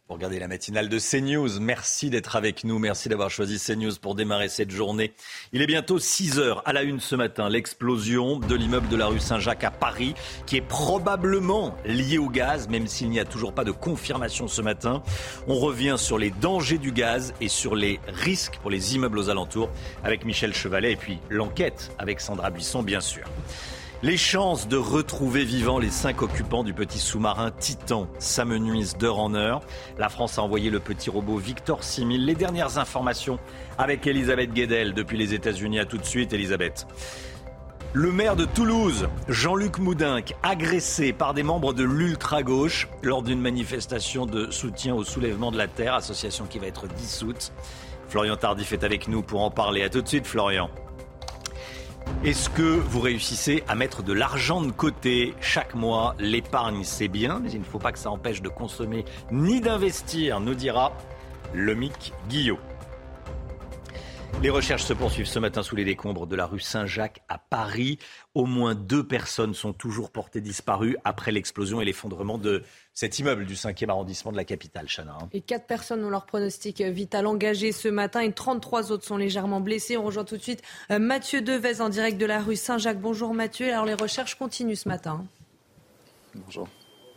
Pour regarder la matinale de CNews, merci d'être avec nous, merci d'avoir choisi CNews pour démarrer cette journée. Il est bientôt 6h à la une ce matin, l'explosion de l'immeuble de la rue Saint-Jacques à Paris, qui est probablement lié au gaz, même s'il n'y a toujours pas de confirmation ce matin. On revient sur les dangers du gaz et sur les risques pour les immeubles aux alentours avec Michel Chevalet et puis l'enquête avec Sandra Buisson, bien sûr. Les chances de retrouver vivants les 5 occupants du petit sous-marin Titan s'amenuisent d'heure en heure. La France a envoyé le petit robot Victor 6000. Les dernières informations avec Elisabeth Guedel depuis les États-Unis. À tout de suite, Elisabeth. Le maire de Toulouse, Jean-Luc Moudenc, agressé par des membres de l'ultra-gauche lors d'une manifestation de soutien au soulèvement de la terre, association qui va être dissoute. Florian Tardif est avec nous pour en parler. À tout de suite, Florian. Est-ce que vous réussissez à mettre de l'argent de côté chaque mois? L'épargne, c'est bien, mais il ne faut pas que ça empêche de consommer ni d'investir, nous dira Lomique Guillot. Les recherches se poursuivent ce matin sous les décombres de la rue Saint-Jacques à Paris. Au moins 2 personnes sont toujours portées disparues après l'explosion et l'effondrement de cet immeuble du 5e arrondissement de la capitale, Chana. Et 4 personnes ont leur pronostic vital engagé ce matin et 33 autres sont légèrement blessés. On rejoint tout de suite Mathieu Devez en direct de la rue Saint-Jacques. Bonjour Mathieu. Alors les recherches continuent ce matin. Bonjour.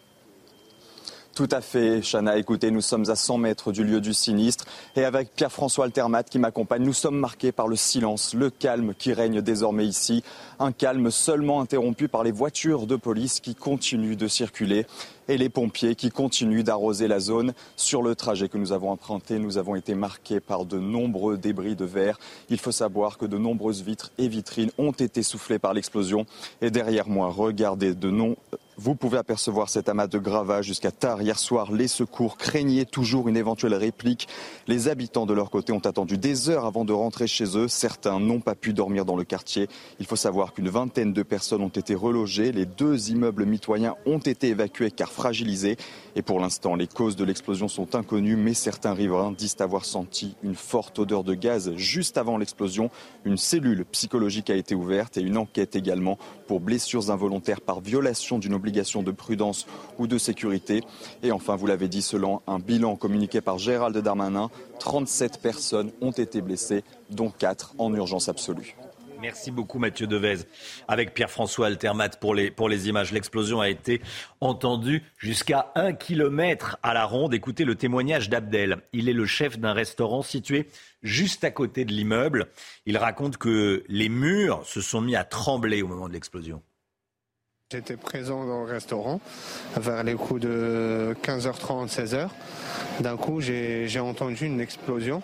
Tout à fait, Chana. Écoutez, nous sommes à 100 mètres du lieu du sinistre et avec Pierre-François Altermat qui m'accompagne, nous sommes marqués par le silence, le calme qui règne désormais ici. Un calme seulement interrompu par les voitures de police qui continuent de circuler et les pompiers qui continuent d'arroser la zone. Sur le trajet que nous avons emprunté, nous avons été marqués par de nombreux débris de verre. Il faut savoir que de nombreuses vitres et vitrines ont été soufflées par l'explosion. Et derrière moi, regardez, vous pouvez apercevoir cet amas de gravats jusqu'à tard hier soir. Les secours craignaient toujours une éventuelle réplique. Les habitants de leur côté ont attendu des heures avant de rentrer chez eux. Certains n'ont pas pu dormir dans le quartier. Il faut savoir qu'une vingtaine de personnes ont été relogées. Les 2 immeubles mitoyens ont été évacués car fragilisés. Et pour l'instant, les causes de l'explosion sont inconnues, mais certains riverains disent avoir senti une forte odeur de gaz juste avant l'explosion. Une cellule psychologique a été ouverte et une enquête également pour blessures involontaires par violation d'une obligation de prudence ou de sécurité. Et enfin, vous l'avez dit, selon un bilan communiqué par Gérald Darmanin, 37 personnes ont été blessées, dont 4 en urgence absolue. Merci beaucoup Mathieu Devez. Avec Pierre-François Altermat pour les images. L'explosion a été entendue jusqu'à 1 kilomètre à la ronde. Écoutez le témoignage d'Abdel. Il est le chef d'un restaurant situé juste à côté de l'immeuble. Il raconte que les murs se sont mis à trembler au moment de l'explosion. J'étais présent dans le restaurant vers les coups de 15h30, 16h. D'un coup, j'ai entendu une explosion.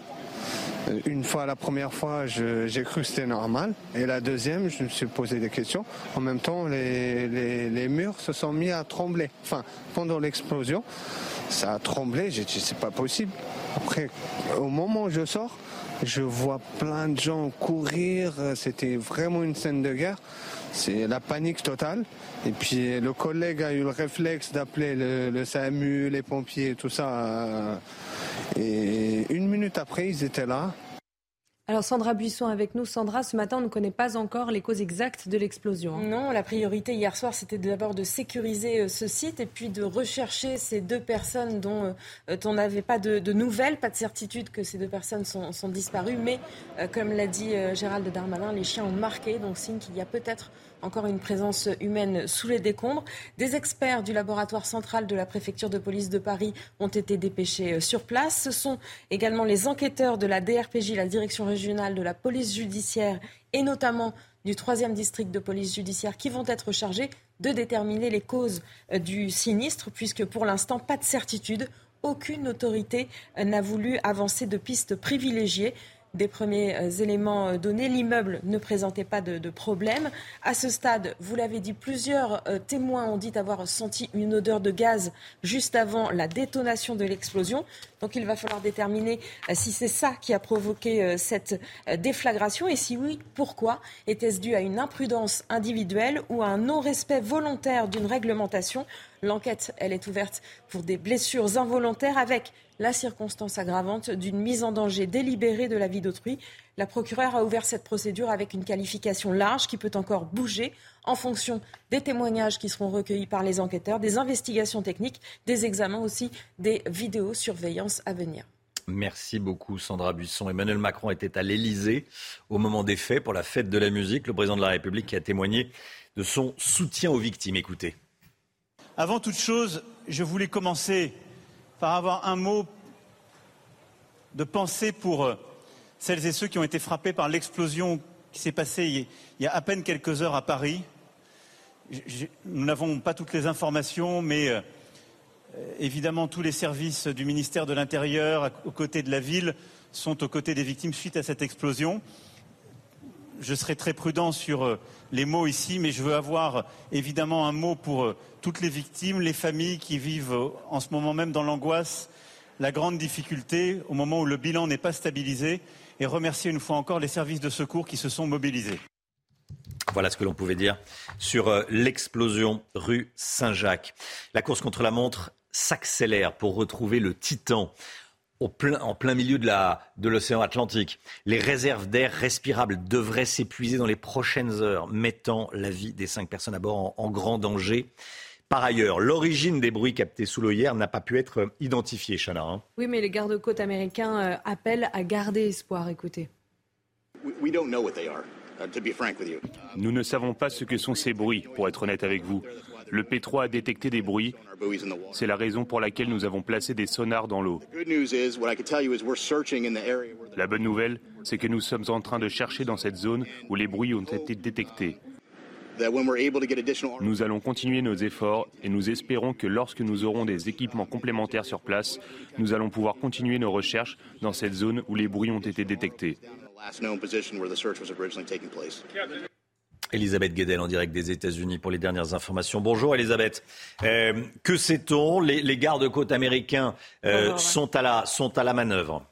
Une fois, la première fois, j'ai cru que c'était normal. Et la deuxième, je me suis posé des questions. En même temps, les murs se sont mis à trembler. Enfin, pendant l'explosion, ça a tremblé. J'ai dit, c'est pas possible. Après, au moment où je sors, je vois plein de gens courir. C'était vraiment une scène de guerre. C'est la panique totale. Et puis le collègue a eu le réflexe d'appeler le SAMU, les pompiers, tout ça. Et 1 minute après, ils étaient là. Alors Sandra Buisson avec nous. Sandra, ce matin, on ne connaît pas encore les causes exactes de l'explosion. Non, la priorité hier soir, c'était d'abord de sécuriser ce site et puis de rechercher ces 2 personnes dont on n'avait pas de nouvelles, pas de certitude que ces 2 personnes sont disparues. Mais comme l'a dit Gérald Darmanin, les chiens ont marqué, donc signe qu'il y a peut-être encore une présence humaine sous les décombres. Des experts du laboratoire central de la préfecture de police de Paris ont été dépêchés sur place. Ce sont également les enquêteurs de la DRPJ, la direction régionale de la police judiciaire et notamment du 3e district de police judiciaire qui vont être chargés de déterminer les causes du sinistre puisque pour l'instant, pas de certitude. Aucune autorité n'a voulu avancer de pistes privilégiées. Des premiers éléments donnés, l'immeuble ne présentait pas de problème. À ce stade, vous l'avez dit, plusieurs témoins ont dit avoir senti une odeur de gaz juste avant la détonation de l'explosion. Donc il va falloir déterminer si c'est ça qui a provoqué cette déflagration et si oui, pourquoi. Était-ce dû à une imprudence individuelle ou à un non-respect volontaire d'une réglementation ? L'enquête, elle est ouverte pour des blessures involontaires avec la circonstance aggravante d'une mise en danger délibérée de la vie d'autrui. La procureure a ouvert cette procédure avec une qualification large qui peut encore bouger en fonction des témoignages qui seront recueillis par les enquêteurs, des investigations techniques, des examens aussi, des vidéosurveillances à venir. Merci beaucoup Sandra Buisson. Emmanuel Macron était à l'Elysée au moment des faits pour la fête de la musique. Le président de la République qui a témoigné de son soutien aux victimes. Écoutez. Avant toute chose, je voulais commencer par avoir un mot de pensée pour celles et ceux qui ont été frappés par l'explosion qui s'est passée il y a à peine quelques heures à Paris. Nous n'avons pas toutes les informations, mais évidemment tous les services du ministère de l'Intérieur, aux côtés de la ville, sont aux côtés des victimes suite à cette explosion. Je serai très prudent sur les mots ici, mais je veux avoir évidemment un mot pour toutes les victimes, les familles qui vivent en ce moment même dans l'angoisse, la grande difficulté au moment où le bilan n'est pas stabilisé, et remercier une fois encore les services de secours qui se sont mobilisés. Voilà ce que l'on pouvait dire sur l'explosion rue Saint-Jacques. La course contre la montre s'accélère pour retrouver le Titan. En plein milieu de l'océan Atlantique. Les réserves d'air respirable devraient s'épuiser dans les prochaines heures, mettant la vie des 5 personnes à bord en grand danger. Par ailleurs, l'origine des bruits captés sous l'eau hier n'a pas pu être identifiée, Chana. Oui, mais les gardes-côtes américains appellent à garder espoir. Écoutez. Nous ne savons pas ce que sont ces bruits, pour être honnête avec vous. Le P3 a détecté des bruits. C'est la raison pour laquelle nous avons placé des sonars dans l'eau. La bonne nouvelle, c'est que nous sommes en train de chercher dans cette zone où les bruits ont été détectés. Nous allons continuer nos efforts et nous espérons que lorsque nous aurons des équipements complémentaires sur place, nous allons pouvoir continuer nos recherches dans cette zone où les bruits ont été détectés. Elisabeth Guedel en direct des États-Unis pour les dernières informations. Bonjour Elisabeth. Que sait-on ? Les gardes-côtes américains sont à la manœuvre.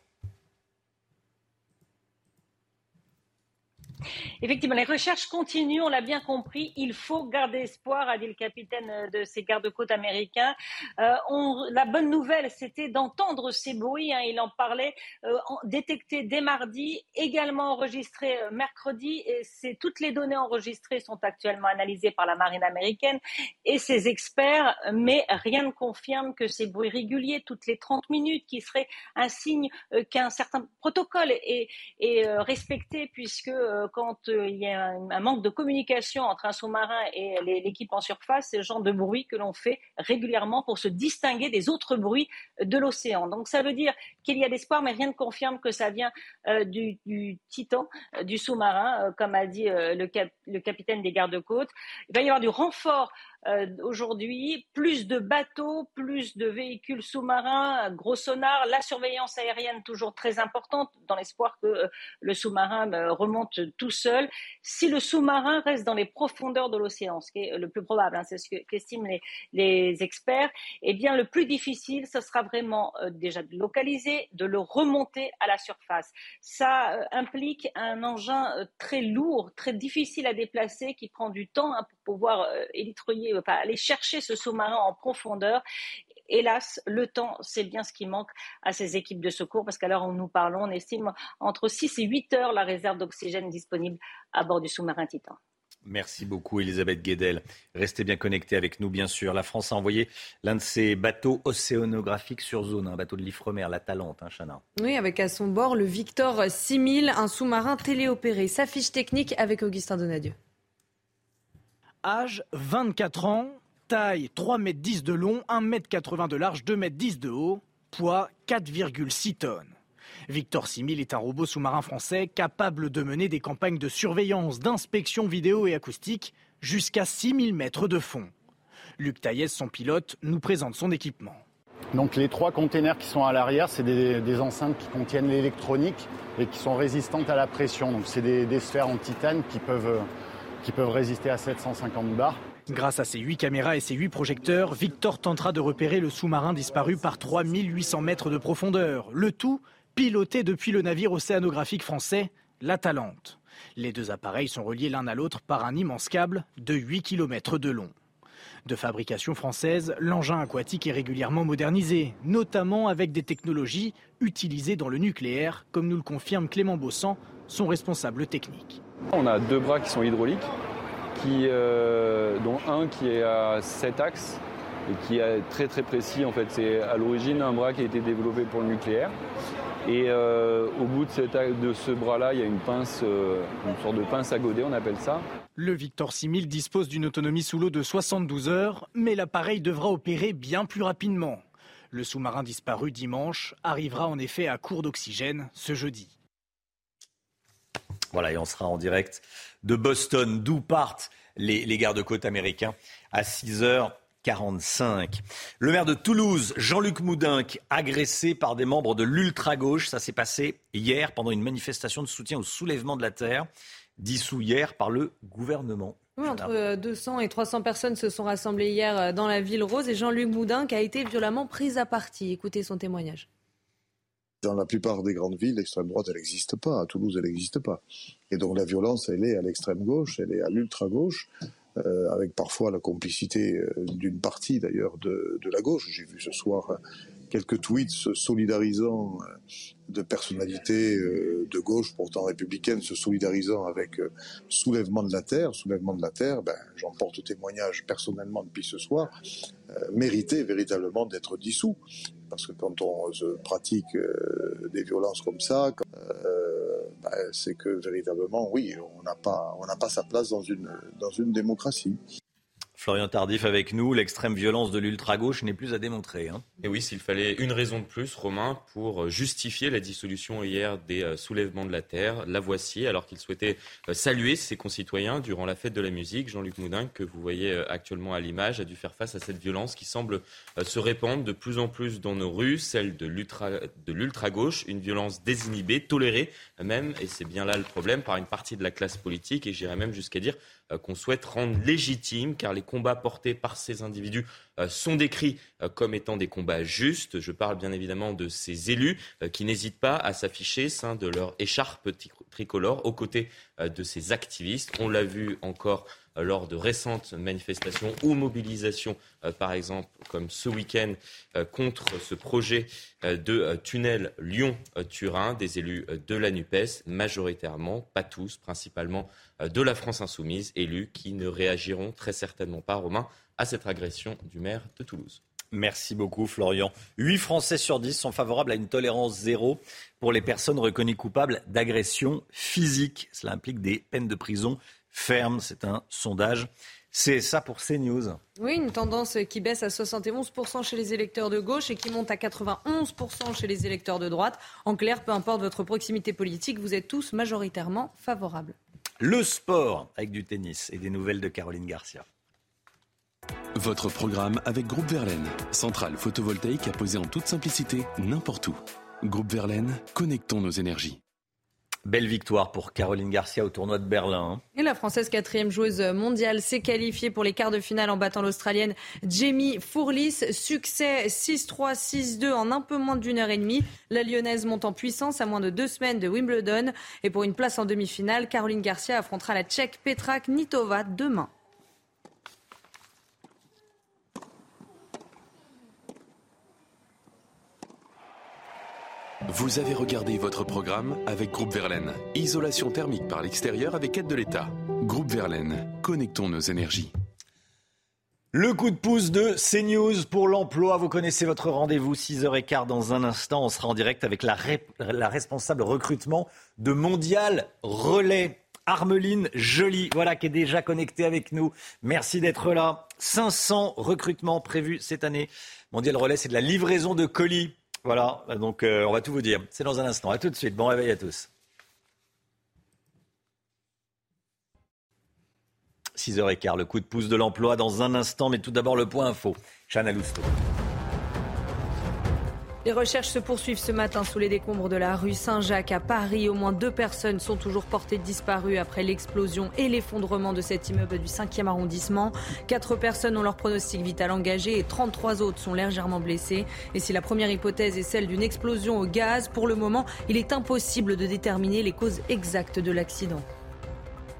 Effectivement, les recherches continuent, on l'a bien compris. Il faut garder espoir, a dit le capitaine de ces gardes-côtes américains. La bonne nouvelle, c'était d'entendre ces bruits. Il en parlait, détectés dès mardi, également enregistrés mercredi. Et toutes les données enregistrées sont actuellement analysées par la marine américaine et ses experts. Mais rien ne confirme que ces bruits réguliers, toutes les 30 minutes, qui seraient un signe qu'un certain protocole est respecté, puisque quand il y a un manque de communication entre un sous-marin et l'équipe en surface, c'est le genre de bruit que l'on fait régulièrement pour se distinguer des autres bruits de l'océan. Donc ça veut dire qu'il y a l'espoir, mais rien ne confirme que ça vient du Titan, du sous-marin, comme a dit le capitaine des gardes-côtes. Il va y avoir du renfort aujourd'hui, plus de bateaux, plus de véhicules sous-marins, gros sonars, la surveillance aérienne toujours très importante dans l'espoir que le sous-marin remonte tout seul. Si le sous-marin reste dans les profondeurs de l'océan, ce qui est le plus probable, c'est ce qu'estiment les experts, eh bien le plus difficile, ce sera vraiment déjà de localiser, de le remonter à la surface. Ça implique un engin très lourd, très difficile à déplacer, qui prend du temps pour pouvoir aller chercher ce sous-marin en profondeur. Hélas, le temps, c'est bien ce qui manque à ces équipes de secours, parce qu'à l'heure où nous parlons, on estime entre 6 et 8 heures la réserve d'oxygène disponible à bord du sous-marin Titan. Merci beaucoup Elisabeth Guedel. Restez bien connectés avec nous, bien sûr. La France a envoyé l'un de ses bateaux océanographiques sur zone, un bateau de l'Ifremer, la Talente, Chana. Oui, avec à son bord le Victor 6000, un sous-marin téléopéré. Sa fiche technique avec Augustin Donadieu. Âge 24 ans, taille 3,10 m de long, 1,80 m de large, 2,10 m de haut, poids 4,6 tonnes. Victor 6000 est un robot sous-marin français capable de mener des campagnes de surveillance, d'inspection vidéo et acoustique jusqu'à 6000 mètres de fond. Luc Taillès, son pilote, nous présente son équipement. Donc les 3 containers qui sont à l'arrière, c'est des enceintes qui contiennent l'électronique et qui sont résistantes à la pression. Donc c'est des sphères en titane qui peuvent résister à 750 bars. Grâce à ses 8 caméras et ses 8 projecteurs, Victor tentera de repérer le sous-marin disparu par 3800 mètres de profondeur. Le tout piloté depuis le navire océanographique français, la Talente. Les 2 appareils sont reliés l'un à l'autre par un immense câble de 8 km de long. De fabrication française, l'engin aquatique est régulièrement modernisé, notamment avec des technologies utilisées dans le nucléaire, comme nous le confirme Clément Bossan, son responsable technique. On a 2 bras qui sont hydrauliques, dont un qui est à 7 axes et qui est très très précis. En fait, c'est à l'origine un bras qui a été développé pour le nucléaire. Et au bout de ce bras-là, il y a une pince, une sorte de pince à godet, on appelle ça. Le Victor 6000 dispose d'une autonomie sous l'eau de 72 heures, mais l'appareil devra opérer bien plus rapidement. Le sous-marin disparu dimanche arrivera en effet à court d'oxygène ce jeudi. Voilà, et on sera en direct de Boston, d'où partent les gardes-côtes américains à 6h45. Le maire de Toulouse, Jean-Luc Moudenc, agressé par des membres de l'ultra-gauche. Ça s'est passé hier pendant une manifestation de soutien au soulèvement de la terre, dissous hier par le gouvernement. Oui, entre 200 et 300 personnes se sont rassemblées hier dans la ville rose et Jean-Luc Moudenc a été violemment pris à partie. Écoutez son témoignage. Dans la plupart des grandes villes, l'extrême droite, elle n'existe pas. À Toulouse, elle n'existe pas. Et donc la violence, elle est à l'extrême gauche, elle est à l'ultra-gauche, avec parfois la complicité d'une partie d'ailleurs de la gauche. J'ai vu ce soir quelques tweets se solidarisant de personnalités de gauche, pourtant républicaines, se solidarisant avec soulèvement de la terre. Soulèvement de la terre, j'en porte témoignage personnellement depuis ce soir, méritait véritablement d'être dissous. Parce que quand on se pratique des violences comme ça, c'est que véritablement, oui, on n'a pas sa place dans une démocratie. Florian Tardif avec nous, l'extrême violence de l'ultra-gauche n'est plus à démontrer. Et oui, s'il fallait une raison de plus, Romain, pour justifier la dissolution hier des soulèvements de la terre, la voici, alors qu'il souhaitait saluer ses concitoyens durant la fête de la musique. Jean-Luc Moudenc, que vous voyez actuellement à l'image, a dû faire face à cette violence qui semble se répandre de plus en plus dans nos rues, celle de l'ultra-gauche, une violence désinhibée, tolérée même, et c'est bien là le problème, par une partie de la classe politique, et j'irais même jusqu'à dire qu'on souhaite rendre légitime, car les combats portés par ces individus sont décrits comme étant des combats justes. Je parle bien évidemment de ces élus qui n'hésitent pas à s'afficher sein de leur écharpe tricolore aux côtés de ces activistes. On l'a vu encore lors de récentes manifestations ou mobilisations, par exemple, comme ce week-end, contre ce projet de tunnel Lyon-Turin, des élus de la NUPES, majoritairement, pas tous, principalement de la France Insoumise, élus qui ne réagiront très certainement pas, Romain, à cette agression du maire de Toulouse. Merci beaucoup Florian. 8 Français sur 10 sont favorables à une tolérance zéro pour les personnes reconnues coupables d'agression physique. Cela implique des peines de prison fermes. C'est un sondage. C'est ça pour CNews. Oui, une tendance qui baisse à 71% chez les électeurs de gauche et qui monte à 91% chez les électeurs de droite. En clair, peu importe votre proximité politique, vous êtes tous majoritairement favorables. Le sport avec du tennis et des nouvelles de Caroline Garcia. Votre programme avec Groupe Verlaine, centrale photovoltaïque à poser en toute simplicité n'importe où. Groupe Verlaine, connectons nos énergies. Belle victoire pour Caroline Garcia au tournoi de Berlin. Et la Française 4e joueuse mondiale s'est qualifiée pour les quarts de finale en battant l'Australienne Jamie Fourlis. Succès 6-3, 6-2 en un peu moins d'une heure et demie. La Lyonnaise monte en puissance à moins de 2 semaines de Wimbledon. Et pour une place en demi-finale, Caroline Garcia affrontera la Tchèque Petra Kvitova demain. Vous avez regardé votre programme avec Groupe Verlaine. Isolation thermique par l'extérieur avec aide de l'État. Groupe Verlaine, connectons nos énergies. Le coup de pouce de CNews pour l'emploi. Vous connaissez votre rendez-vous, 6h15 dans un instant. On sera en direct avec la responsable recrutement de Mondial Relais. Armeline Joly, voilà, qui est déjà connectée avec nous. Merci d'être là. 500 recrutements prévus cette année. Mondial Relais, c'est de la livraison de colis. Voilà, donc on va tout vous dire. C'est dans un instant. À tout de suite. Bon réveil à tous. 6h15, le coup de pouce de l'emploi dans un instant. Mais tout d'abord, le point info. Chana Lousteau. Les recherches se poursuivent ce matin sous les décombres de la rue Saint-Jacques à Paris. Au moins 2 personnes sont toujours portées disparues après l'explosion et l'effondrement de cet immeuble du 5e arrondissement. 4 personnes ont leur pronostic vital engagé et 33 autres sont légèrement blessées. Et si la première hypothèse est celle d'une explosion au gaz, pour le moment, il est impossible de déterminer les causes exactes de l'accident.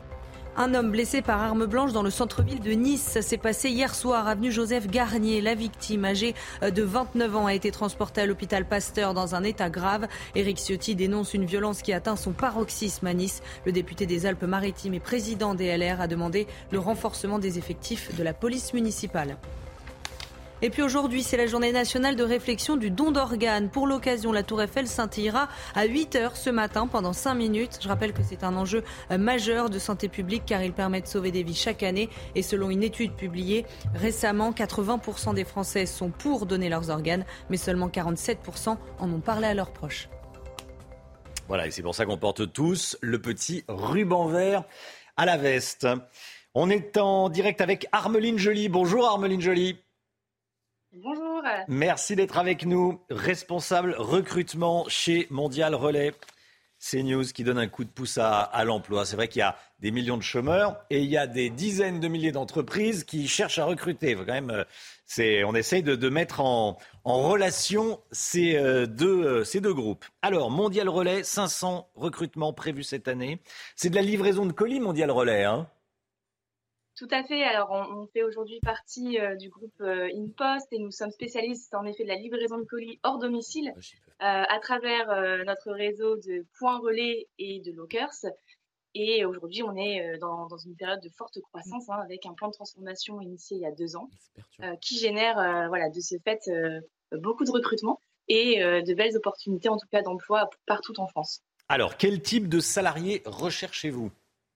Un homme blessé par arme blanche dans le centre-ville de Nice. Ça s'est passé hier soir, avenue Joseph Garnier. La victime, âgée de 29 ans, a été transportée à l'hôpital Pasteur dans un état grave. Éric Ciotti dénonce une violence qui atteint son paroxysme à Nice. Le député des Alpes-Maritimes et président des LR a demandé le renforcement des effectifs de la police municipale. Et puis aujourd'hui, c'est la journée nationale de réflexion du don d'organes. Pour l'occasion, la Tour Eiffel scintillera à 8h ce matin pendant 5 minutes. Je rappelle que c'est un enjeu majeur de santé publique car il permet de sauver des vies chaque année. Et selon une étude publiée récemment, 80% des Français sont pour donner leurs organes, mais seulement 47% en ont parlé à leurs proches. Voilà, et c'est pour ça qu'on porte tous le petit ruban vert à la veste. On est en direct avec Armeline Joly. Bonjour Armeline Joly. Bonjour. Merci d'être avec nous, responsable recrutement chez Mondial Relais. CNews qui donne un coup de pouce à l'emploi. C'est vrai qu'il y a des millions de chômeurs et il y a des dizaines de milliers d'entreprises qui cherchent à recruter. Faut quand même, on essaye de mettre en relation ces deux groupes. Alors, Mondial Relais, 500 recrutements prévus cette année. C'est de la livraison de colis, Mondial Relais, hein ? Tout à fait. Alors, on fait aujourd'hui partie du groupe InPost et nous sommes spécialistes en effet de la livraison de colis hors domicile à travers notre réseau de points relais et de lockers. Et aujourd'hui, on est dans une période de forte croissance avec un plan de transformation initié il y a 2 ans qui génère de ce fait beaucoup de recrutements et de belles opportunités en tout cas d'emploi partout en France. Alors, quel type de salariés recherchez-vous ?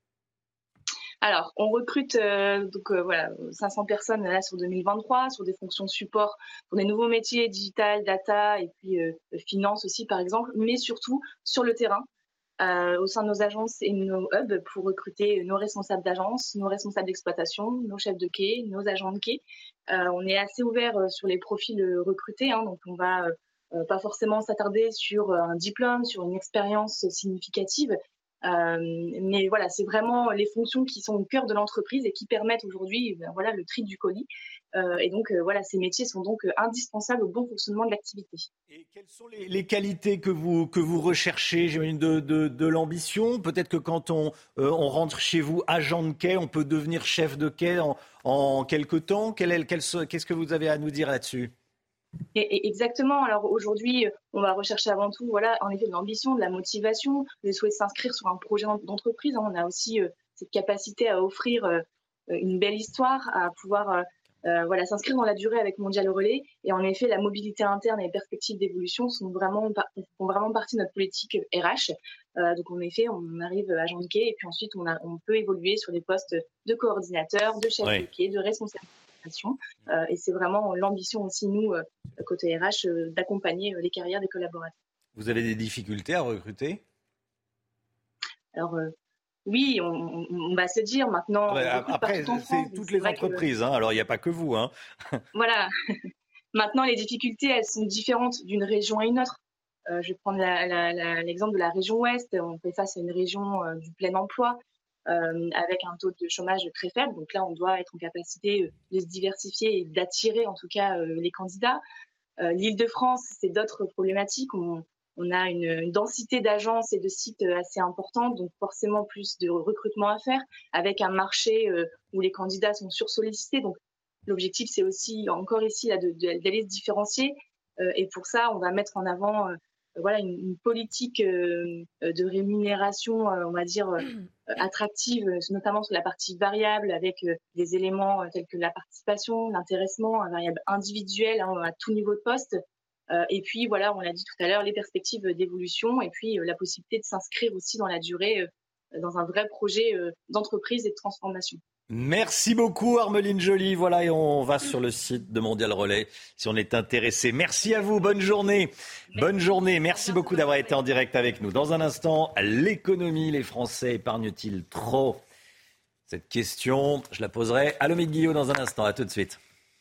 Alors, on recrute 500 personnes là sur 2023, sur des fonctions de support pour des nouveaux métiers, digital, data et puis finance aussi par exemple, mais surtout sur le terrain, au sein de nos agences et nos hubs pour recruter nos responsables d'agence, nos responsables d'exploitation, nos chefs de quai, nos agents de quai. On est assez ouvert sur les profils recrutés, donc on va pas forcément s'attarder sur un diplôme, sur une expérience significative. Mais voilà, c'est vraiment les fonctions qui sont au cœur de l'entreprise et qui permettent aujourd'hui le tri du colis. Et donc, ces métiers sont donc indispensables au bon fonctionnement de l'activité. Et quelles sont les qualités que vous recherchez ? J'imagine de l'ambition. Peut-être que quand on rentre chez vous agent de quai, on peut devenir chef de quai en quelque temps. Qu'est-ce que vous avez à nous dire là-dessus ? Et exactement. Alors aujourd'hui, on va rechercher avant tout, en effet, de l'ambition, de la motivation, le souhait de s'inscrire sur un projet d'entreprise. On a aussi cette capacité à offrir une belle histoire, à pouvoir s'inscrire dans la durée avec Mondial Relais. Et en effet, la mobilité interne et les perspectives d'évolution font vraiment partie de notre politique RH. Donc en effet, on arrive agent de quai et puis ensuite on peut évoluer sur des postes de coordinateur, de chef de quai, de responsable. Et c'est vraiment l'ambition aussi, nous, côté RH, d'accompagner les carrières des collaborateurs. Vous avez des difficultés à recruter ? Alors, oui, on va se dire maintenant... Après, c'est toutes les entreprises, alors il n'y a pas que vous. Voilà. Maintenant, les difficultés, elles sont différentes d'une région à une autre. Je vais prendre l'exemple de la région Ouest. On fait face à une région du plein emploi. Avec un taux de chômage très faible. Donc là, on doit être en capacité de se diversifier et d'attirer en tout cas les candidats. L'Île-de-France, c'est d'autres problématiques. On a une densité d'agences et de sites assez importante, donc forcément plus de recrutement à faire, avec un marché où les candidats sont sursollicités. Donc l'objectif, c'est aussi encore ici d'aller se différencier. Et pour ça, on va mettre en avant une politique de rémunération, on va dire, attractive, notamment sur la partie variable, avec des éléments tels que la participation, l'intéressement, un variable individuel à tout niveau de poste. Et puis, on l'a dit tout à l'heure, les perspectives d'évolution et puis la possibilité de s'inscrire aussi dans la durée dans un vrai projet d'entreprise et de transformation. Merci beaucoup Armeline Joly. Voilà, et on va sur le site de Mondial Relais si on est intéressé. Merci à vous, bonne journée. Bonne journée, merci beaucoup d'avoir été en direct avec nous. Dans un instant, l'économie, les Français épargnent-ils trop ? Cette question, je la poserai à Lomique Guillot dans un instant. À tout de suite.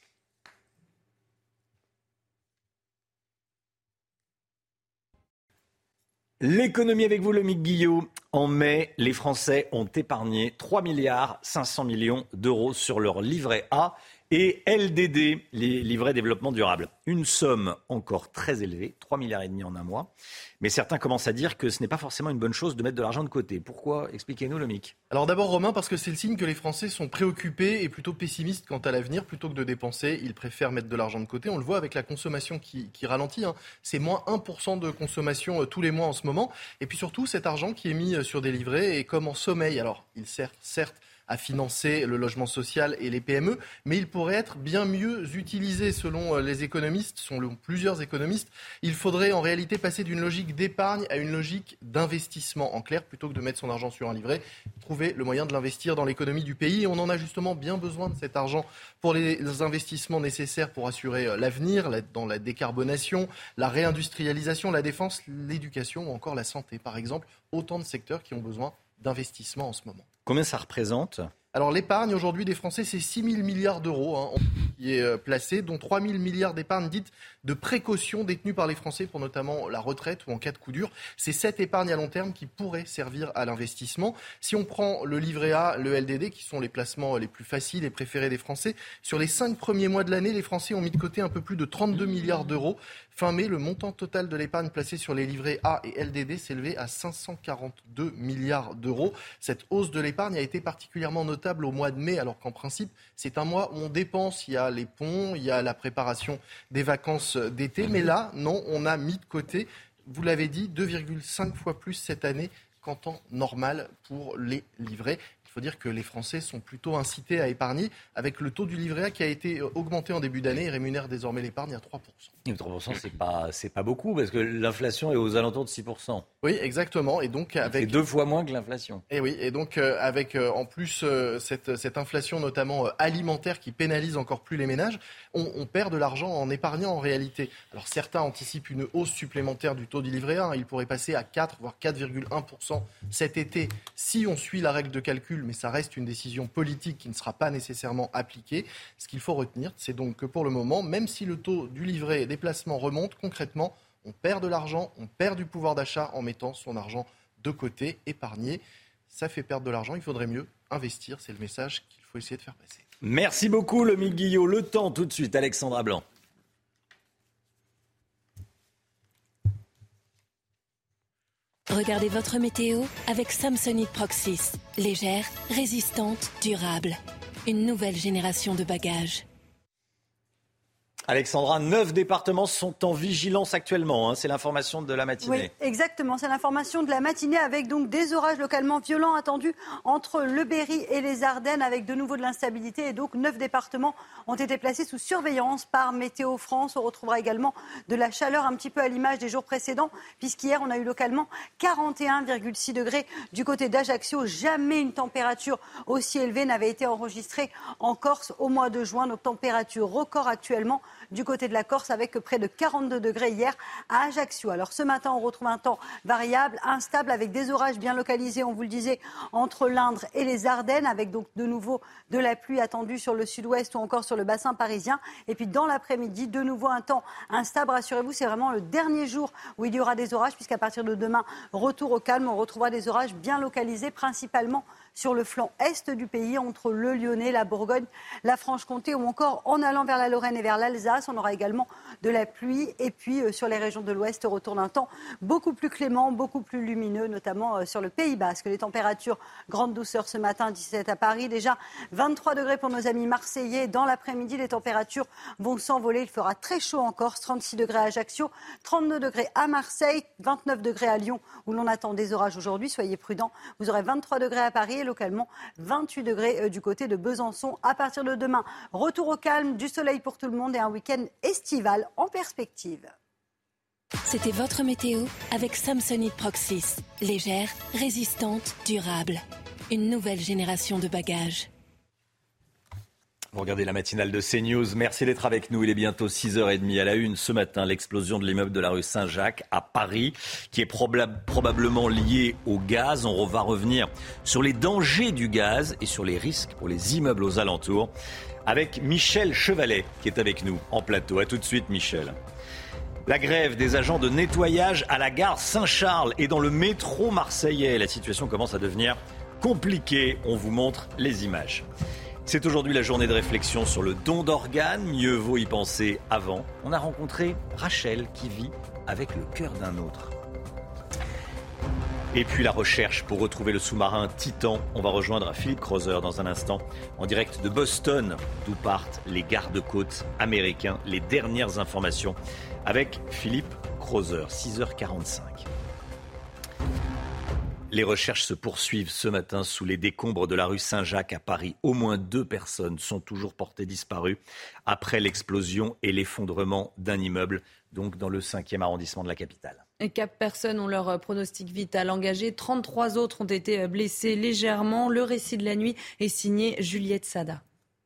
L'économie avec vous, Lomique Guillot. En mai, les Français ont épargné 3,5 milliards d'euros sur leur livret A Et LDD, les livrets développement durable. Une somme encore très élevée, 3,5 milliards en un mois. Mais certains commencent à dire que ce n'est pas forcément une bonne chose de mettre de l'argent de côté. Pourquoi ? Expliquez-nous, Lomic. Alors d'abord, Romain, parce que c'est le signe que les Français sont préoccupés et plutôt pessimistes quant à l'avenir. Plutôt que de dépenser, ils préfèrent mettre de l'argent de côté. On le voit avec la consommation qui ralentit. C'est moins 1% de consommation tous les mois en ce moment. Et puis surtout, cet argent qui est mis sur des livrets est comme en sommeil. Alors, il sert certes à financer le logement social et les PME, mais il pourrait être bien mieux utilisé selon les économistes, selon plusieurs économistes. Il faudrait en réalité passer d'une logique d'épargne à une logique d'investissement. En clair, plutôt que de mettre son argent sur un livret, trouver le moyen de l'investir dans l'économie du pays. Et on en a justement bien besoin de cet argent pour les investissements nécessaires pour assurer l'avenir, dans la décarbonation, la réindustrialisation, la défense, l'éducation ou encore la santé, par exemple. Autant de secteurs qui ont besoin d'investissement en ce moment. Combien ça représente ? Alors l'épargne aujourd'hui des Français, c'est 6 000 milliards d'euros qui est placé, dont 3 000 milliards d'épargne dite de précaution détenue par les Français pour notamment la retraite ou en cas de coup dur. C'est cette épargne à long terme qui pourrait servir à l'investissement. Si on prend le livret A, le LDD, qui sont les placements les plus faciles et préférés des Français, sur les 5 premiers mois de l'année, les Français ont mis de côté un peu plus de 32 milliards d'euros. Fin mai, le montant total de l'épargne placée sur les livrets A et LDD s'élevait à 542 milliards d'euros. Cette hausse de l'épargne a été particulièrement notable au mois de mai, alors qu'en principe, c'est un mois où on dépense. Il y a les ponts, il y a la préparation des vacances d'été. Mais là, non, on a mis de côté, vous l'avez dit, 2,5 fois plus cette année qu'en temps normal pour les livrets. Il faut dire que les Français sont plutôt incités à épargner avec le taux du livret A qui a été augmenté en début d'année et rémunère désormais l'épargne à 3%. Et 3%, c'est pas beaucoup parce que l'inflation est aux alentours de 6%. Oui, exactement. Et donc c'est 2 fois moins que l'inflation. Et oui, et donc avec en plus cette inflation notamment alimentaire qui pénalise encore plus les ménages, on perd de l'argent en épargnant en réalité. Alors certains anticipent une hausse supplémentaire du taux du livret A. Il pourrait passer à 4 voire 4,1% cet été si on suit la règle de calcul. Mais ça reste une décision politique qui ne sera pas nécessairement appliquée. Ce qu'il faut retenir, c'est donc que pour le moment, même si le taux du livret des placements remonte, concrètement, on perd de l'argent, on perd du pouvoir d'achat en mettant son argent de côté, épargner. Ça fait perdre de l'argent, il faudrait mieux investir. C'est le message qu'il faut essayer de faire passer. Merci beaucoup, Lomic Guillot. Le temps tout de suite, Alexandra Blanc. Regardez votre météo avec Samsonite Proxys. Légère, résistante, durable. Une nouvelle génération de bagages. Alexandra, 9 départements sont en vigilance actuellement. C'est l'information de la matinée. Oui, exactement. C'est l'information de la matinée avec donc des orages localement violents attendus entre le Berry et les Ardennes avec de nouveau de l'instabilité. Et donc 9 départements ont été placés sous surveillance par Météo France. On retrouvera également de la chaleur un petit peu à l'image des jours précédents puisqu'hier on a eu localement 41,6 degrés du côté d'Ajaccio. Jamais une température aussi élevée n'avait été enregistrée en Corse au mois de juin. Donc température record actuellement du côté de la Corse avec près de 42 degrés hier à Ajaccio. Alors ce matin, on retrouve un temps variable, instable avec des orages bien localisés, on vous le disait, entre l'Indre et les Ardennes avec donc de nouveau de la pluie attendue sur le sud-ouest ou encore sur le bassin parisien. Et puis dans l'après-midi, de nouveau un temps instable. Rassurez-vous, c'est vraiment le dernier jour où il y aura des orages puisqu'à partir de demain, retour au calme, on retrouvera des orages bien localisés, principalement sur le flanc est du pays, entre le Lyonnais, la Bourgogne, la Franche-Comté ou encore en allant vers la Lorraine et vers l'Alsace. On aura également de la pluie et puis sur les régions de l'Ouest, retour d'un temps beaucoup plus clément, beaucoup plus lumineux, notamment sur le Pays Basque. Les températures, grande douceur ce matin, 17 à Paris, déjà 23 degrés pour nos amis marseillais. Dans l'après-midi, les températures vont s'envoler. Il fera très chaud en Corse, 36 degrés à Ajaccio, 32 degrés à Marseille, 29 degrés à Lyon où l'on attend des orages aujourd'hui. Soyez prudents. Vous aurez 23 degrés à Paris et localement 28 degrés du côté de Besançon. À partir de demain, retour au calme, du soleil pour tout le monde et un week-end estival en perspective. C'était votre météo avec Samsonite Proxys. Légère, résistante, durable. Une nouvelle génération de bagages. Vous regardez la matinale de CNews. Merci d'être avec nous. Il est bientôt 6h30 à la une. Ce matin, l'explosion de l'immeuble de la rue Saint-Jacques à Paris, qui est probablement liée au gaz. On va revenir sur les dangers du gaz et sur les risques pour les immeubles aux alentours avec Michel Chevalet, qui est avec nous en plateau. A tout de suite, Michel. La grève des agents de nettoyage à la gare Saint-Charles et dans le métro marseillais. La situation commence à devenir compliquée. On vous montre les images. C'est aujourd'hui la journée de réflexion sur le don d'organes. Mieux vaut y penser avant. On a rencontré Rachel qui vit avec le cœur d'un autre. Et puis la recherche pour retrouver le sous-marin Titan. On va rejoindre Philippe Crozer dans un instant en direct de Boston, d'où partent les gardes-côtes américains. Les dernières informations avec Philippe Crozer, 6h45. Les recherches se poursuivent ce matin sous les décombres de la rue Saint-Jacques à Paris. Au moins 2 personnes sont toujours portées disparues après l'explosion et l'effondrement d'un immeuble, donc dans le 5e arrondissement de la capitale. 4 personnes ont leur pronostic vital engagé. 33 autres ont été blessées légèrement. Le récit de la nuit est signé Juliette Sada.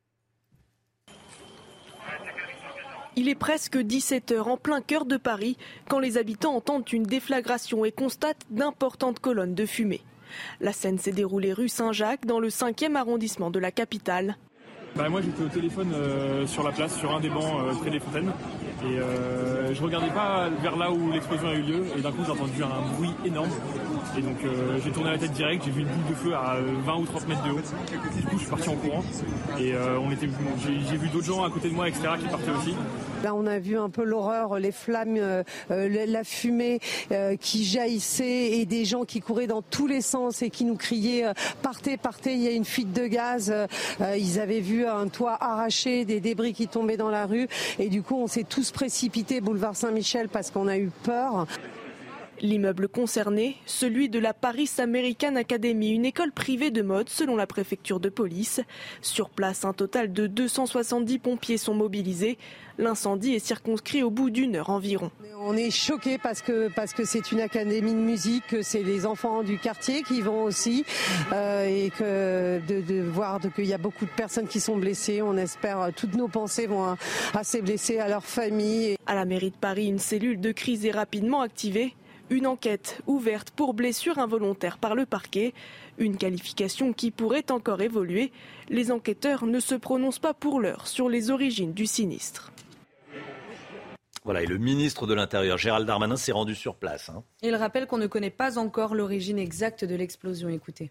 Il est presque 17h en plein cœur de Paris quand les habitants entendent une déflagration et constatent d'importantes colonnes de fumée. La scène s'est déroulée rue Saint-Jacques dans le 5e arrondissement de la capitale. Moi j'étais au téléphone sur la place, sur un des bancs près des fontaines. Et je regardais pas vers là où l'explosion a eu lieu. Et d'un coup j'ai entendu un bruit énorme. Et donc j'ai tourné la tête direct, j'ai vu une boule de feu à 20 ou 30 mètres de haut. Du coup je suis parti en courant. Et j'ai vu d'autres gens à côté de moi, etc. qui partaient aussi. Là on a vu un peu l'horreur, les flammes, la fumée qui jaillissait et des gens qui couraient dans tous les sens et qui nous criaient partez, partez, il y a une fuite de gaz. Ils avaient vu un toit arraché, des débris qui tombaient dans la rue et du coup on s'est tous précipités boulevard Saint-Michel parce qu'on a eu peur. L'immeuble concerné, celui de la Paris American Academy, une école privée de mode selon la préfecture de police. Sur place, un total de 270 pompiers sont mobilisés. L'incendie est circonscrit au bout d'1 heure environ. On est choqués parce que c'est une académie de musique, que c'est les enfants du quartier qui vont aussi et que de voir qu'il y a beaucoup de personnes qui sont blessées. On espère, toutes nos pensées vont à ces blessés, à leurs familles. À la mairie de Paris, une cellule de crise est rapidement activée. Une enquête ouverte pour blessure involontaire par le parquet. Une qualification qui pourrait encore évoluer. Les enquêteurs ne se prononcent pas pour l'heure sur les origines du sinistre. Voilà, et le ministre de l'Intérieur, Gérald Darmanin, s'est rendu sur place. Il rappelle qu'on ne connaît pas encore l'origine exacte de l'explosion. Écoutez.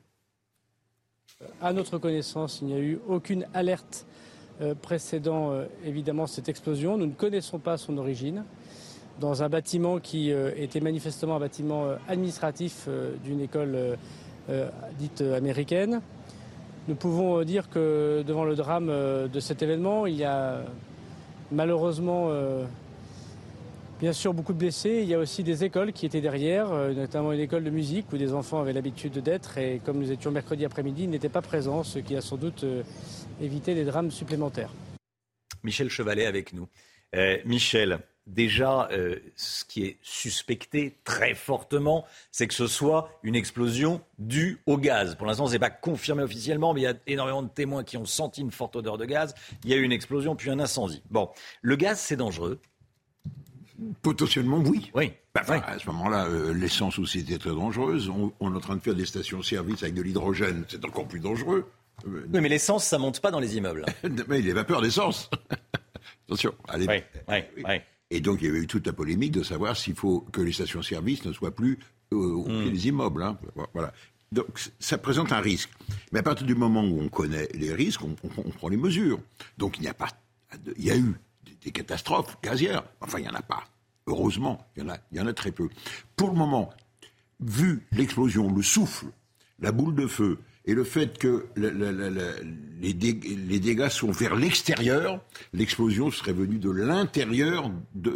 À notre connaissance, il n'y a eu aucune alerte précédant évidemment cette explosion. Nous ne connaissons pas son origine. Dans un bâtiment qui était manifestement un bâtiment administratif d'une école dite américaine. Nous pouvons dire que devant le drame de cet événement, il y a malheureusement bien sûr beaucoup de blessés. Il y a aussi des écoles qui étaient derrière, notamment une école de musique où des enfants avaient l'habitude d'être et comme nous étions mercredi après-midi, ils n'étaient pas présents, ce qui a sans doute évité des drames supplémentaires. Michel Chevalet avec nous. Michel, déjà, ce qui est suspecté très fortement, c'est que ce soit une explosion due au gaz. Pour l'instant, ce n'est pas confirmé officiellement, mais il y a énormément de témoins qui ont senti une forte odeur de gaz. Il y a eu une explosion, puis un incendie. Bon, le gaz, c'est dangereux. Potentiellement, oui. Oui. Enfin, à ce moment-là, l'essence aussi était très dangereuse. On est en train de faire des stations-service avec de l'hydrogène. C'est encore plus dangereux. Oui, mais l'essence, ça ne monte pas dans les immeubles. Mais les vapeurs d'essence. Attention. Allez. Oui. Et donc, il y avait eu toute la polémique de savoir s'il faut que les stations-service ne soient plus au pied des immeubles. Hein. Voilà. Donc, ça présente un risque. Mais à partir du moment où on connaît les risques, on prend les mesures. Donc, il y a eu des catastrophes gazières. Enfin, il n'y en a pas. Heureusement, il y en a très peu. Pour le moment, vu l'explosion, le souffle, la boule de feu, et le fait que les dégâts sont vers l'extérieur, l'explosion serait venue de l'intérieur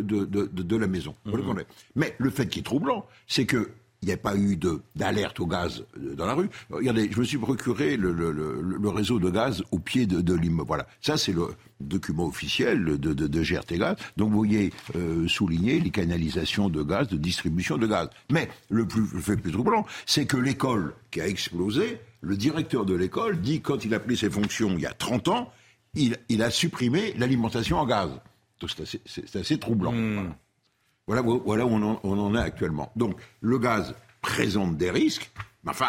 de la maison. Mais le fait qui est troublant, c'est qu'il n'y a pas eu d'alerte au gaz dans la rue. Regardez, je me suis procuré le réseau de gaz au pied de l'immeuble. Voilà, ça c'est le document officiel de GRT Gaz. Donc vous voyez souligner les canalisations de gaz, de distribution de gaz. Mais le fait plus troublant, c'est que l'école qui a explosé, le directeur de l'école dit, quand il a pris ses fonctions il y a 30 ans, il a supprimé l'alimentation en gaz. Donc c'est assez troublant. Voilà où on en est actuellement. Donc le gaz présente des risques. Enfin,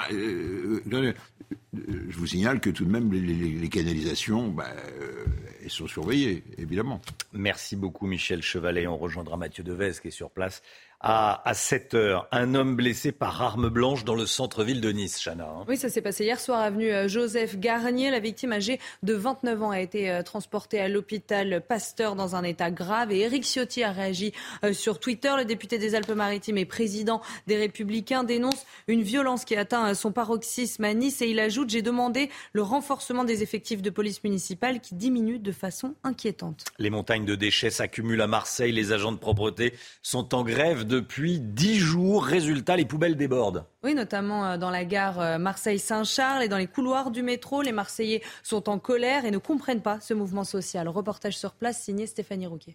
je vous signale que tout de même les canalisations, elles sont surveillées, évidemment. Merci beaucoup Michel Chevalet. On rejoindra Mathieu Devez qui est sur place à 7h. Un homme blessé par arme blanche dans le centre-ville de Nice, Chana. Oui, ça s'est passé hier soir avenue Joseph Garnier. La victime âgée de 29 ans a été transportée à l'hôpital Pasteur dans un état grave. Et Éric Ciotti a réagi sur Twitter. Le député des Alpes-Maritimes et président des Républicains dénonce une violence qui atteint son paroxysme à Nice. Et il ajoute « J'ai demandé le renforcement des effectifs de police municipale qui diminuent de façon inquiétante ». Les montagnes de déchets s'accumulent à Marseille. Les agents de propreté sont en grève depuis 10 jours. Résultat, les poubelles débordent. Oui, notamment dans la gare Marseille-Saint-Charles et dans les couloirs du métro. Les Marseillais sont en colère et ne comprennent pas ce mouvement social. Reportage sur place signé Stéphanie Rouquet.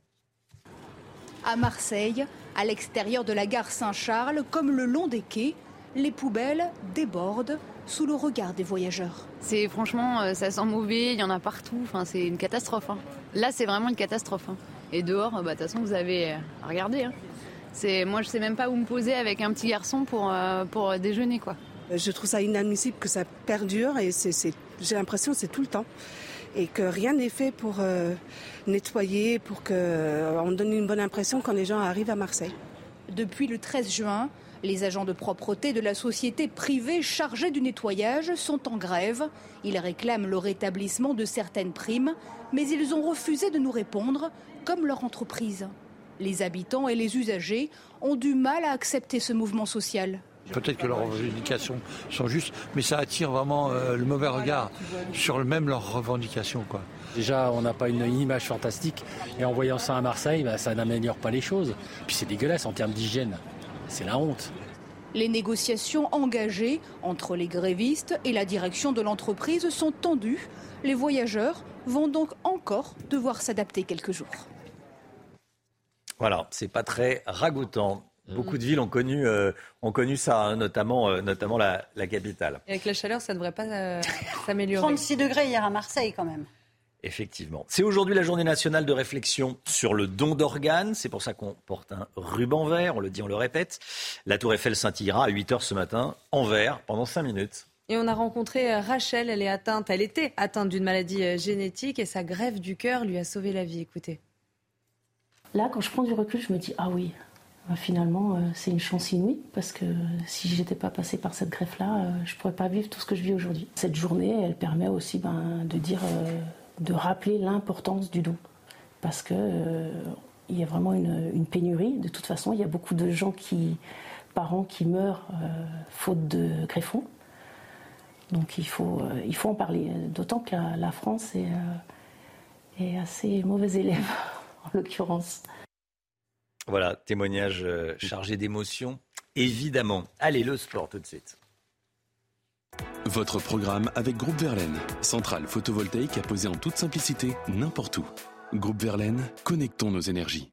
À Marseille, à l'extérieur de la gare Saint-Charles, comme le long des quais, les poubelles débordent sous le regard des voyageurs. Franchement, ça sent mauvais, il y en a partout, c'est une catastrophe. Là, c'est vraiment une catastrophe. Et dehors, de toute façon, vous avez à regarder. Moi, je sais même pas où me poser avec un petit garçon pour déjeuner, quoi. Je trouve ça inadmissible que ça perdure et j'ai l'impression que c'est tout le temps et que rien n'est fait pour nettoyer, pour qu'on donne une bonne impression quand les gens arrivent à Marseille. Depuis le 13 juin, les agents de propreté de la société privée chargée du nettoyage sont en grève. Ils réclament le rétablissement de certaines primes, mais ils ont refusé de nous répondre, comme leur entreprise. Les habitants et les usagers ont du mal à accepter ce mouvement social. Peut-être que leurs revendications sont justes, mais ça attire vraiment le mauvais regard sur même leurs revendications, quoi. Déjà, on n'a pas une image fantastique, et en voyant ça à Marseille, ça n'améliore pas les choses. Puis c'est dégueulasse en termes d'hygiène, c'est la honte. Les négociations engagées entre les grévistes et la direction de l'entreprise sont tendues. Les voyageurs vont donc encore devoir s'adapter quelques jours. Voilà, c'est pas très ragoûtant. Beaucoup de villes ont connu ça, notamment la capitale. Et avec la chaleur, ça ne devrait pas s'améliorer. 36 degrés hier à Marseille quand même. Effectivement. C'est aujourd'hui la journée nationale de réflexion sur le don d'organes. C'est pour ça qu'on porte un ruban vert, on le dit, on le répète. La Tour Eiffel scintillera à 8h ce matin en vert pendant 5 minutes. Et on a rencontré Rachel, elle était atteinte d'une maladie génétique et sa greffe du cœur lui a sauvé la vie. Écoutez. Là, quand je prends du recul, je me dis « Ah oui, finalement, c'est une chance inouïe parce que si je n'étais pas passée par cette greffe-là, je ne pourrais pas vivre tout ce que je vis aujourd'hui. » Cette journée, elle permet aussi de dire, de rappeler l'importance du don parce qu'il y a vraiment une pénurie. De toute façon, il y a beaucoup de gens parents qui meurent faute de greffons. Donc il faut en parler, d'autant que la France est assez mauvais élève en l'occurrence. Voilà, témoignage chargé d'émotions, évidemment. Allez, le sport tout de suite. Votre programme avec Groupe Verlaine, centrale photovoltaïque à poser en toute simplicité n'importe où. Groupe Verlaine, connectons nos énergies.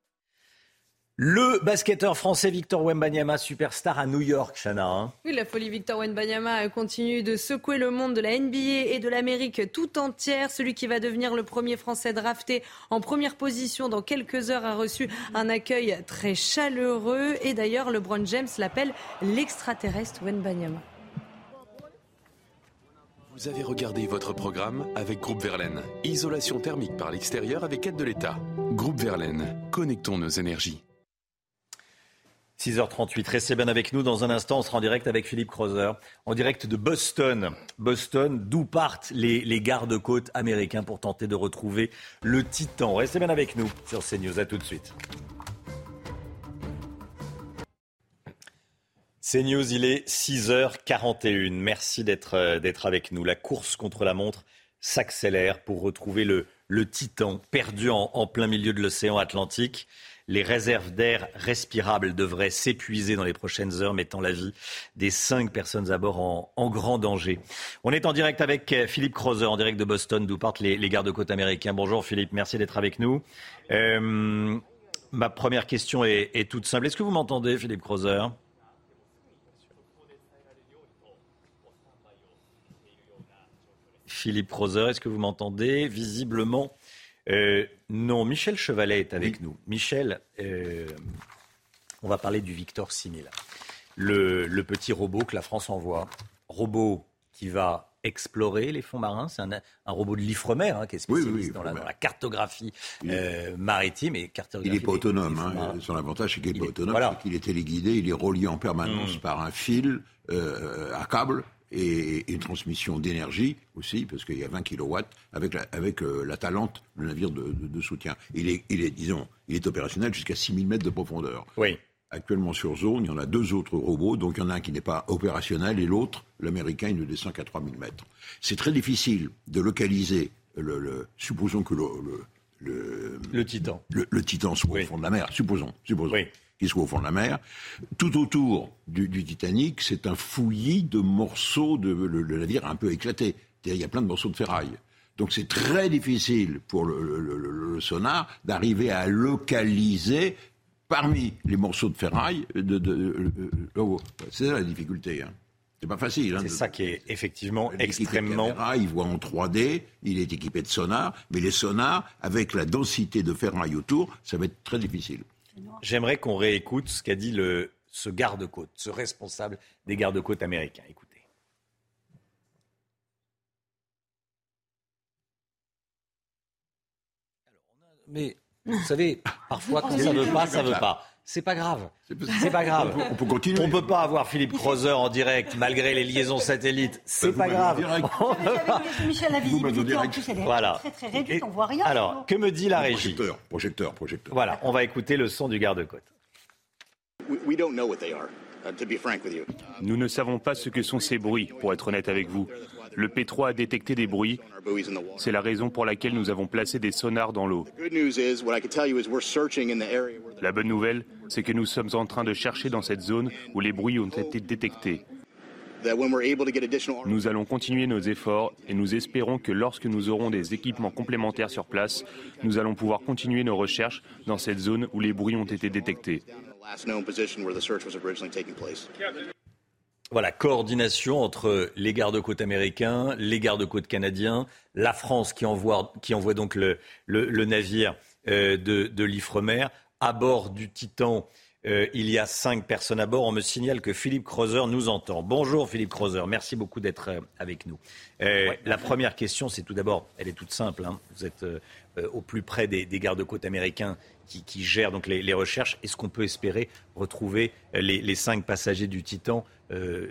Le basketteur français Victor Wembanyama, superstar à New York, Chana. Oui, la folie Victor Wembanyama continue de secouer le monde de la NBA et de l'Amérique tout entière. Celui qui va devenir le premier Français drafté en première position dans quelques heures a reçu un accueil très chaleureux. Et d'ailleurs, LeBron James l'appelle l'extraterrestre Wembanyama. Vous avez regardé votre programme avec Groupe Verlaine. Isolation thermique par l'extérieur avec aide de l'État. Groupe Verlaine, connectons nos énergies. 6h38, restez bien avec nous. Dans un instant, on sera en direct avec Philippe Crozer, en direct de Boston. Boston, d'où partent les gardes-côtes américains pour tenter de retrouver le Titan. Restez bien avec nous sur CNews. À tout de suite. CNews, il est 6h41. Merci d'être avec nous. La course contre la montre s'accélère pour retrouver le Titan perdu en plein milieu de l'océan Atlantique. Les réserves d'air respirable devraient s'épuiser dans les prochaines heures, mettant la vie des 5 personnes à bord en grand danger. On est en direct avec Philippe Crozer, en direct de Boston, d'où partent les gardes-côtes américains. Bonjour Philippe, merci d'être avec nous. Ma première question est toute simple. Est-ce que vous m'entendez, Philippe Crozer ? Philippe Crozer, est-ce que vous m'entendez ? Visiblement, non. Michel Chevalet est avec nous. Michel, on va parler du Victor 6000, le petit robot que la France envoie. Robot qui va explorer les fonds marins. C'est un robot de l'Ifremer qui est spécialiste dans la cartographie maritime. Et cartographie il n'est pas autonome. Son avantage, c'est qu'il n'est pas autonome, c'est qu'il est téléguidé, il est relié en permanence par un fil à câble et une transmission d'énergie aussi, parce qu'il y a 20 kW avec l'Atalante, le navire de soutien. Il est opérationnel jusqu'à 6000 mètres de profondeur. Oui. Actuellement sur zone, il y en a 2 autres robots, donc il y en a un qui n'est pas opérationnel et l'autre, l'américain, il ne descend qu'à 3000 mètres. C'est très difficile de localiser supposons que le Titan. Le Titan soit au fond de la mer, supposons qu'il soit au fond de la mer. Tout autour du Titanic, c'est un fouillis de morceaux le navire a un peu éclaté. C'est-à-dire, il y a plein de morceaux de ferraille. Donc c'est très difficile pour le sonar d'arriver à localiser parmi les morceaux de ferraille, c'est ça la difficulté. C'est pas facile. C'est ça qui est effectivement extrêmement... Caméra, il voit en 3D, il est équipé de sonars, mais les sonars, avec la densité de ferraille autour, ça va être très difficile. J'aimerais qu'on réécoute ce qu'a dit ce garde-côte, ce responsable des garde-côtes américains. Écoutez. Mais vous savez, parfois quand ça veut pas, ça veut pas. C'est pas grave. C'est pas grave. On peut continuer. On peut pas avoir Philippe Creuser en direct malgré les liésions satellites. C'est pas grave. Michel, la visibilité en plus, elle est très très réduite. On voit rien. Alors, que me dit la régie ? Projecteur. Voilà, on va écouter le son du garde-côte. Nous ne savons pas ce que sont ces bruits, pour être honnête avec vous. Le P3 a détecté des bruits. C'est la raison pour laquelle nous avons placé des sonars dans l'eau. La bonne nouvelle, c'est que nous sommes en train de chercher dans cette zone où les bruits ont été détectés. Nous allons continuer nos efforts et nous espérons que lorsque nous aurons des équipements complémentaires sur place, nous allons pouvoir continuer nos recherches dans cette zone où les bruits ont été détectés. Voilà, coordination entre les garde-côtes américains, les garde-côtes canadiens, la France qui envoie donc le navire de l'Ifremer. À bord du Titan, il y a 5 personnes à bord. On me signale que Philippe Creuser nous entend. Bonjour Philippe Creuser, merci beaucoup d'être avec nous. La première question, c'est tout d'abord, elle est toute simple. Vous êtes au plus près des garde-côtes américains qui gèrent donc les recherches. Est-ce qu'on peut espérer retrouver les 5 passagers du Titan vivants ?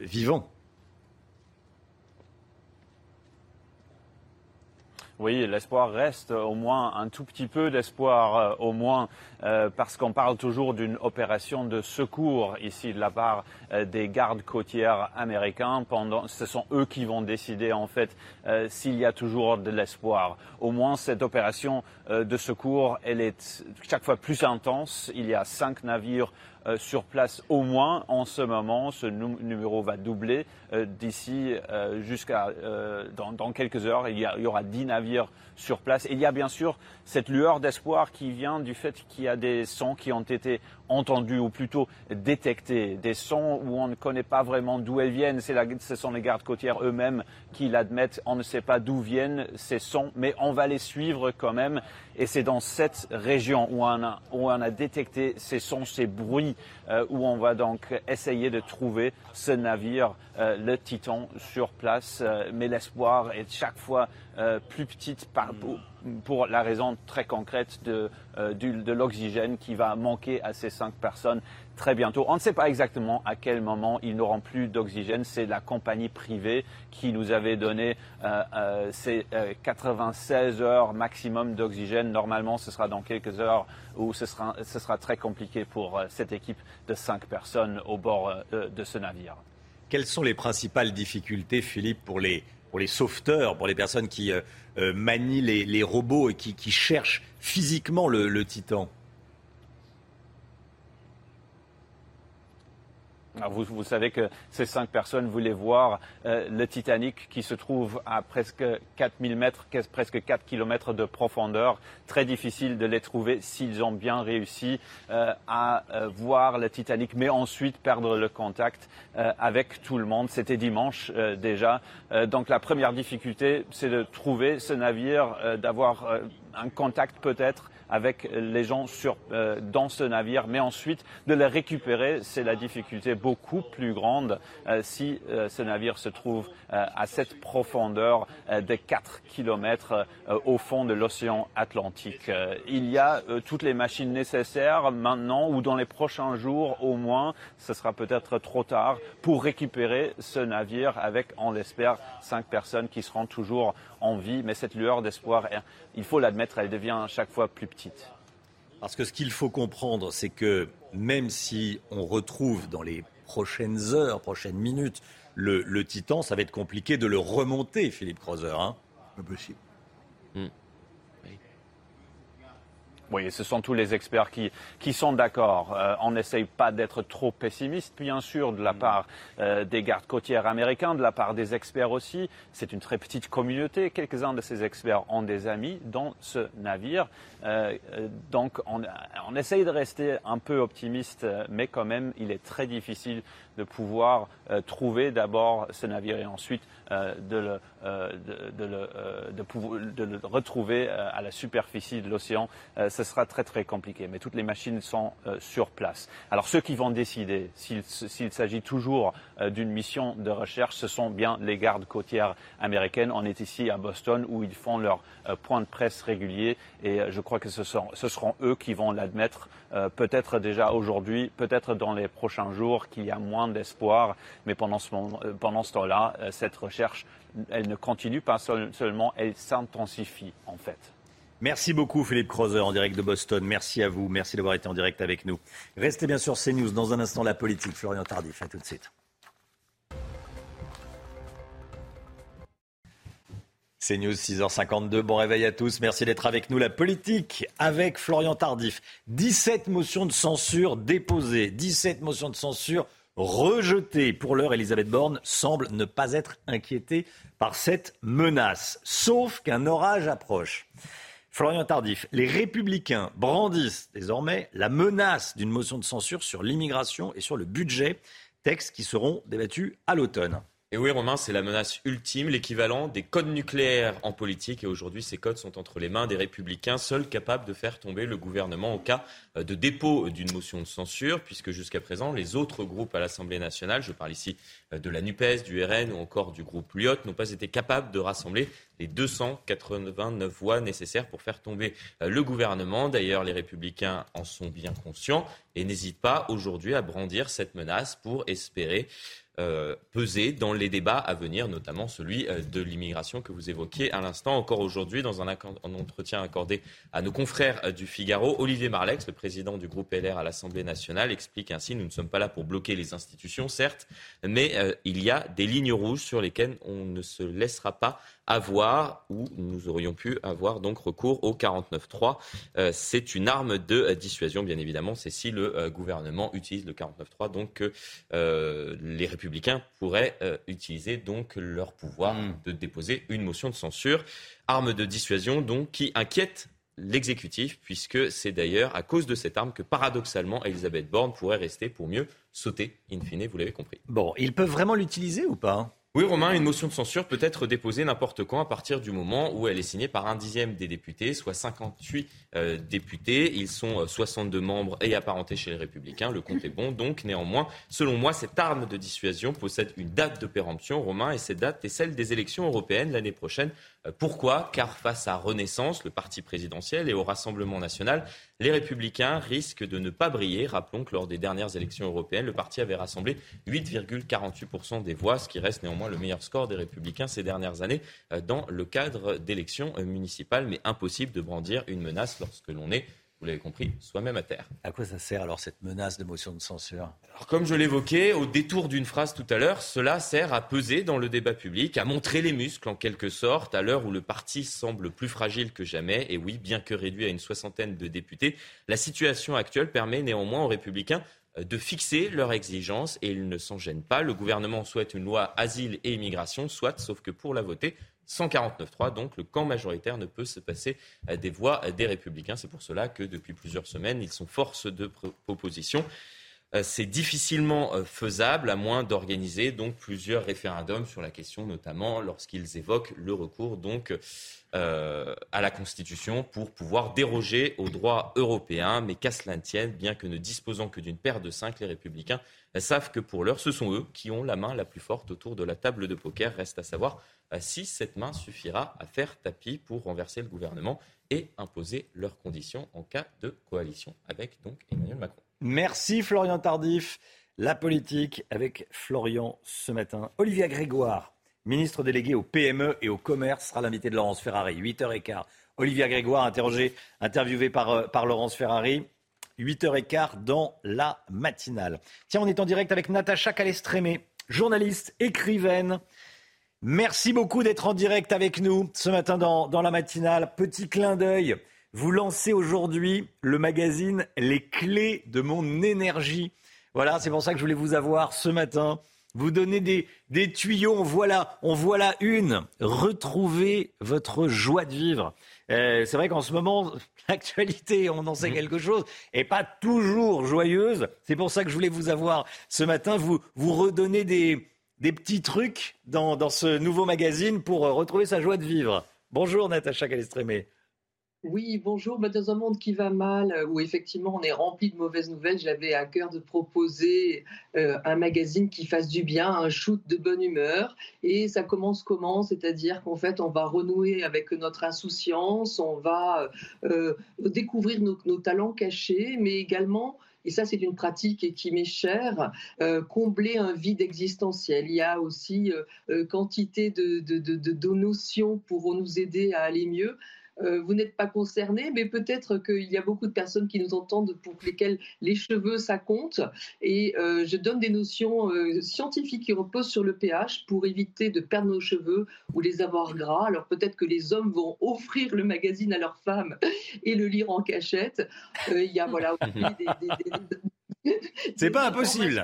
Oui, l'espoir reste, au moins un tout petit peu d'espoir, au moins parce qu'on parle toujours d'une opération de secours ici de la part des gardes côtières américains. Ce sont eux qui vont décider en fait s'il y a toujours de l'espoir. Au moins cette opération de secours, elle est chaque fois plus intense. Il y a 5 navires sur place au moins en ce moment. Ce numéro va doubler d'ici jusqu'à dans quelques heures. Il y aura 10 navires sur place. Et il y a bien sûr cette lueur d'espoir qui vient du fait qu'il y a des sons qui ont été entendus ou plutôt détectés, des sons où on ne connaît pas vraiment d'où elles viennent. Ce sont les gardes côtières eux-mêmes qui l'admettent. On ne sait pas d'où viennent ces sons, mais on va les suivre quand même. Et c'est dans cette région où on a détecté ces sons, ces bruits, où on va donc essayer de trouver ce navire, le Titan, sur place. Mais l'espoir est chaque fois plus petite pour la raison très concrète de l'oxygène qui va manquer à ces 5 personnes très bientôt. On ne sait pas exactement à quel moment ils n'auront plus d'oxygène. C'est la compagnie privée qui nous avait donné ces 96 heures maximum d'oxygène. Normalement, ce sera dans quelques heures où ce sera très compliqué pour cette équipe de 5 personnes au bord de ce navire. Quelles sont les principales difficultés, Philippe, pour les sauveteurs, pour les personnes qui manient les robots et qui cherchent physiquement le Titan ? Alors vous savez que ces 5 personnes voulaient voir le Titanic qui se trouve à presque 4000 mètres, presque 4 km de profondeur. Très difficile de les trouver s'ils ont bien réussi à voir le Titanic, mais ensuite perdre le contact avec tout le monde. C'était dimanche déjà. Donc la première difficulté, c'est de trouver ce navire, d'avoir un contact peut-être avec les gens dans ce navire, mais ensuite de les récupérer, c'est la difficulté beaucoup plus grande si ce navire se trouve à cette profondeur de 4 kilomètres au fond de l'océan Atlantique. Il y a toutes les machines nécessaires maintenant ou dans les prochains jours au moins, ce sera peut-être trop tard, pour récupérer ce navire avec, on l'espère, 5 personnes qui seront toujours en vie. Mais cette lueur d'espoir, il faut l'admettre, elle devient chaque fois plus petite. Parce que ce qu'il faut comprendre, c'est que même si on retrouve dans les prochaines heures, prochaines minutes, le Titan, ça va être compliqué de le remonter, Philippe Crozer. Pas possible. Oui, ce sont tous les experts qui sont d'accord. On n'essaye pas d'être trop pessimiste, bien sûr, de la part des gardes côtières américains, de la part des experts aussi. C'est une très petite communauté. Quelques-uns de ces experts ont des amis dans ce navire. Donc, on essaye de rester un peu optimiste, mais quand même, il est très difficile de pouvoir trouver d'abord ce navire et ensuite de le retrouver à la superficie de l'océan. Ce sera très très compliqué, mais toutes les machines sont sur place. Alors ceux qui vont décider s'il s'agit toujours d'une mission de recherche, ce sont bien les gardes côtières américaines. On est ici à Boston où ils font leur point de presse régulier et je crois que ce seront eux qui vont l'admettre, peut-être déjà aujourd'hui, peut-être dans les prochains jours, qu'il y a moins d'espoir, mais pendant ce temps-là, cette recherche, elle ne continue pas seulement, elle s'intensifie en fait. Merci beaucoup Philippe Crozer en direct de Boston. Merci à vous. Merci d'avoir été en direct avec nous. Restez bien sûr CNews. Dans un instant, la politique. Florian Tardif, à tout de suite. CNews 6h52. Bon réveil à tous. Merci d'être avec nous. La politique avec Florian Tardif. 17 motions de censure déposées. 17 motions de censure rejetées. Pour l'heure, Elisabeth Borne semble ne pas être inquiétée par cette menace. Sauf qu'un orage approche. Florian Tardif, les Républicains brandissent désormais la menace d'une motion de censure sur l'immigration et sur le budget, textes qui seront débattus à l'automne. Et oui, Romain, c'est la menace ultime, l'équivalent des codes nucléaires en politique. Et aujourd'hui, ces codes sont entre les mains des Républicains, seuls capables de faire tomber le gouvernement au cas de dépôt d'une motion de censure, puisque jusqu'à présent, les autres groupes à l'Assemblée nationale, je parle ici de la NUPES, du RN ou encore du groupe Lyot, n'ont pas été capables de rassembler les 289 voix nécessaires pour faire tomber le gouvernement. D'ailleurs, les Républicains en sont bien conscients et n'hésitent pas aujourd'hui à brandir cette menace pour espérer peser dans les débats à venir, notamment celui de l'immigration que vous évoquiez à l'instant. Encore aujourd'hui, dans un entretien accordé à nos confrères du Figaro, Olivier Marleix, le président du groupe LR à l'Assemblée nationale, explique ainsi: nous ne sommes pas là pour bloquer les institutions, certes, mais il y a des lignes rouges sur lesquelles on ne se laissera pas avoir, ou nous aurions pu avoir donc recours au 49.3. C'est une arme de dissuasion, bien évidemment. C'est si le gouvernement utilise le 49.3, donc les Républicains pourraient utiliser donc leur pouvoir de déposer une motion de censure. Arme de dissuasion donc qui inquiète l'exécutif, puisque c'est d'ailleurs à cause de cette arme que paradoxalement Elisabeth Borne pourrait rester pour mieux sauter, in fine, vous l'avez compris. Bon, ils peuvent vraiment l'utiliser ou pas ? Oui, Romain, une motion de censure peut être déposée n'importe quand à partir du moment où elle est signée par 1/10 des députés, soit 58 députés. Ils sont 62 membres et apparentés chez les Républicains. Le compte est bon. Donc, néanmoins, selon moi, cette arme de dissuasion possède une date de péremption, Romain, et cette date est celle des élections européennes l'année prochaine. Pourquoi ? Car face à Renaissance, le parti présidentiel, et au Rassemblement national, les Républicains risquent de ne pas briller. Rappelons que lors des dernières élections européennes, le parti avait rassemblé 8,48% des voix, ce qui reste néanmoins le meilleur score des Républicains ces dernières années dans le cadre d'élections municipales. Mais impossible de brandir une menace lorsque l'on est, vous l'avez compris, soi-même à terre. À quoi ça sert alors cette menace de motion de censure ? Alors, comme je l'évoquais au détour d'une phrase tout à l'heure, cela sert à peser dans le débat public, à montrer les muscles en quelque sorte, à l'heure où le parti semble plus fragile que jamais. Et oui, bien que réduit à une 60aine de députés, la situation actuelle permet néanmoins aux Républicains de fixer leurs exigences et ils ne s'en gênent pas. Le gouvernement souhaite une loi asile et immigration, soit, sauf que pour la voter, 149.3, donc le camp majoritaire ne peut se passer des voix des Républicains. C'est pour cela que depuis plusieurs semaines, ils sont force de proposition. c'est difficilement faisable à moins d'organiser donc plusieurs référendums sur la question, notamment lorsqu'ils évoquent le recours donc à la Constitution pour pouvoir déroger aux droits européens. Mais qu'à cela ne tienne, bien que ne disposant que d'une paire de 5, les Républicains savent que pour l'heure, ce sont eux qui ont la main la plus forte autour de la table de poker. Reste à savoir si cette main suffira à faire tapis pour renverser le gouvernement et imposer leurs conditions en cas de coalition avec donc Emmanuel Macron. Merci Florian Tardif. La politique avec Florian ce matin. Olivia Grégoire, ministre déléguée au PME et au commerce, sera l'invité de Laurence Ferrari, 8h15. Olivia Grégoire, interviewée par Laurence Ferrari, 8h15 dans la matinale. Tiens, on est en direct avec Natacha Calestrémé, journaliste, écrivaine. Merci beaucoup d'être en direct avec nous ce matin dans la matinale. Petit clin d'œil. Vous lancez aujourd'hui le magazine Les clés de mon énergie. Voilà, c'est pour ça que je voulais vous avoir ce matin. Vous donnez des tuyaux, on voit là une. Retrouvez votre joie de vivre. C'est vrai qu'en ce moment, l'actualité, on en sait quelque chose, n'est pas toujours joyeuse. C'est pour ça que je voulais vous avoir ce matin. Vous redonnez des petits trucs dans ce nouveau magazine pour retrouver sa joie de vivre. Bonjour Natacha Calestrémé. Oui, bonjour. Dans un monde qui va mal, où effectivement on est rempli de mauvaises nouvelles, j'avais à cœur de proposer un magazine qui fasse du bien, un shoot de bonne humeur. Et ça commence comment ? C'est-à-dire qu'en fait, on va renouer avec notre insouciance, on va découvrir nos talents cachés, mais également... Et ça, c'est une pratique qui m'est chère, combler un vide existentiel. Il y a aussi quantité de notions pour nous aider à aller mieux. Vous n'êtes pas concernés, mais peut-être qu'il y a beaucoup de personnes qui nous entendent pour lesquelles les cheveux, ça compte. Et je donne des notions scientifiques qui reposent sur le pH pour éviter de perdre nos cheveux ou les avoir gras. Alors peut-être que les hommes vont offrir le magazine à leurs femmes et le lire en cachette. Il y a voilà aussi C'est pas impossible,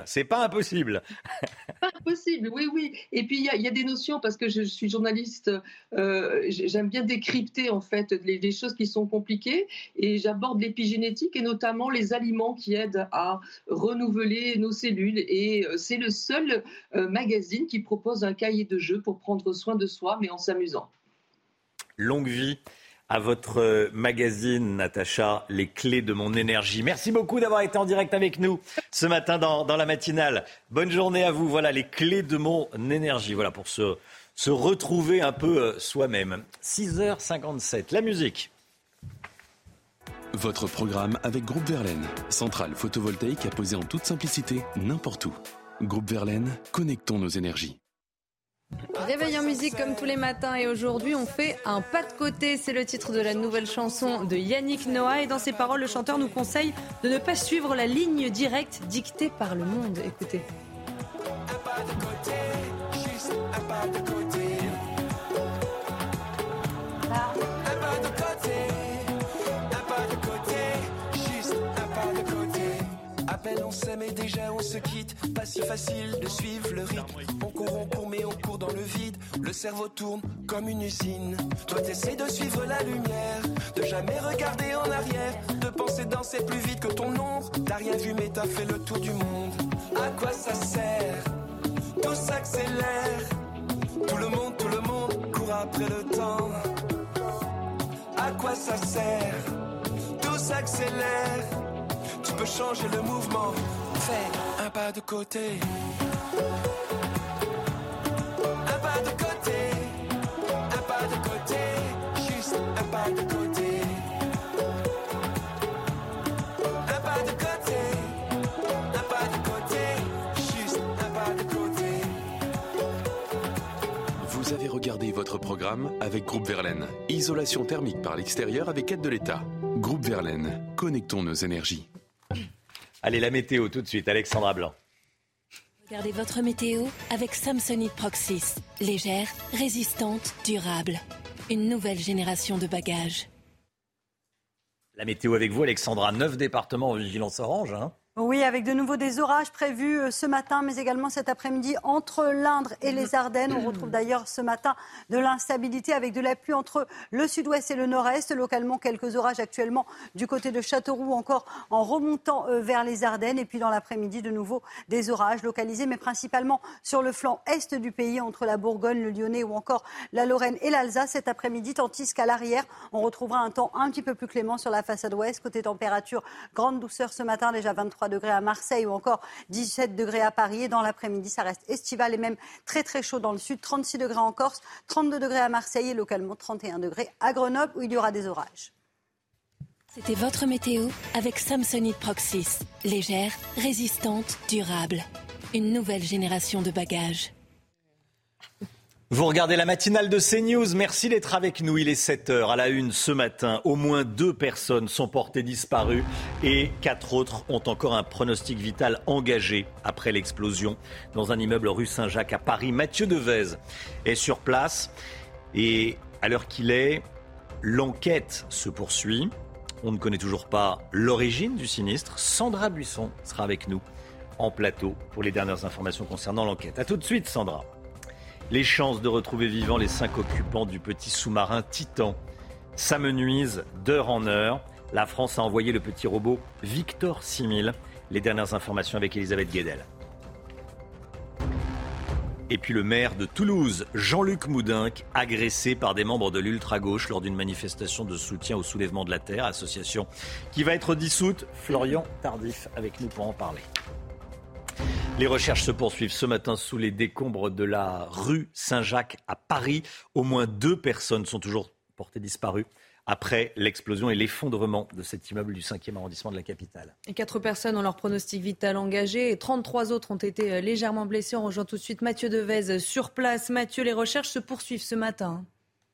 oui. Et puis il y a des notions, parce que je suis journaliste, j'aime bien décrypter en fait les choses qui sont compliquées, et j'aborde l'épigénétique et notamment les aliments qui aident à renouveler nos cellules. Et c'est le seul magazine qui propose un cahier de jeu pour prendre soin de soi, mais en s'amusant. Longue vie à votre magazine, Natacha, Les clés de mon énergie. Merci beaucoup d'avoir été en direct avec nous ce matin dans la matinale. Bonne journée à vous. Voilà, les clés de mon énergie. Voilà, pour se retrouver un peu soi-même. 6h57, la musique. Votre programme avec Groupe Verlaine. Centrale photovoltaïque à poser en toute simplicité n'importe où. Groupe Verlaine, connectons nos énergies. Réveil en musique comme tous les matins, et aujourd'hui on fait un pas de côté. C'est le titre de la nouvelle chanson de Yannick Noah, et dans ses paroles le chanteur nous conseille de ne pas suivre la ligne directe dictée par le monde. Écoutez. Un pas de côté, juste un pas de côté. Un pas de côté, un pas de côté, juste un pas de côté. À peine on s'aime et déjà on se quitte. Pas si facile de suivre le rythme. On court mais on court dans le vide. Le cerveau tourne comme une usine. Toi t'essaies de suivre la lumière, de jamais regarder en arrière, de penser danser plus vite que ton ombre. T'as rien vu mais t'as fait le tour du monde. À quoi ça sert ? Tout s'accélère. Tout le monde court après le temps. À quoi ça sert ? Tout s'accélère. Tu peux changer le mouvement. Fais un pas de côté. Un pas de côté. Un pas de côté. Juste un pas de côté. Un pas de côté. Un pas de côté. Juste un pas de côté. Vous avez regardé votre programme avec Groupe Verlaine. Isolation thermique par l'extérieur avec aide de l'État. Groupe Verlaine, connectons nos énergies. Allez, la météo tout de suite, Alexandra Blanc. Regardez votre météo avec Samsonite Proxys. Légère, résistante, durable. Une nouvelle génération de bagages. La météo avec vous, Alexandra. 9 départements en vigilance orange. Oui, avec de nouveau des orages prévus ce matin, mais également cet après-midi entre l'Indre et les Ardennes. On retrouve d'ailleurs ce matin de l'instabilité avec de la pluie entre le sud-ouest et le nord-est. Localement, quelques orages actuellement du côté de Châteauroux, encore en remontant vers les Ardennes. Et puis dans l'après-midi, de nouveau des orages localisés, mais principalement sur le flanc est du pays, entre la Bourgogne, le Lyonnais ou encore la Lorraine et l'Alsace cet après-midi. Tandis qu'à l'arrière, on retrouvera un temps un petit peu plus clément sur la façade ouest. Côté température, grande douceur ce matin, déjà 23 degrés à Marseille ou encore 17 degrés à Paris. Et dans l'après-midi, ça reste estival et même très très chaud dans le sud. 36 degrés en Corse, 32 degrés à Marseille et localement 31 degrés à Grenoble où il y aura des orages. C'était votre météo avec Samsonite Proxys. Légère, résistante, durable. Une nouvelle génération de bagages. Vous regardez la matinale de CNews, merci d'être avec nous, il est 7h à la une ce matin. Au moins 2 personnes sont portées disparues et 4 autres ont encore un pronostic vital engagé après l'explosion dans un immeuble rue Saint-Jacques à Paris. Mathieu Devez est sur place et à l'heure qu'il est, l'enquête se poursuit. On ne connaît toujours pas l'origine du sinistre. Sandra Buisson sera avec nous en plateau pour les dernières informations concernant l'enquête. A tout de suite Sandra. Les chances de retrouver vivants les 5 occupants du petit sous-marin Titan s'amenuisent d'heure en heure. La France a envoyé le petit robot Victor 6000. Les dernières informations avec Elisabeth Guedel. Et puis le maire de Toulouse, Jean-Luc Moudenc, agressé par des membres de l'ultra-gauche lors d'une manifestation de soutien au soulèvement de la terre, association qui va être dissoute. Florian Tardif avec nous pour en parler. Les recherches se poursuivent ce matin sous les décombres de la rue Saint-Jacques à Paris. Au moins 2 personnes sont toujours portées disparues après l'explosion et l'effondrement de cet immeuble du 5e arrondissement de la capitale. Et 4 personnes ont leur pronostic vital engagé et 33 autres ont été légèrement blessées. On rejoint tout de suite Mathieu Devez sur place. Mathieu, les recherches se poursuivent ce matin.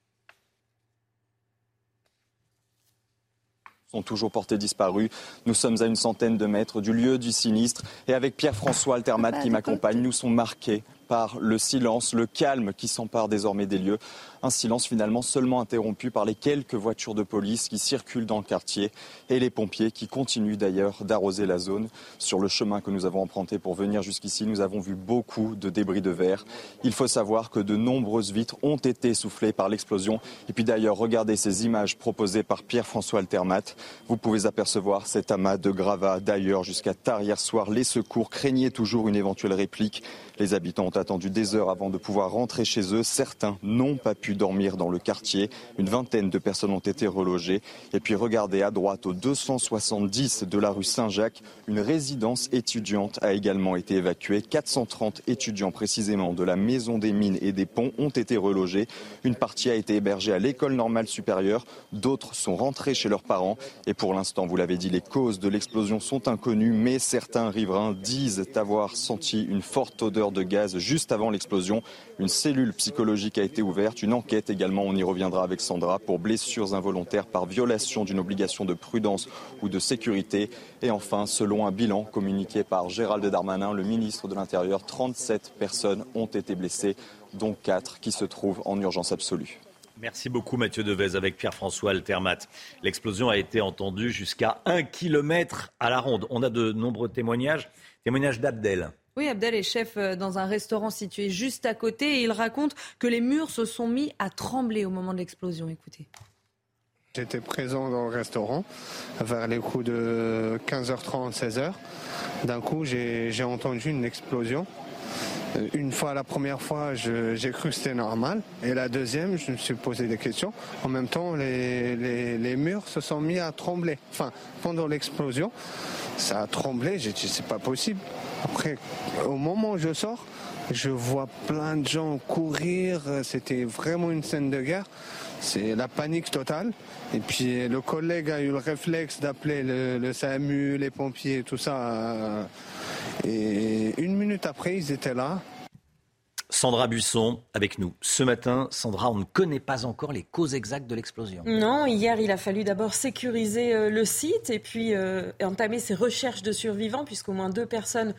Sont toujours portés disparus. Nous sommes à une centaine de mètres du lieu du sinistre et avec Pierre-François Altermat qui m'accompagne, nous sommes marqués par le silence, le calme qui s'empare désormais des lieux. Un silence finalement seulement interrompu par les quelques voitures de police qui circulent dans le quartier et les pompiers qui continuent d'ailleurs d'arroser la zone. Sur le chemin que nous avons emprunté pour venir jusqu'ici, nous avons vu beaucoup de débris de verre. Il faut savoir que de nombreuses vitres ont été soufflées par l'explosion. Et puis d'ailleurs, regardez ces images proposées par Pierre-François Altermat. Vous pouvez apercevoir cet amas de gravats. D'ailleurs, jusqu'à tard hier soir, les secours craignaient toujours une éventuelle réplique. Les habitants ont attendu des heures avant de pouvoir rentrer chez eux. Certains n'ont pas pu dormir dans le quartier. Une vingtaine de personnes ont été relogées. Et puis regardez à droite, au 270 de la rue Saint-Jacques, une résidence étudiante a également été évacuée. 430 étudiants précisément de la Maison des Mines et des Ponts ont été relogés. Une partie a été hébergée à l'école normale supérieure. D'autres sont rentrés chez leurs parents. Et pour l'instant, vous l'avez dit, les causes de l'explosion sont inconnues. Mais certains riverains disent avoir senti une forte odeur de gaz juste avant l'explosion. Une cellule psychologique a été ouverte. Une enquête également, on y reviendra avec Sandra, pour blessures involontaires par violation d'une obligation de prudence ou de sécurité. Et enfin, selon un bilan communiqué par Gérald Darmanin, le ministre de l'Intérieur, 37 personnes ont été blessées, dont 4 qui se trouvent en urgence absolue. Merci beaucoup Mathieu Devez avec Pierre-François Altermat. L'explosion a été entendue jusqu'à 1 kilomètre à la ronde. On a de nombreux témoignages d'Abdel. Oui, Abdel est chef dans un restaurant situé juste à côté et il raconte que les murs se sont mis à trembler au moment de l'explosion. Écoutez. J'étais présent dans le restaurant vers les coups de 15h30, 16h. D'un coup, j'ai entendu une explosion. Une fois, la première fois, j'ai cru que c'était normal. Et la deuxième, je me suis posé des questions. En même temps, les murs se sont mis à trembler. Enfin, pendant l'explosion, ça a tremblé. J'ai dit, c'est pas possible. Après, au moment où je sors, je vois plein de gens courir. C'était vraiment une scène de guerre. C'est la panique totale. Et puis le collègue a eu le réflexe d'appeler le SAMU, les pompiers, tout ça. Et 1 minute après, ils étaient là. Sandra Buisson avec nous. Ce matin, Sandra, on ne connaît pas encore les causes exactes de l'explosion. Non, hier, il a fallu d'abord sécuriser le site et puis entamer ses recherches de survivants, puisqu'au moins 2 personnes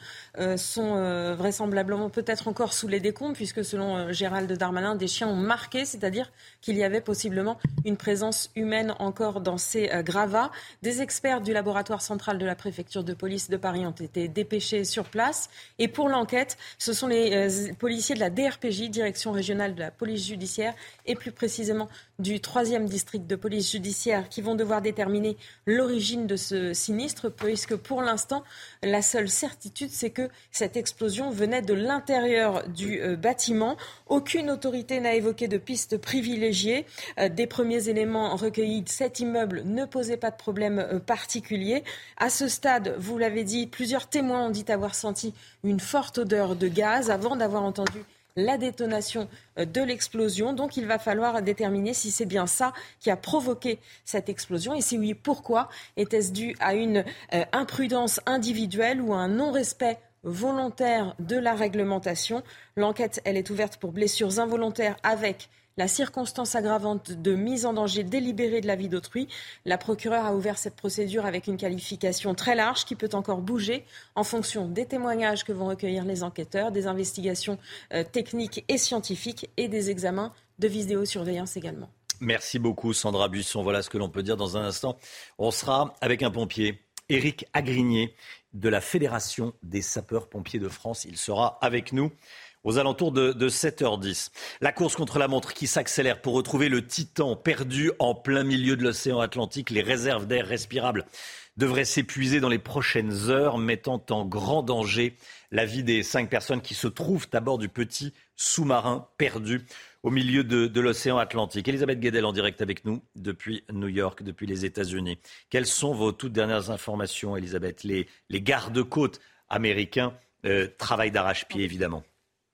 sont vraisemblablement peut-être encore sous les décombres, puisque selon Gérald Darmanin, des chiens ont marqué, c'est-à-dire qu'il y avait possiblement une présence humaine encore dans ces gravats. Des experts du laboratoire central de la préfecture de police de Paris ont été dépêchés sur place. Et pour l'enquête, ce sont les policiers de la DRPJ, Direction régionale de la police judiciaire, et plus précisément du 3e district de police judiciaire, qui vont devoir déterminer l'origine de ce sinistre, puisque pour l'instant, la seule certitude, c'est que cette explosion venait de l'intérieur du bâtiment. Aucune autorité n'a évoqué de piste privilégiée. Des premiers éléments recueillis, cet immeuble ne posait pas de problème particulier. À ce stade, vous l'avez dit, plusieurs témoins ont dit avoir senti une forte odeur de gaz avant d'avoir entendu la détonation de l'explosion. Donc il va falloir déterminer si c'est bien ça qui a provoqué cette explosion. Et si oui, pourquoi? Était-ce dû à une imprudence individuelle ou à un non-respect volontaire de la réglementation? L'enquête, elle est ouverte pour blessures involontaires avec la circonstance aggravante de mise en danger délibérée de la vie d'autrui. La procureure a ouvert cette procédure avec une qualification très large qui peut encore bouger en fonction des témoignages que vont recueillir les enquêteurs, des investigations techniques et scientifiques et des examens de vidéosurveillance également. Merci beaucoup Sandra Buisson. Voilà ce que l'on peut dire dans un instant. On sera avec un pompier, Éric Agrigné, de la Fédération des sapeurs-pompiers de France. Il sera avec nous aux alentours de 7h10. La course contre la montre qui s'accélère pour retrouver le Titan perdu en plein milieu de l'océan Atlantique. Les réserves d'air respirable devraient s'épuiser dans les prochaines heures, mettant en grand danger la vie des 5 personnes qui se trouvent à bord du petit sous-marin perdu au milieu de l'océan Atlantique. Elisabeth Guedel en direct avec nous depuis New York, depuis les États-Unis. Quelles sont vos toutes dernières informations, Elisabeth? Les gardes-côtes américains travaillent d'arrache-pied, évidemment.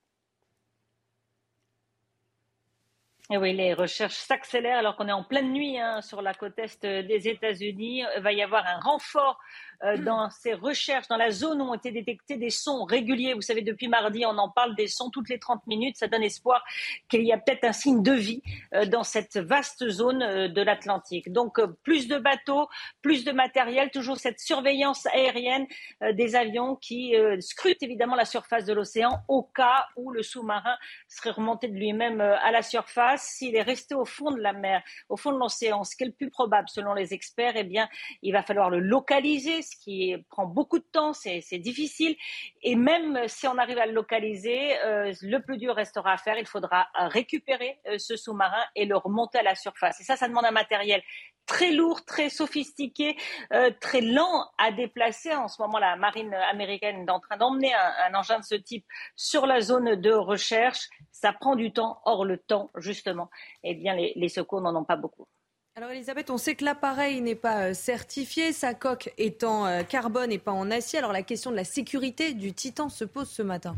Et oui, les recherches s'accélèrent alors qu'on est en pleine nuit sur la côte est des États-Unis. Il va y avoir un renfort dans ces recherches, dans la zone où ont été détectés des sons réguliers. Vous savez, depuis mardi, on en parle des sons toutes les 30 minutes. Ça donne espoir qu'il y a peut-être un signe de vie dans cette vaste zone de l'Atlantique. Donc, plus de bateaux, plus de matériel, toujours cette surveillance aérienne des avions qui scrutent évidemment la surface de l'océan au cas où le sous-marin serait remonté de lui-même à la surface. S'il est resté au fond de la mer, au fond de l'océan, ce qui est le plus probable selon les experts, eh bien, il va falloir le localiser, ce qui prend beaucoup de temps, c'est difficile. Et même si on arrive à le localiser, le plus dur restera à faire. Il faudra récupérer ce sous-marin et le remonter à la surface. Et ça demande un matériel très lourd, très sophistiqué, très lent à déplacer. En ce moment, la marine américaine est en train d'emmener un engin de ce type sur la zone de recherche. Ça prend du temps. Or, le temps, justement, eh bien, les secours n'en ont pas beaucoup. Alors Elisabeth, on sait que l'appareil n'est pas certifié, sa coque est en carbone et pas en acier. Alors la question de la sécurité du Titan se pose ce matin.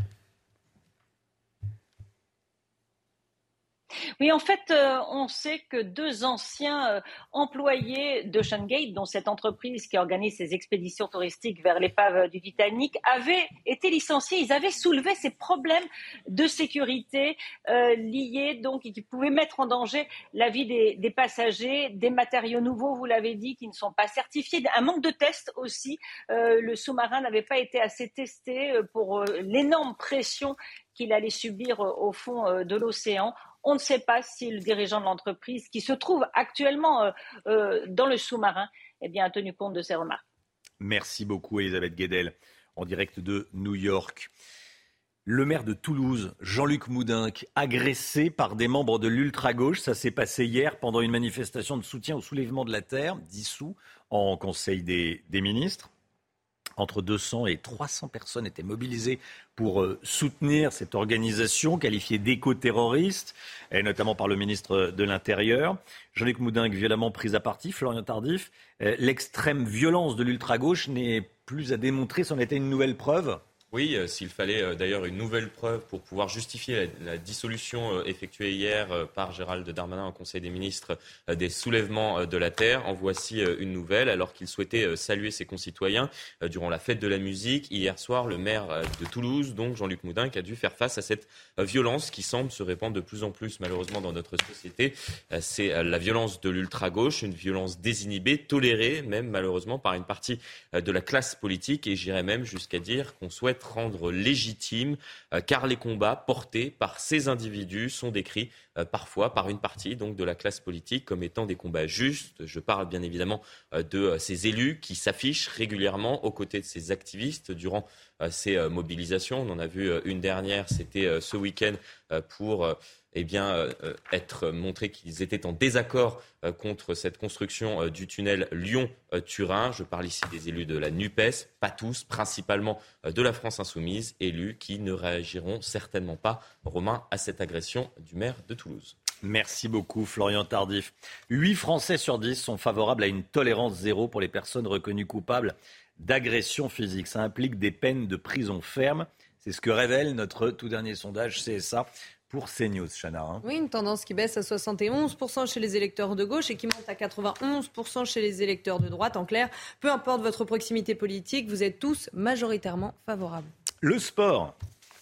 Oui, en fait, on sait que 2 anciens employés d'OceanGate, dont cette entreprise qui organise ces expéditions touristiques vers l'épave du Titanic, avaient été licenciés. Ils avaient soulevé ces problèmes de sécurité liés, donc, et qui pouvaient mettre en danger la vie des passagers, des matériaux nouveaux, vous l'avez dit, qui ne sont pas certifiés, un manque de tests aussi. Le sous-marin n'avait pas été assez testé pour l'énorme pression qu'il allait subir au fond de l'océan. On ne sait pas si le dirigeant de l'entreprise, qui se trouve actuellement dans le sous-marin, eh bien, a tenu compte de ces remarques. Merci beaucoup, Elisabeth Guedel, en direct de New York. Le maire de Toulouse, Jean-Luc Moudenc, agressé par des membres de l'ultra-gauche. Ça s'est passé hier pendant une manifestation de soutien au soulèvement de la terre, dissous en Conseil des ministres. Entre 200 et 300 personnes étaient mobilisées pour soutenir cette organisation qualifiée d'éco-terroriste, et notamment par le ministre de l'Intérieur. Jean-Luc Moudenc, violemment pris à partie. Florian Tardif, l'extrême violence de l'ultra-gauche n'est plus à démontrer, c'en était une nouvelle preuve. Oui, s'il fallait d'ailleurs une nouvelle preuve pour pouvoir justifier la dissolution effectuée hier par Gérald Darmanin au Conseil des ministres des soulèvements de la terre, en voici une nouvelle. Alors qu'il souhaitait saluer ses concitoyens durant la fête de la musique, hier soir, le maire de Toulouse, donc Jean-Luc Moudenc, a dû faire face à cette violence qui semble se répandre de plus en plus malheureusement dans notre société. C'est la violence de l'ultra-gauche, une violence désinhibée, tolérée même malheureusement par une partie de la classe politique, et j'irais même jusqu'à dire qu'on souhaite rendre légitime, car les combats portés par ces individus sont décrits parfois par une partie donc de la classe politique comme étant des combats justes. Je parle bien évidemment de ces élus qui s'affichent régulièrement aux côtés de ces activistes durant ces mobilisations. On en a vu une dernière, c'était ce week-end pour être montré qu'ils étaient en désaccord contre cette construction du tunnel Lyon-Turin. Je parle ici des élus de la NUPES, pas tous, principalement de la France Insoumise, élus qui ne réagiront certainement pas, Romain, à cette agression du maire de Toulouse. Merci beaucoup Florian Tardif. 8 Français sur 10 sont favorables à une tolérance zéro pour les personnes reconnues coupables d'agression physique. Ça implique des peines de prison ferme. C'est ce que révèle notre tout dernier sondage CSA pour CNews, Chana. Oui, une tendance qui baisse à 71% chez les électeurs de gauche et qui monte à 91% chez les électeurs de droite. En clair, peu importe votre proximité politique, vous êtes tous majoritairement favorables. Le sport.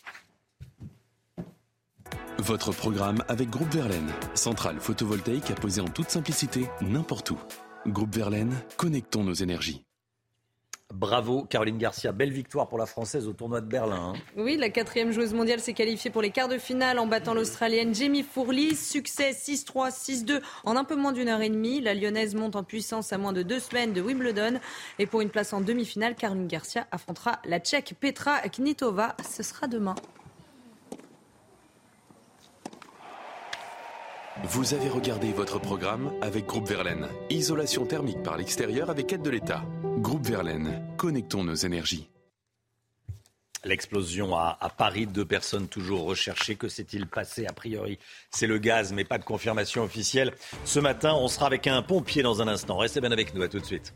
Votre programme avec Groupe Verlaine, centrale photovoltaïque à poser en toute simplicité n'importe où. Groupe Verlaine, connectons nos énergies. Bravo Caroline Garcia, belle victoire pour la Française au tournoi de Berlin. Oui, la 4e joueuse mondiale s'est qualifiée pour les quarts de finale en battant l'Australienne Jamie Fourley. Succès 6-3, 6-2 en un peu moins d'une heure et demie. La Lyonnaise monte en puissance à moins de 2 semaines de Wimbledon. Et pour une place en demi-finale, Caroline Garcia affrontera la Tchèque Petra Kvitova. Ce sera demain. Vous avez regardé votre programme avec Groupe Verlaine. Isolation thermique par l'extérieur avec aide de l'État. Groupe Verlaine, connectons nos énergies. L'explosion à Paris, 2 personnes toujours recherchées. Que s'est-il passé? A priori, c'est le gaz, mais pas de confirmation officielle. Ce matin, on sera avec un pompier dans un instant. Restez bien avec nous, à tout de suite.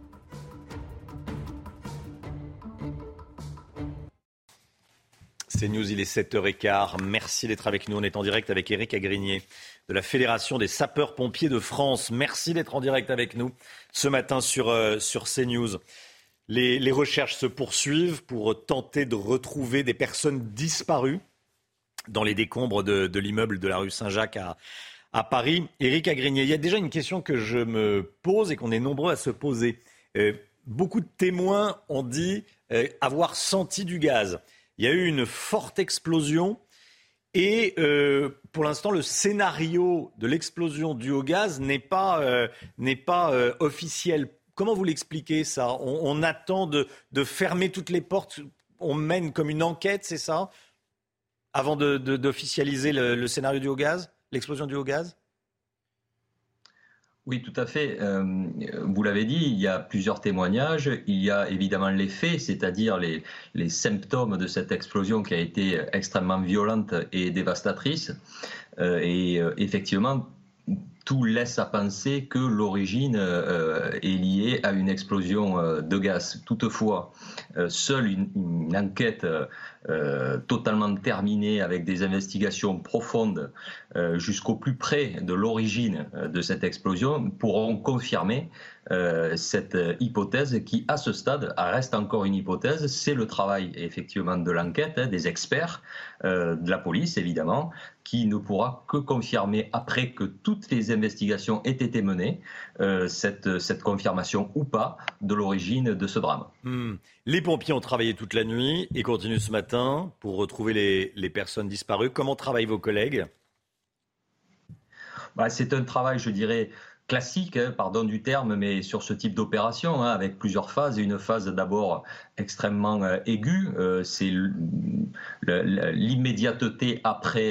C'est News, il est 7h15. Merci d'être avec nous. On est en direct avec Éric Agrigné de la Fédération des sapeurs-pompiers de France. Merci d'être en direct avec nous ce matin sur CNews. Les recherches se poursuivent pour tenter de retrouver des personnes disparues dans les décombres de l'immeuble de la rue Saint-Jacques à Paris. Éric Agrigné, il y a déjà une question que je me pose et qu'on est nombreux à se poser. Beaucoup de témoins ont dit avoir senti du gaz. Il y a eu une forte explosion et pour l'instant, le scénario de l'explosion due au gaz n'est pas officiel. Comment vous l'expliquez ça? On attend de fermer toutes les portes, on mène comme une enquête, c'est ça? Avant d'officialiser le scénario due au gaz, l'explosion due au gaz? Oui, tout à fait. Vous l'avez dit, il y a plusieurs témoignages. Il y a évidemment les faits, c'est-à-dire les symptômes de cette explosion qui a été extrêmement violente et dévastatrice. Et effectivement, tout laisse à penser que l'origine est liée à une explosion de gaz. Toutefois, seule une enquête totalement terminée avec des investigations profondes jusqu'au plus près de l'origine de cette explosion pourront confirmer cette hypothèse qui, à ce stade, reste encore une hypothèse. C'est le travail effectivement de l'enquête, des experts, de la police évidemment, qui ne pourra que confirmer après que toutes les investigations aient été menées cette confirmation ou pas de l'origine de ce drame. Les pompiers ont travaillé toute la nuit et continuent ce matin pour retrouver les personnes disparues. Comment travaillent vos collègues? C'est un travail, je dirais, classique, pardon du terme, mais sur ce type d'opération, avec plusieurs phases. Une phase d'abord extrêmement aiguë, c'est l'immédiateté après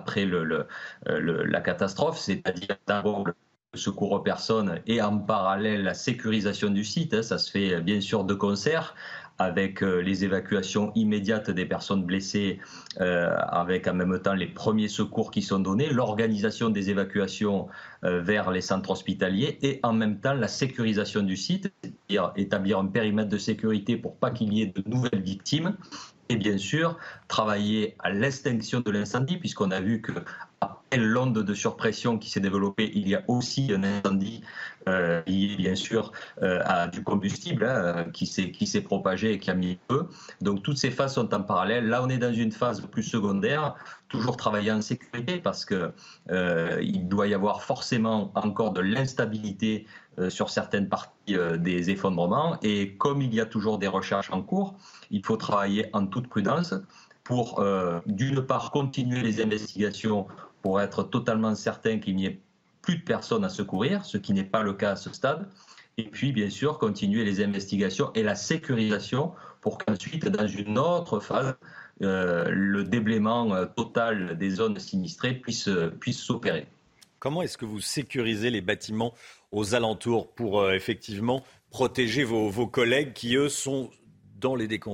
la catastrophe, c'est-à-dire d'abord le secours aux personnes et en parallèle la sécurisation du site. Ça se fait bien sûr de concert, avec les évacuations immédiates des personnes blessées, avec en même temps les premiers secours qui sont donnés, l'organisation des évacuations vers les centres hospitaliers et en même temps la sécurisation du site, c'est-à-dire établir un périmètre de sécurité pour pas qu'il y ait de nouvelles victimes. et bien sûr travailler à l'extinction de l'incendie, puisqu'on a vu que après l'onde de surpression qui s'est développée, il y a aussi un incendie lié bien sûr à du combustible qui s'est propagé et qui a mis feu. Donc toutes ces phases sont en parallèle. Là, on est dans une phase plus secondaire, toujours travailler en sécurité parce que il doit y avoir forcément encore de l'instabilité sur certaines parties des effondrements. Et comme il y a toujours des recherches en cours, il faut travailler en toute prudence pour, d'une part, continuer les investigations pour être totalement certain qu'il n'y ait plus de personnes à secourir, ce qui n'est pas le cas à ce stade. Et puis, bien sûr, continuer les investigations et la sécurisation pour qu'ensuite, dans une autre phase, le déblaiement total des zones sinistrées puisse s'opérer. Comment est-ce que vous sécurisez les bâtiments aux alentours pour effectivement protéger vos collègues qui, eux, sont dans les décombres ?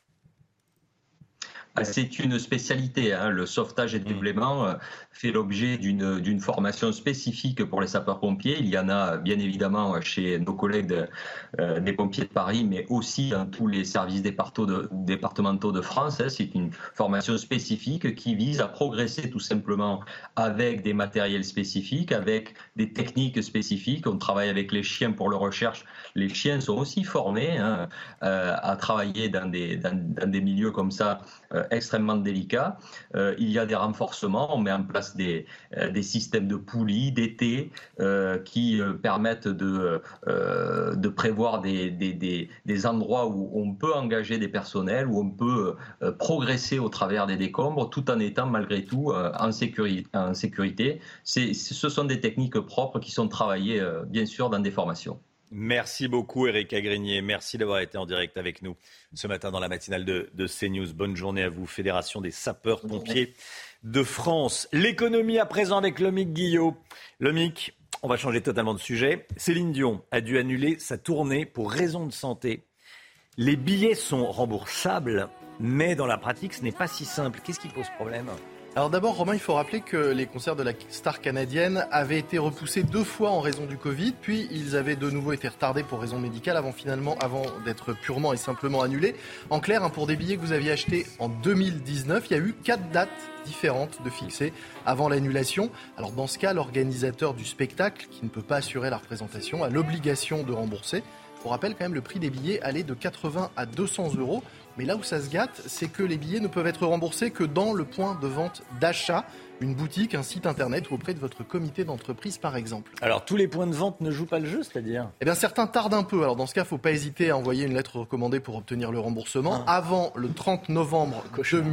C'est une spécialité. Le sauvetage et le déblaiement fait l'objet d'une formation spécifique pour les sapeurs-pompiers. Il y en a bien évidemment chez nos collègues des pompiers de Paris, mais aussi dans tous les services départementaux de France. C'est une formation spécifique qui vise à progresser tout simplement avec des matériels spécifiques, avec des techniques spécifiques. On travaille avec les chiens pour la recherche. Les chiens sont aussi formés à travailler dans des milieux comme ça extrêmement délicat. Il y a des renforcements, on met en place des systèmes de poulies, d'été, qui permettent de prévoir des endroits où on peut engager des personnels, où on peut progresser au travers des décombres, tout en étant malgré tout en sécurité. Ce sont des techniques propres qui sont travaillées, bien sûr, dans des formations. Merci beaucoup Éric Agrigné, merci d'avoir été en direct avec nous ce matin dans la matinale de CNews. Bonne journée à vous, Fédération des sapeurs-pompiers de France. L'économie à présent avec Lomique Guillot. Lomique, on va changer totalement de sujet. Céline Dion a dû annuler sa tournée pour raison de santé. Les billets sont remboursables, mais dans la pratique ce n'est pas si simple. Qu'est-ce qui pose problème ? Alors d'abord, Romain, il faut rappeler que les concerts de la star canadienne avaient été repoussés 2 fois en raison du Covid, puis ils avaient de nouveau été retardés pour raison médicale avant d'être purement et simplement annulés. En clair, pour des billets que vous aviez achetés en 2019, il y a eu 4 dates différentes de fixées avant l'annulation. Alors dans ce cas, l'organisateur du spectacle, qui ne peut pas assurer la représentation, a l'obligation de rembourser. Pour rappel, quand même, le prix des billets allait de 80 à 200 €. Mais là où ça se gâte, c'est que les billets ne peuvent être remboursés que dans le point de vente d'achat, une boutique, un site internet ou auprès de votre comité d'entreprise par exemple. Alors tous les points de vente ne jouent pas le jeu, c'est-à-dire ? Eh bien certains tardent un peu. Alors dans ce cas, il ne faut pas hésiter à envoyer une lettre recommandée pour obtenir le remboursement avant le 30 novembre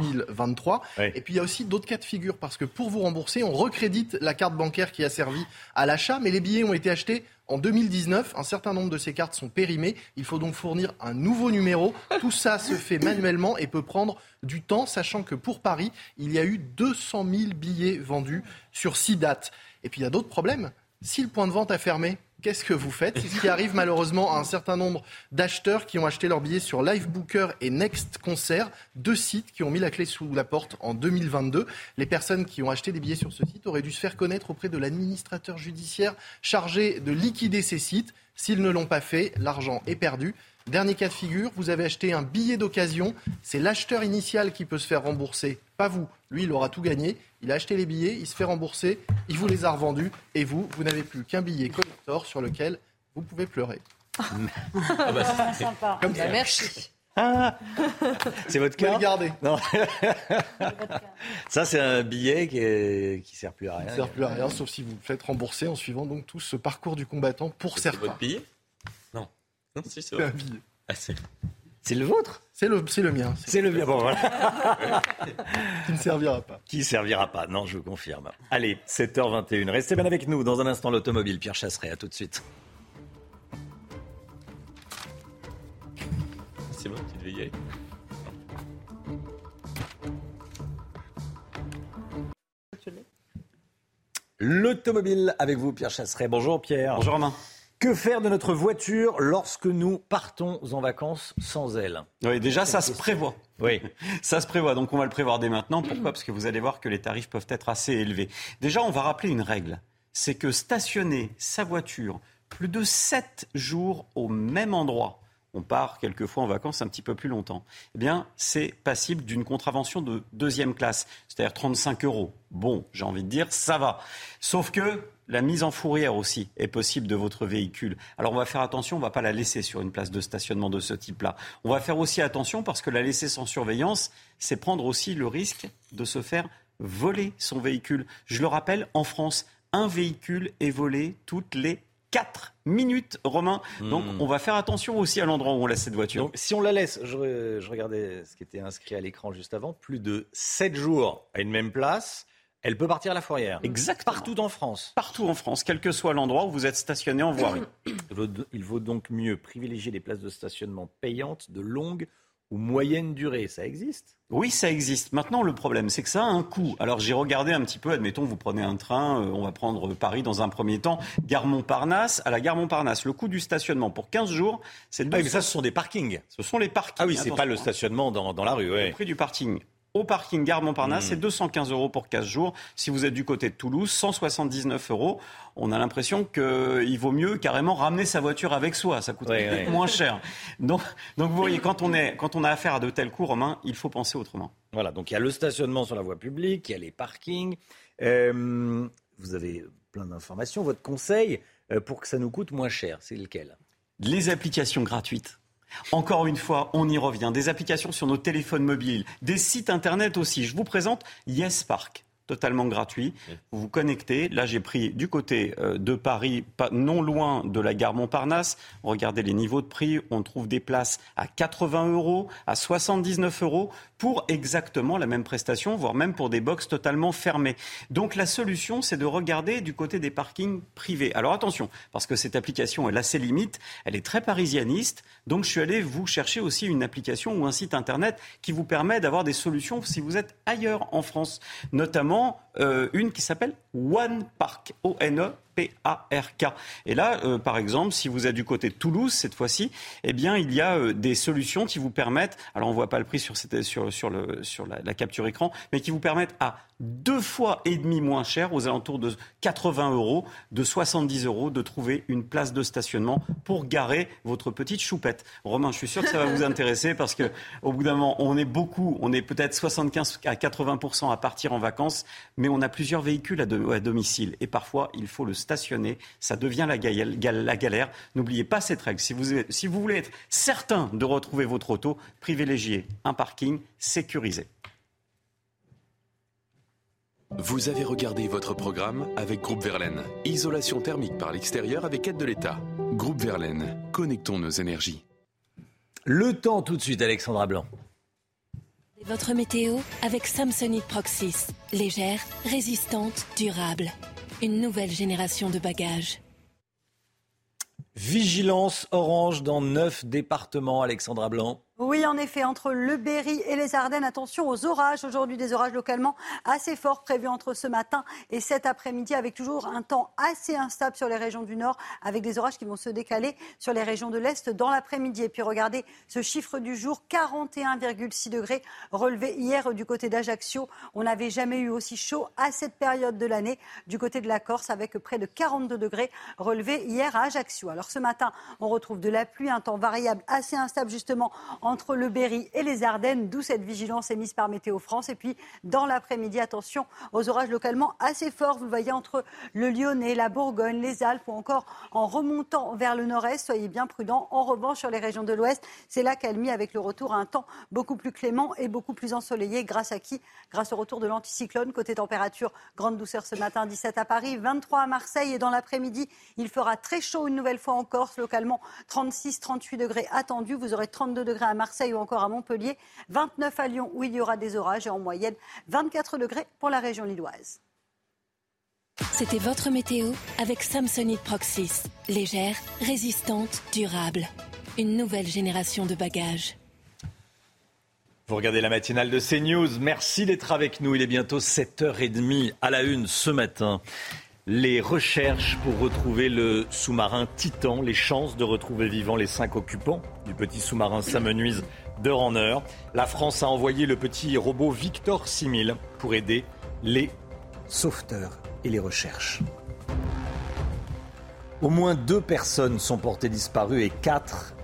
2023. Oui. Et puis il y a aussi d'autres cas de figure parce que pour vous rembourser, on recrédite la carte bancaire qui a servi à l'achat, mais les billets ont été achetés en 2019, un certain nombre de ces cartes sont périmées. Il faut donc fournir un nouveau numéro. Tout ça se fait manuellement et peut prendre du temps, sachant que pour Paris, il y a eu 200 000 billets vendus sur 6 dates. Et puis il y a d'autres problèmes. Si le point de vente a fermé, qu'est-ce que vous faites ? C'est ce qui arrive malheureusement à un certain nombre d'acheteurs qui ont acheté leurs billets sur Livebooker et Next Concert, 2 sites qui ont mis la clé sous la porte en 2022. Les personnes qui ont acheté des billets sur ce site auraient dû se faire connaître auprès de l'administrateur judiciaire chargé de liquider ces sites. S'ils ne l'ont pas fait, l'argent est perdu. Dernier cas de figure, vous avez acheté un billet d'occasion, c'est l'acheteur initial qui peut se faire rembourser, pas vous. Lui, il aura tout gagné, il a acheté les billets, il se fait rembourser, il vous les a revendus, et vous n'avez plus qu'un billet collector sur lequel vous pouvez pleurer. C'est sympa. Comme ça. Merci. C'est votre cas ? Vous le gardez. Non. Ça, c'est un billet qui sert plus à rien. Qui ne sert plus à rien, sauf si vous le faites rembourser en suivant donc tout ce parcours du combattant pour certains. C'est votre billet ? Non, si, c'est un billet. Ah, c'est le vôtre ? C'est le mien. C'est le mien, bon voilà. Qui ne servira pas. Qui ne servira pas, non, je vous confirme. Allez, 7h21, restez bien avec nous. Dans un instant, l'automobile, Pierre Chasseret, à tout de suite. C'est bon, tu devais y aller. L'automobile avec vous, Pierre Chasseret. Bonjour Pierre. Bonjour Romain. Que faire de notre voiture lorsque nous partons en vacances sans elle ? Oui, déjà, ça se prévoit. Oui. Ça se prévoit, donc on va le prévoir dès maintenant. Pourquoi ? Parce que vous allez voir que les tarifs peuvent être assez élevés. Déjà, on va rappeler une règle. C'est que stationner sa voiture plus de 7 jours au même endroit on part quelquefois en vacances un petit peu plus longtemps. Eh bien, c'est passible d'une contravention de 2e classe, c'est-à-dire 35 €. Bon, j'ai envie de dire, ça va. Sauf que la mise en fourrière aussi est possible de votre véhicule. Alors on va faire attention, on ne va pas la laisser sur une place de stationnement de ce type-là. On va faire aussi attention parce que la laisser sans surveillance, c'est prendre aussi le risque de se faire voler son véhicule. Je le rappelle, en France, un véhicule est volé toutes les 4 minutes, Romain. Donc, on va faire attention aussi à l'endroit où on laisse cette voiture. Donc, si on la laisse, je regardais ce qui était inscrit à l'écran juste avant, plus de 7 jours à une même place, elle peut partir à la fourrière. Exactement. Partout en France. Partout en France, quel que soit l'endroit où vous êtes stationné en voirie. Il vaut donc mieux privilégier des places de stationnement payantes de longue ou moyenne durée. Ça existe ? Oui, ça existe. Maintenant, le problème, c'est que ça a un coût. Alors, j'ai regardé un petit peu, admettons, vous prenez un train, on va prendre Paris dans un premier temps, Gare Montparnasse. À la Gare Montparnasse, le coût du stationnement pour 15 jours, c'est... mais ça, ce sont des parkings. Ce sont les parkings. Ah oui, c'est pas le stationnement dans la rue. Ouais. Le prix du parking. Au parking Gare Montparnasse, c'est 215 € pour 15 jours. Si vous êtes du côté de Toulouse, 179 €. On a l'impression qu'il vaut mieux carrément ramener sa voiture avec soi. Ça coûte moins cher. Donc vous voyez, quand on a affaire à de tels coûts, Romain, il faut penser autrement. Voilà, donc il y a le stationnement sur la voie publique, il y a les parkings. Vous avez plein d'informations. Votre conseil pour que ça nous coûte moins cher, c'est lequel ? Les applications gratuites. Encore une fois, on y revient. Des applications sur nos téléphones mobiles, des sites internet aussi. Je vous présente YesPark, totalement gratuit. Vous vous connectez. Là, j'ai pris du côté de Paris, pas non loin de la gare Montparnasse. Regardez les niveaux de prix. On trouve des places à 80 €, à 79 € pour exactement la même prestation, voire même pour des box totalement fermées. Donc la solution, c'est de regarder du côté des parkings privés. Alors attention, parce que cette application, elle a ses limites. Elle est très parisianiste. Donc je suis allé vous chercher aussi une application ou un site internet qui vous permet d'avoir des solutions si vous êtes ailleurs en France. Notamment une qui s'appelle OnePark, O-N-E-P-A-R-K. Et là, par exemple, si vous êtes du côté de Toulouse, cette fois-ci, eh bien, il y a des solutions qui vous permettent, alors on ne voit pas le prix sur la capture écran, mais qui vous permettent à 2,5 fois moins cher, aux alentours de 80 €, de 70 € de trouver une place de stationnement pour garer votre petite choupette. Romain, je suis sûr que ça va vous intéresser parce qu'au bout d'un moment, on est peut-être 75 à 80% à partir en vacances, mais on a plusieurs véhicules à domicile et parfois il faut le stationner. Ça devient la galère. N'oubliez pas cette règle. Si vous voulez être certain de retrouver votre auto, privilégiez un parking sécurisé. Vous avez regardé votre programme avec Groupe Verlaine. Isolation thermique par l'extérieur avec aide de l'État. Groupe Verlaine, connectons nos énergies. Le temps tout de suite, Alexandra Blanc. Votre météo avec Samsonite Proxys. Légère, résistante, durable. Une nouvelle génération de bagages. Vigilance orange dans 9 départements, Alexandra Blanc. Oui, en effet, entre le Berry et les Ardennes, attention aux orages. Aujourd'hui, des orages localement assez forts prévus entre ce matin et cet après-midi, avec toujours un temps assez instable sur les régions du Nord, avec des orages qui vont se décaler sur les régions de l'Est dans l'après-midi. Et puis regardez ce chiffre du jour, 41,6 degrés relevé hier du côté d'Ajaccio. On n'avait jamais eu aussi chaud à cette période de l'année du côté de la Corse, avec près de 42 degrés relevés hier à Ajaccio. Alors ce matin, on retrouve de la pluie, un temps variable assez instable justement entre le Berry et les Ardennes, d'où cette vigilance émise par Météo France. Et puis, dans l'après-midi, attention aux orages localement assez forts. Vous le voyez entre le Lyonnais, la Bourgogne, les Alpes ou encore en remontant vers le nord-est. Soyez bien prudents. En revanche, sur les régions de l'ouest, c'est la calmie avec le retour à un temps beaucoup plus clément et beaucoup plus ensoleillé. Grâce à qui ? Grâce au retour de l'anticyclone. Côté température, grande douceur ce matin, 17 à Paris, 23 à Marseille. Et dans l'après-midi, il fera très chaud une nouvelle fois en Corse. Localement, 36-38 degrés attendus. Vous aurez 32 degrés à Marseille ou encore à Montpellier, 29 à Lyon où il y aura des orages et en moyenne 24 degrés pour la région lilloise. C'était votre météo avec Samsonite Proxys. Légère, résistante, durable. Une nouvelle génération de bagages. Vous regardez la matinale de CNews. Merci d'être avec nous. Il est bientôt 7h30 à la une ce matin. Les recherches pour retrouver le sous-marin Titan, les chances de retrouver vivants les 5 occupants du petit sous-marin s'amenuisent d'heure en heure. La France a envoyé le petit robot Victor 6000 pour aider les sauveteurs et les recherches. Au moins 2 personnes sont portées disparues et 4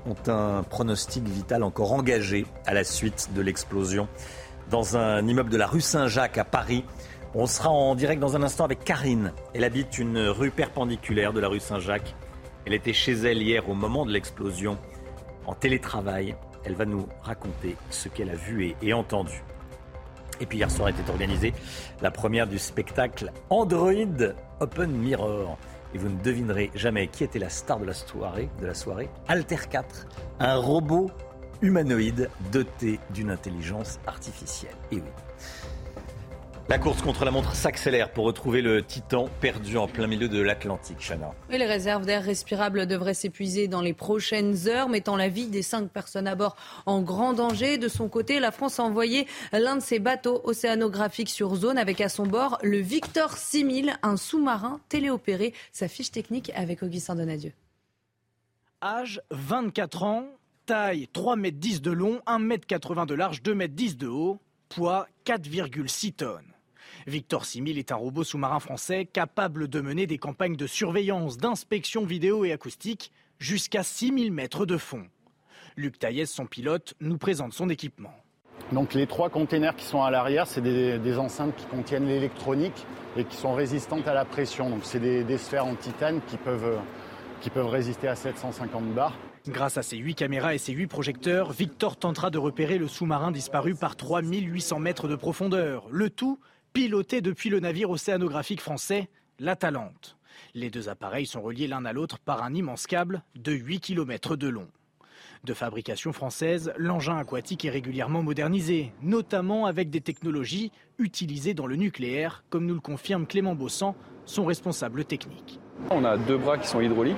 ont un pronostic vital encore engagé à la suite de l'explosion dans un immeuble de la rue Saint-Jacques à Paris. On sera en direct dans un instant avec Karine. Elle habite une rue perpendiculaire de la rue Saint-Jacques. Elle était chez elle hier au moment de l'explosion, en télétravail. Elle va nous raconter ce qu'elle a vu et entendu. Et puis hier soir était organisée la première du spectacle Android Open Mirror. Et vous ne devinerez jamais qui était la star de la soirée. Alter 4, un robot humanoïde doté d'une intelligence artificielle. Et oui. La course contre la montre s'accélère pour retrouver le Titan perdu en plein milieu de l'Atlantique, Chana. Et les réserves d'air respirable devraient s'épuiser dans les prochaines heures, mettant la vie des 5 personnes à bord en grand danger. De son côté, la France a envoyé l'un de ses bateaux océanographiques sur zone avec à son bord le Victor 6000, un sous-marin téléopéré. Sa fiche technique avec Augustin Donadieu. Âge 24 ans, taille 3,10 m de long, 1,80 m de large, 2,10 m de haut, poids 4,6 tonnes. Victor 6000 est un robot sous-marin français capable de mener des campagnes de surveillance, d'inspection vidéo et acoustique jusqu'à 6000 mètres de fond. Luc Taillès, son pilote, nous présente son équipement. Donc les 3 containers qui sont à l'arrière, c'est des enceintes qui contiennent l'électronique et qui sont résistantes à la pression. Donc c'est des sphères en titane qui peuvent résister à 750 bars. Grâce à ses 8 caméras et ses 8 projecteurs, Victor tentera de repérer le sous-marin disparu par 3800 mètres de profondeur. Le tout piloté depuis le navire océanographique français, l'Atalante. Les 2 appareils sont reliés l'un à l'autre par un immense câble de 8 km de long. De fabrication française, l'engin aquatique est régulièrement modernisé, notamment avec des technologies utilisées dans le nucléaire, comme nous le confirme Clément Bossan, son responsable technique. On a 2 bras qui sont hydrauliques,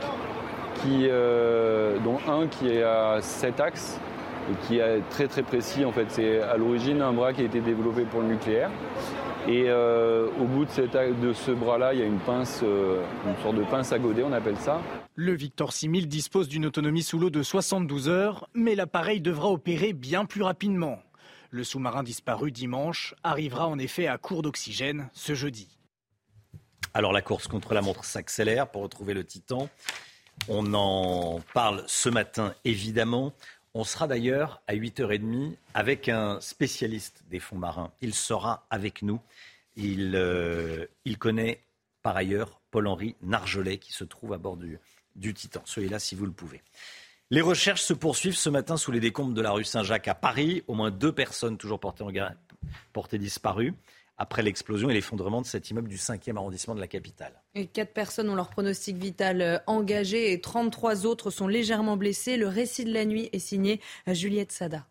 dont un qui est à 7 axes et qui est très très précis. En fait, c'est à l'origine un bras qui a été développé pour le nucléaire. Et au bout de ce bras-là, il y a une pince, une sorte de pince à godet, on appelle ça. Le Victor 6000 dispose d'une autonomie sous l'eau de 72 heures, mais l'appareil devra opérer bien plus rapidement. Le sous-marin disparu dimanche arrivera en effet à court d'oxygène ce jeudi. Alors la course contre la montre s'accélère pour retrouver le Titan. On en parle ce matin, évidemment. On sera d'ailleurs à 8h30 avec un spécialiste des fonds marins. Il sera avec nous. Il connaît par ailleurs Paul-Henri Nargeolet qui se trouve à bord du Titan. Soyez là si vous le pouvez. Les recherches se poursuivent ce matin sous les décombres de la rue Saint-Jacques à Paris. Au moins 2 personnes toujours portées disparues après l'explosion et l'effondrement de cet immeuble du 5e arrondissement de la capitale. Et 4 personnes ont leur pronostic vital engagé et 33 autres sont légèrement blessées. Le récit de la nuit est signé Juliette Sada.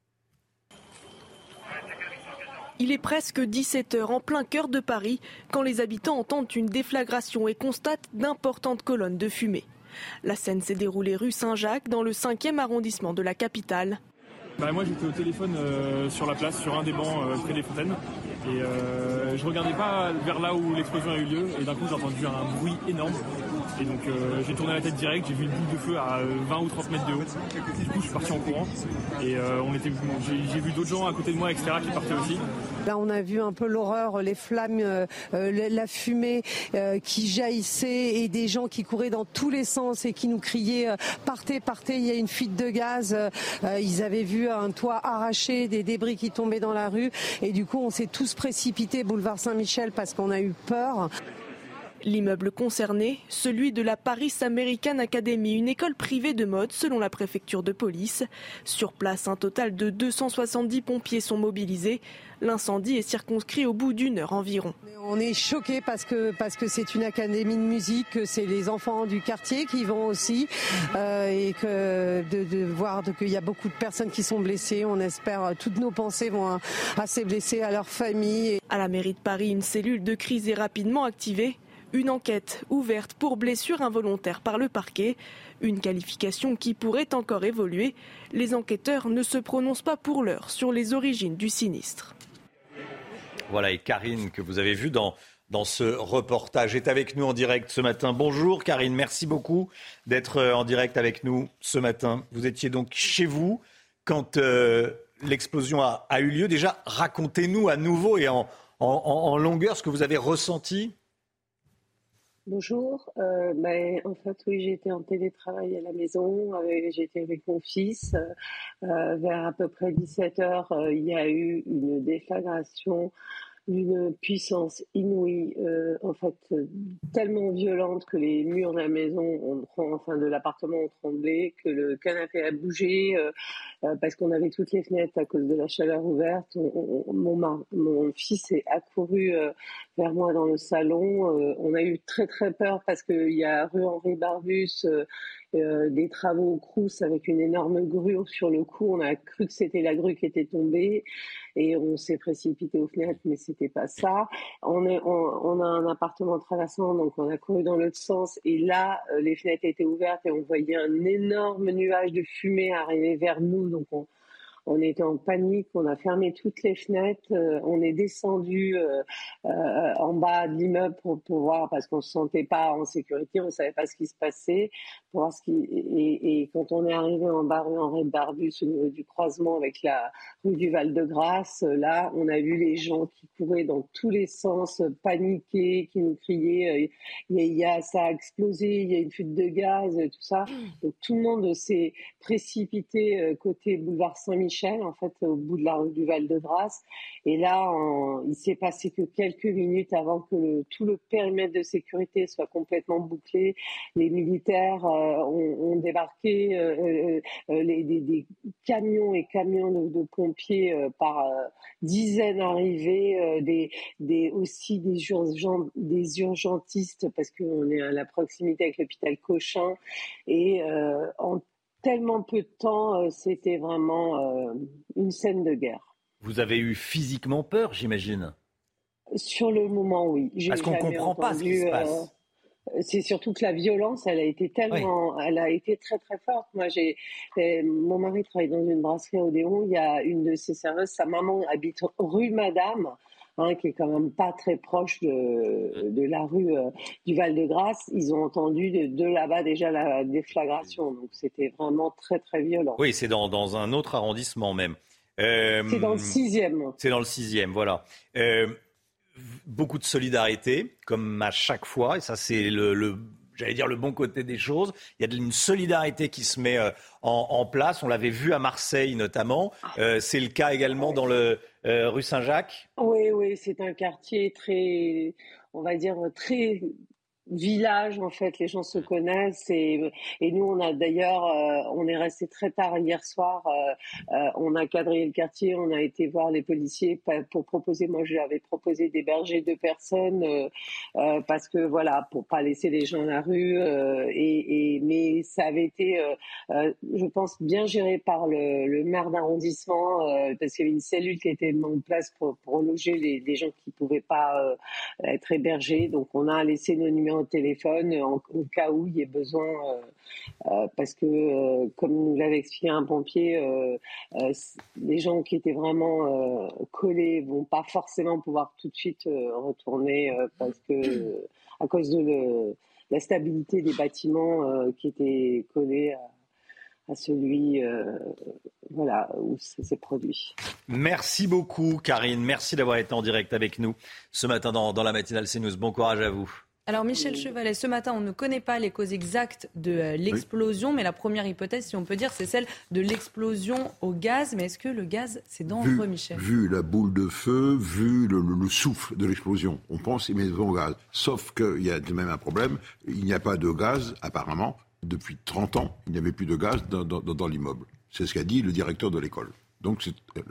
Il est presque 17h en plein cœur de Paris quand les habitants entendent une déflagration et constatent d'importantes colonnes de fumée. La scène s'est déroulée rue Saint-Jacques dans le 5e arrondissement de la capitale. Moi j'étais au téléphone sur la place, sur un des bancs près des fontaines. Et je regardais pas vers là où l'explosion a eu lieu et d'un coup j'ai entendu un bruit énorme et donc j'ai tourné la tête direct, j'ai vu une boule de feu à 20 ou 30 mètres de haut. Du coup je suis parti en courant et j'ai vu d'autres gens à côté de moi etc. qui partaient aussi. Là on a vu un peu l'horreur, les flammes, la fumée qui jaillissait et des gens qui couraient dans tous les sens et qui nous criaient partez, partez, il y a une fuite de gaz. Ils avaient vu un toit arraché, des débris qui tombaient dans la rue et du coup on s'est tous précipités boulevard Saint-Michel parce qu'on a eu peur. L'immeuble concerné, celui de la Paris American Academy, une école privée de mode selon la préfecture de police. Sur place, un total de 270 pompiers sont mobilisés. L'incendie est circonscrit au bout d'1 heure environ. On est choqués parce que c'est une académie de musique, que c'est les enfants du quartier qui vont aussi et que de voir qu'il y a beaucoup de personnes qui sont blessées. On espère, toutes nos pensées vont à ces blessés, à leurs familles. À la mairie de Paris, une cellule de crise est rapidement activée. Une enquête ouverte pour blessure involontaire par le parquet. Une qualification qui pourrait encore évoluer. Les enquêteurs ne se prononcent pas pour l'heure sur les origines du sinistre. Voilà, et Karine, que vous avez vue dans ce reportage, est avec nous en direct ce matin. Bonjour Karine, merci beaucoup d'être en direct avec nous ce matin. Vous étiez donc chez vous quand l'explosion a eu lieu. Déjà, racontez-nous à nouveau et en longueur ce que vous avez ressenti. Bonjour. En fait, oui, j'étais en télétravail à la maison. J'étais avec mon fils. Vers à peu près 17h, il y a eu une déflagration d'une puissance inouïe, tellement violente que les murs de la maison, de l'appartement ont tremblé, que le canapé a bougé, parce qu'on avait toutes les fenêtres à cause de la chaleur ouverte. Mon fils est accouru vers moi dans le salon. On a eu très très peur parce qu'il y a rue Henri Barbus, des travaux au Crous avec une énorme grue sur le cou. On a cru que c'était la grue qui était tombée et on s'est précipité aux fenêtres, mais c'était pas ça. On a un appartement traversant, donc on a couru dans l'autre sens et là, les fenêtres étaient ouvertes et on voyait un énorme nuage de fumée arriver vers nous. Donc on était en panique, on a fermé toutes les fenêtres, on est descendu en bas de l'immeuble pour voir, parce qu'on se sentait pas en sécurité, on savait pas ce qui se passait, pour voir et quand on est arrivé en bas rue Henri Barbus au niveau du croisement avec la rue du Val-de-Grâce, là on a vu les gens qui couraient dans tous les sens, paniqués, qui nous criaient ça a explosé, il y a une fuite de gaz, tout ça. Donc tout le monde s'est précipité côté boulevard Saint-Michel, en fait, au bout de la rue du Val-de-Grâce. Et là, il s'est passé que quelques minutes avant que tout le périmètre de sécurité soit complètement bouclé. Les militaires ont débarqué, des camions et camions de pompiers par dizaines arrivés, aussi des urgentistes, parce qu'on est à la proximité avec l'hôpital Cochin. Et en tellement peu de temps, c'était vraiment une scène de guerre. Vous avez eu physiquement peur, j'imagine? Sur le moment, oui. Parce qu'on ne comprend pas ce qui se passe. C'est surtout que la violence, elle a été elle a été très très forte. Moi, mon mari travaille dans une brasserie à Odéon. Il y a une de ses serveuses, sa maman habite rue Madame, qui est quand même pas très proche de la rue du Val-de-Grâce. Ils ont entendu de là-bas déjà la déflagration. Donc c'était vraiment très très violent. Oui, c'est dans un autre arrondissement même. C'est dans le 6e. C'est dans le 6e, voilà. Beaucoup de solidarité, comme à chaque fois, et ça c'est j'allais dire le bon côté des choses. Il y a une solidarité qui se met en place. On l'avait vu à Marseille notamment. C'est le cas également dans le rue Saint-Jacques. Oui, c'est un quartier très, on va dire, très village, en fait, les gens se connaissent et nous on a d'ailleurs on est resté très tard hier soir, on a quadrillé le quartier, on a été voir les policiers pour proposer, moi j'avais proposé d'héberger 2 personnes parce que voilà, pour pas laisser les gens à la rue mais ça avait été je pense bien géré par le maire d'arrondissement parce qu'il y avait une cellule qui était mise en place pour loger les gens qui pouvaient pas être hébergés, donc on a laissé nos numéros de téléphone au cas où il y ait besoin parce que comme nous l'avait expliqué un pompier, les gens qui étaient vraiment collés vont pas forcément pouvoir tout de suite retourner parce que à cause de la stabilité des bâtiments qui étaient collés à celui où ça s'est produit. Merci beaucoup Karine, merci d'avoir été en direct avec nous ce matin dans la matinale CNews. Bon courage à vous. Alors Michel Chevalet, ce matin, on ne connaît pas les causes exactes de l'explosion, mais la première hypothèse, si on peut dire, c'est celle de l'explosion au gaz. Mais est-ce que le gaz, c'est dangereux, Michel ? Vu la boule de feu, vu le souffle de l'explosion, on pense immédiatement au gaz. Sauf qu'il y a tout de même un problème, il n'y a pas de gaz, apparemment, depuis 30 ans, il n'y avait plus de gaz dans l'immeuble. C'est ce qu'a dit le directeur de l'école. Donc,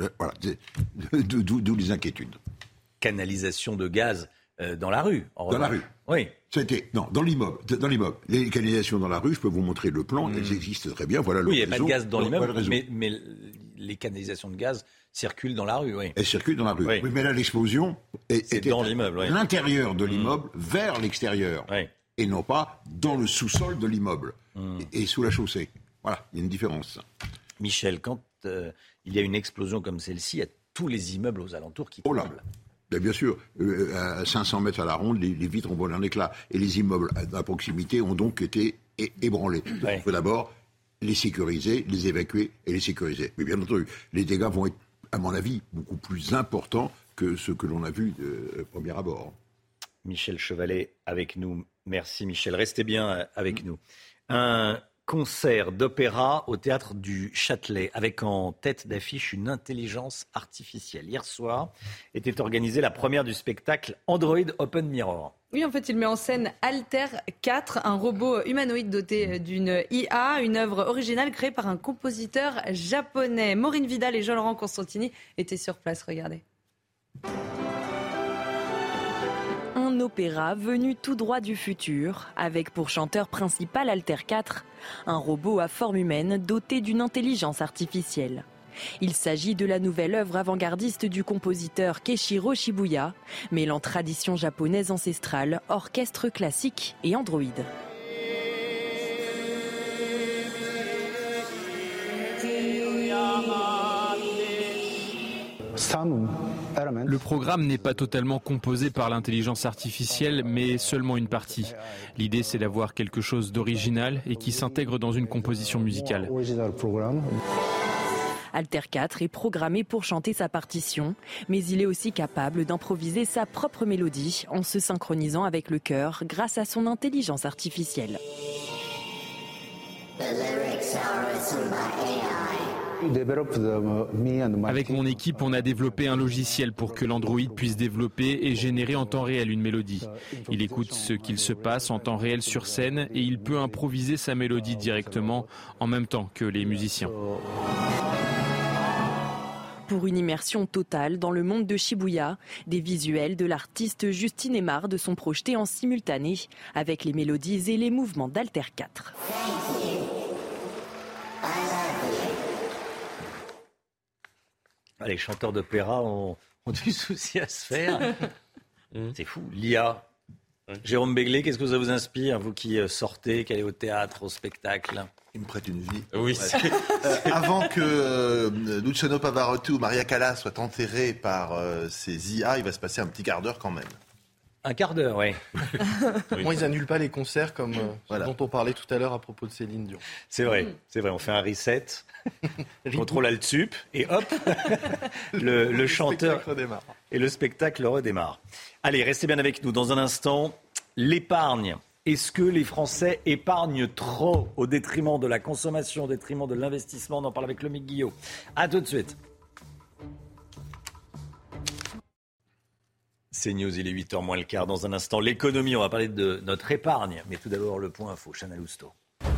d'où les inquiétudes. Canalisation de gaz dans la rue. Dans la rue. Oui. Dans l'immeuble. Les canalisations dans la rue, je peux vous montrer le plan, elles existent très bien. Voilà le réseau. Oui, il n'y a pas de gaz dans l'immeuble, mais les canalisations de gaz circulent dans la rue, oui. Elles circulent dans la rue. Oui, mais là, l'explosion était dans l'immeuble, oui. L'intérieur de l'immeuble vers l'extérieur. Oui. Et non pas dans le sous-sol de l'immeuble et sous la chaussée. Voilà, il y a une différence. Michel, quand il y a une explosion comme celle-ci, il y a tous les immeubles aux alentours qui tremblent. Bien sûr, à 500 mètres à la ronde, les vitres ont volé en éclats. Et les immeubles à proximité ont donc été ébranlés. Ouais. Il faut d'abord les sécuriser, les évacuer et les sécuriser. Mais bien entendu, les dégâts vont être, à mon avis, beaucoup plus importants que ce que l'on a vu de premier abord. Michel Chevalet avec nous. Merci Michel, restez bien avec nous. Un concert d'opéra au théâtre du Châtelet avec en tête d'affiche une intelligence artificielle. Hier soir était organisée la première du spectacle Android Open Mirror. Oui, en fait, il met en scène Alter 4, un robot humanoïde doté d'une IA, une œuvre originale créée par un compositeur japonais. Maureen Vidal et Jean-Laurent Constantini étaient sur place, regardez. Un opéra venu tout droit du futur, avec pour chanteur principal Alter 4, un robot à forme humaine doté d'une intelligence artificielle. Il s'agit de la nouvelle œuvre avant-gardiste du compositeur Keiichiro Shibuya, mêlant tradition japonaise ancestrale, orchestre classique et Android. Le programme n'est pas totalement composé par l'intelligence artificielle, mais seulement une partie. L'idée, c'est d'avoir quelque chose d'original et qui s'intègre dans une composition musicale. Alter 4 est programmé pour chanter sa partition, mais il est aussi capable d'improviser sa propre mélodie en se synchronisant avec le chœur grâce à son intelligence artificielle. Avec mon équipe, on a développé un logiciel pour que l'Android puisse développer et générer en temps réel une mélodie. Il écoute ce qu'il se passe en temps réel sur scène et il peut improviser sa mélodie directement en même temps que les musiciens. Pour une immersion totale dans le monde de Shibuya, des visuels de l'artiste Justine Aymard sont projetés en simultané avec les mélodies et les mouvements d'Alter 4. Les chanteurs d'opéra ont du souci à se faire. C'est fou, l'IA. Jérôme Béglé, qu'est-ce que ça vous inspire, vous qui sortez, qui allez au théâtre, au spectacle? Il me prête une vie. Oui. Avant que Luciano Pavarotti ou Maria Callas soient enterrés par ces IA, il va se passer un petit quart d'heure quand même. Un quart d'heure, oui. Moi, ils annulent pas les concerts comme dont on parlait tout à l'heure à propos de Céline Dion. C'est vrai, on fait un reset, contrôle Alt-Sup, et hop, le chanteur redémarre. Et le spectacle redémarre. Allez, restez bien avec nous. Dans un instant, l'épargne. Est-ce que les Français épargnent trop au détriment de la consommation, au détriment de l'investissement? On en parle avec Lomique Guillot. À tout de suite. C'est News, il est 8h moins le quart. Dans un instant, l'économie, on va parler de notre épargne. Mais tout d'abord, le point info, Chana Lousteau.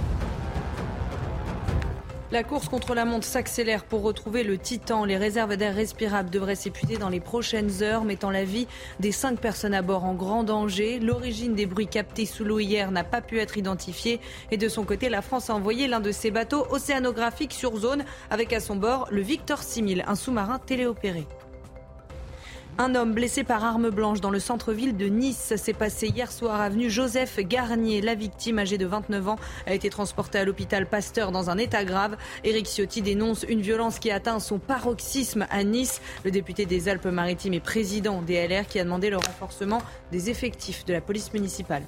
La course contre la montre s'accélère pour retrouver le Titan. Les réserves d'air respirable devraient s'épuiser dans les prochaines heures, mettant la vie des 5 personnes à bord en grand danger. L'origine des bruits captés sous l'eau hier n'a pas pu être identifiée. Et de son côté, la France a envoyé l'un de ses bateaux océanographiques sur zone, avec à son bord le Victor 6000, un sous-marin téléopéré. Un homme blessé par arme blanche dans le centre-ville de Nice s'est passé hier soir avenue Joseph Garnier. La victime, âgée de 29 ans, a été transportée à l'hôpital Pasteur dans un état grave. Éric Ciotti dénonce une violence qui atteint son paroxysme à Nice. Le député des Alpes-Maritimes et président des LR qui a demandé le renforcement des effectifs de la police municipale.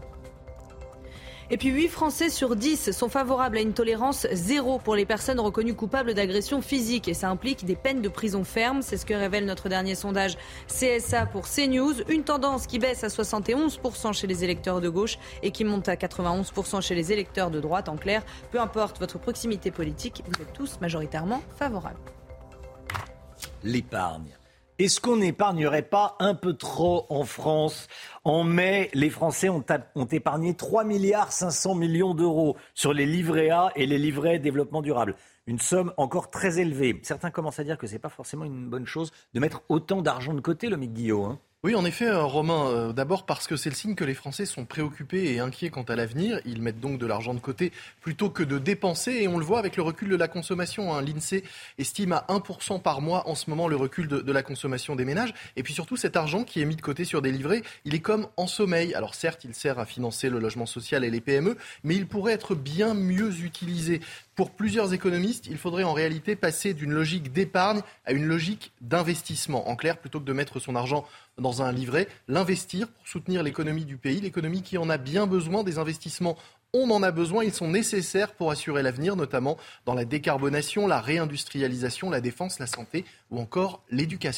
Et puis 8 Français sur 10 sont favorables à une tolérance zéro pour les personnes reconnues coupables d'agression physique. Et ça implique des peines de prison ferme. C'est ce que révèle notre dernier sondage CSA pour CNews. Une tendance qui baisse à 71% chez les électeurs de gauche et qui monte à 91% chez les électeurs de droite. En clair, peu importe votre proximité politique, vous êtes tous majoritairement favorables. L'épargne. Est-ce qu'on n'épargnerait pas un peu trop en France? En mai, les Français ont épargné 3,5 milliards d'euros sur les livrets A et les livrets développement durable. Une somme encore très élevée. Certains commencent à dire que ce n'est pas forcément une bonne chose de mettre autant d'argent de côté, Lomique Guillot. Oui, en effet, Romain, d'abord parce que c'est le signe que les Français sont préoccupés et inquiets quant à l'avenir. Ils mettent donc de l'argent de côté plutôt que de dépenser et on le voit avec le recul de la consommation. L'INSEE estime à 1% par mois en ce moment le recul de la consommation des ménages. Et puis surtout, cet argent qui est mis de côté sur des livrets, il est comme en sommeil. Alors certes, il sert à financer le logement social et les PME, mais il pourrait être bien mieux utilisé. Pour plusieurs économistes, il faudrait en réalité passer d'une logique d'épargne à une logique d'investissement. En clair, plutôt que de mettre son argent dans un livret, l'investir pour soutenir l'économie du pays, l'économie qui en a bien besoin. Des investissements, on en a besoin, ils sont nécessaires pour assurer l'avenir, notamment dans la décarbonation, la réindustrialisation, la défense, la santé ou encore l'éducation.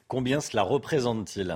Combien cela représente-t-il ?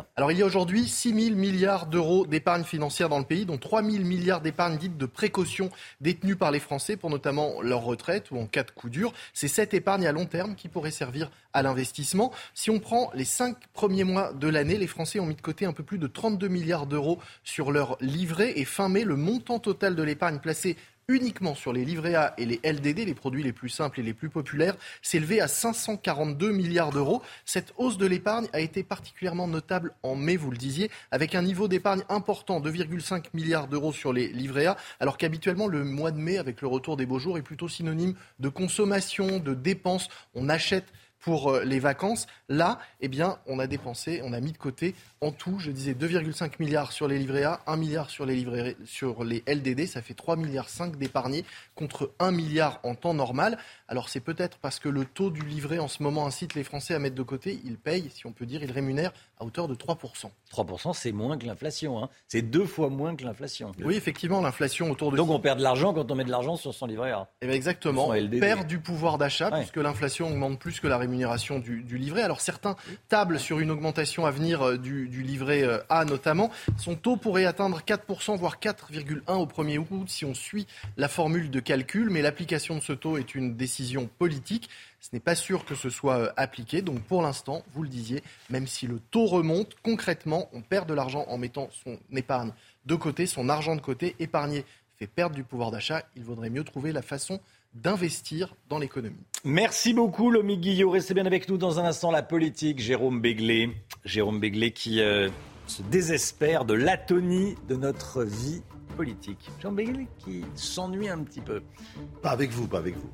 Alors il y a aujourd'hui 6 000 milliards d'euros d'épargne financière dans le pays, dont 3 000 milliards d'épargne dite de précaution détenue par les Français pour notamment leur retraite ou en cas de coup dur. C'est cette épargne à long terme qui pourrait servir à l'investissement. Si on prend les 5 premiers mois de l'année, les Français ont mis de côté un peu plus de 32 milliards d'euros sur leur livret. Et fin mai, le montant total de l'épargne placée uniquement sur les livrets A et les LDD, les produits les plus simples et les plus populaires, s'élevait à 542 milliards d'euros. Cette hausse de l'épargne a été particulièrement notable en mai, vous le disiez, avec un niveau d'épargne important, 2,5 milliards d'euros sur les livrets A, alors qu'habituellement le mois de mai, avec le retour des beaux jours, est plutôt synonyme de consommation, de dépenses. On achète pour les vacances. Là, eh bien, on a dépensé, on a mis de côté en tout, je disais 2,5 milliards sur les livrets A, 1 milliard sur les LDD, ça fait 3,5 milliards d'épargnés contre 1 milliard en temps normal. Alors c'est peut-être parce que le taux du livret en ce moment incite les Français à mettre de côté, ils payent, si on peut dire, ils rémunèrent à hauteur de 3%. 3%, c'est moins que l'inflation, hein. C'est 2 fois moins que l'inflation. Oui, effectivement, l'inflation autour de... Donc on perd de l'argent quand on met de l'argent sur son livret A. Eh bien exactement, on perd du pouvoir d'achat puisque l'inflation augmente plus que la rémunération du livret. Alors certains tablent sur une augmentation à venir du livret A notamment. Son taux pourrait atteindre 4%, voire 4,1% au 1er août si on suit la formule de calcul. Mais l'application de ce taux est une décision politique. Ce n'est pas sûr que ce soit appliqué. Donc pour l'instant, vous le disiez, même si le taux remonte, concrètement, on perd de l'argent en mettant son épargne de côté, son argent de côté. Épargner fait perdre du pouvoir d'achat. Il vaudrait mieux trouver la façon d'investir dans l'économie. Merci beaucoup, Lomi Guillot. Restez bien avec nous dans un instant. La politique, Jérôme Béglé. Jérôme Béglé qui se désespère de l'atonie de notre vie politique. Jérôme Béglé qui s'ennuie un petit peu. Pas avec vous, pas avec vous.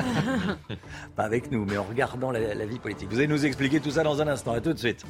Pas avec nous, mais en regardant la vie politique. Vous allez nous expliquer tout ça dans un instant. À tout de suite.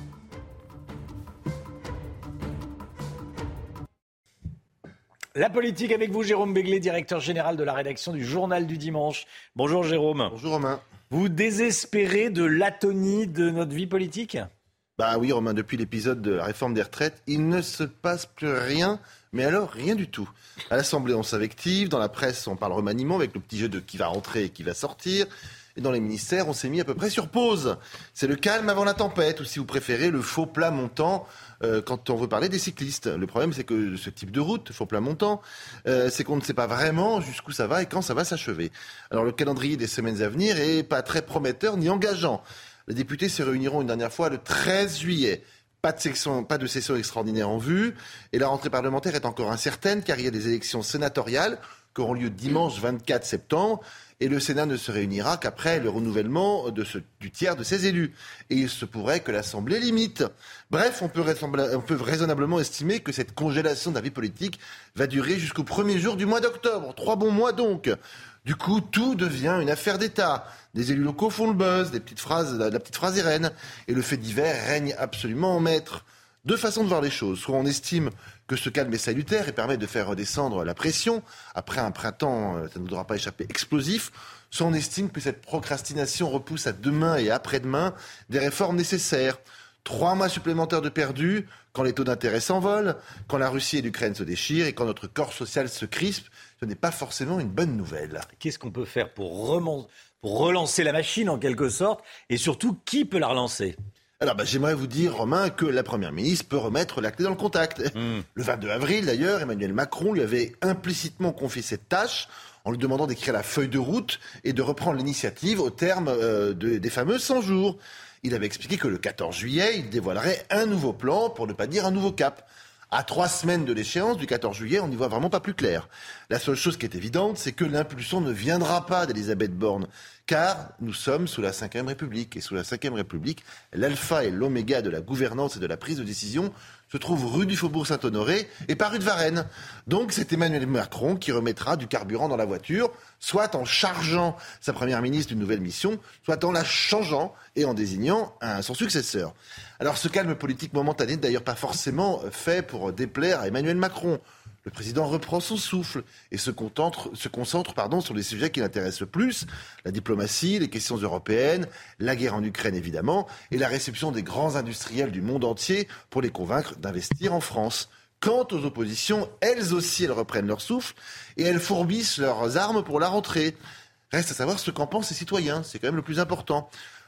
La politique avec vous, Jérôme Béglé, directeur général de la rédaction du Journal du Dimanche. Bonjour Jérôme. Bonjour Romain. Vous désespérez de l'atonie de notre vie politique ? Bah oui Romain, depuis l'épisode de la réforme des retraites, il ne se passe plus rien, mais alors rien du tout. À l'Assemblée on s'invective, dans la presse on parle remaniement avec le petit jeu de qui va rentrer et qui va sortir. Et dans les ministères, on s'est mis à peu près sur pause. C'est le calme avant la tempête, ou si vous préférez, le faux plat montant quand on veut parler des cyclistes. Le problème, c'est que ce type de route, faux plat montant, c'est qu'on ne sait pas vraiment jusqu'où ça va et quand ça va s'achever. Alors le calendrier des semaines à venir est pas très prometteur ni engageant. Les députés se réuniront une dernière fois le 13 juillet. Pas de session extraordinaire en vue. Et la rentrée parlementaire est encore incertaine car il y a des élections sénatoriales qui auront lieu dimanche 24 septembre. Et le Sénat ne se réunira qu'après le renouvellement du tiers de ses élus. Et il se pourrait que l'Assemblée l'imite. Bref, on peut raisonnablement estimer que cette congélation de la vie politique va durer jusqu'au premier jour du mois d'octobre. 3 bons mois donc. Du coup, tout devient une affaire d'État. Des élus locaux font le buzz, la petite phrase est reine. Et le fait divers règne absolument en maître. Deux façons de voir les choses. Soit on estime que ce calme est salutaire et permet de faire redescendre la pression. Après un printemps, ça ne nous aura pas échappé, explosif. Soit on estime que cette procrastination repousse à demain et après-demain des réformes nécessaires. 3 mois supplémentaires de perdus, quand les taux d'intérêt s'envolent, quand la Russie et l'Ukraine se déchirent et quand notre corps social se crispe, ce n'est pas forcément une bonne nouvelle. Qu'est-ce qu'on peut faire pour relancer la machine en quelque sorte ? Et surtout, qui peut la relancer ? Alors, j'aimerais vous dire, Romain, que la Première ministre peut remettre la clé dans le contact. Le 22 avril, d'ailleurs, Emmanuel Macron lui avait implicitement confié cette tâche en lui demandant d'écrire la feuille de route et de reprendre l'initiative au terme des fameux 100 jours. Il avait expliqué que le 14 juillet, il dévoilerait un nouveau plan, pour ne pas dire un nouveau cap. À 3 semaines de l'échéance du 14 juillet, on n'y voit vraiment pas plus clair. La seule chose qui est évidente, c'est que l'impulsion ne viendra pas d'Elisabeth Borne, car nous sommes sous la Ve République. Et sous la Ve République, l'alpha et l'oméga de la gouvernance et de la prise de décision se trouvent rue du Faubourg Saint-Honoré et pas rue de Varennes. Donc c'est Emmanuel Macron qui remettra du carburant dans la voiture, soit en chargeant sa première ministre d'une nouvelle mission, soit en la changeant et en désignant son successeur. Alors ce calme politique momentané n'est d'ailleurs pas forcément fait pour déplaire à Emmanuel Macron. Le président reprend son souffle et se concentre sur les sujets qui l'intéressent le plus, la diplomatie, les questions européennes, la guerre en Ukraine évidemment, et la réception des grands industriels du monde entier pour les convaincre d'investir en France. Quant aux oppositions, elles aussi, elles reprennent leur souffle et elles fourbissent leurs armes pour la rentrée. Reste à savoir ce qu'en pensent les citoyens, c'est quand même le plus important.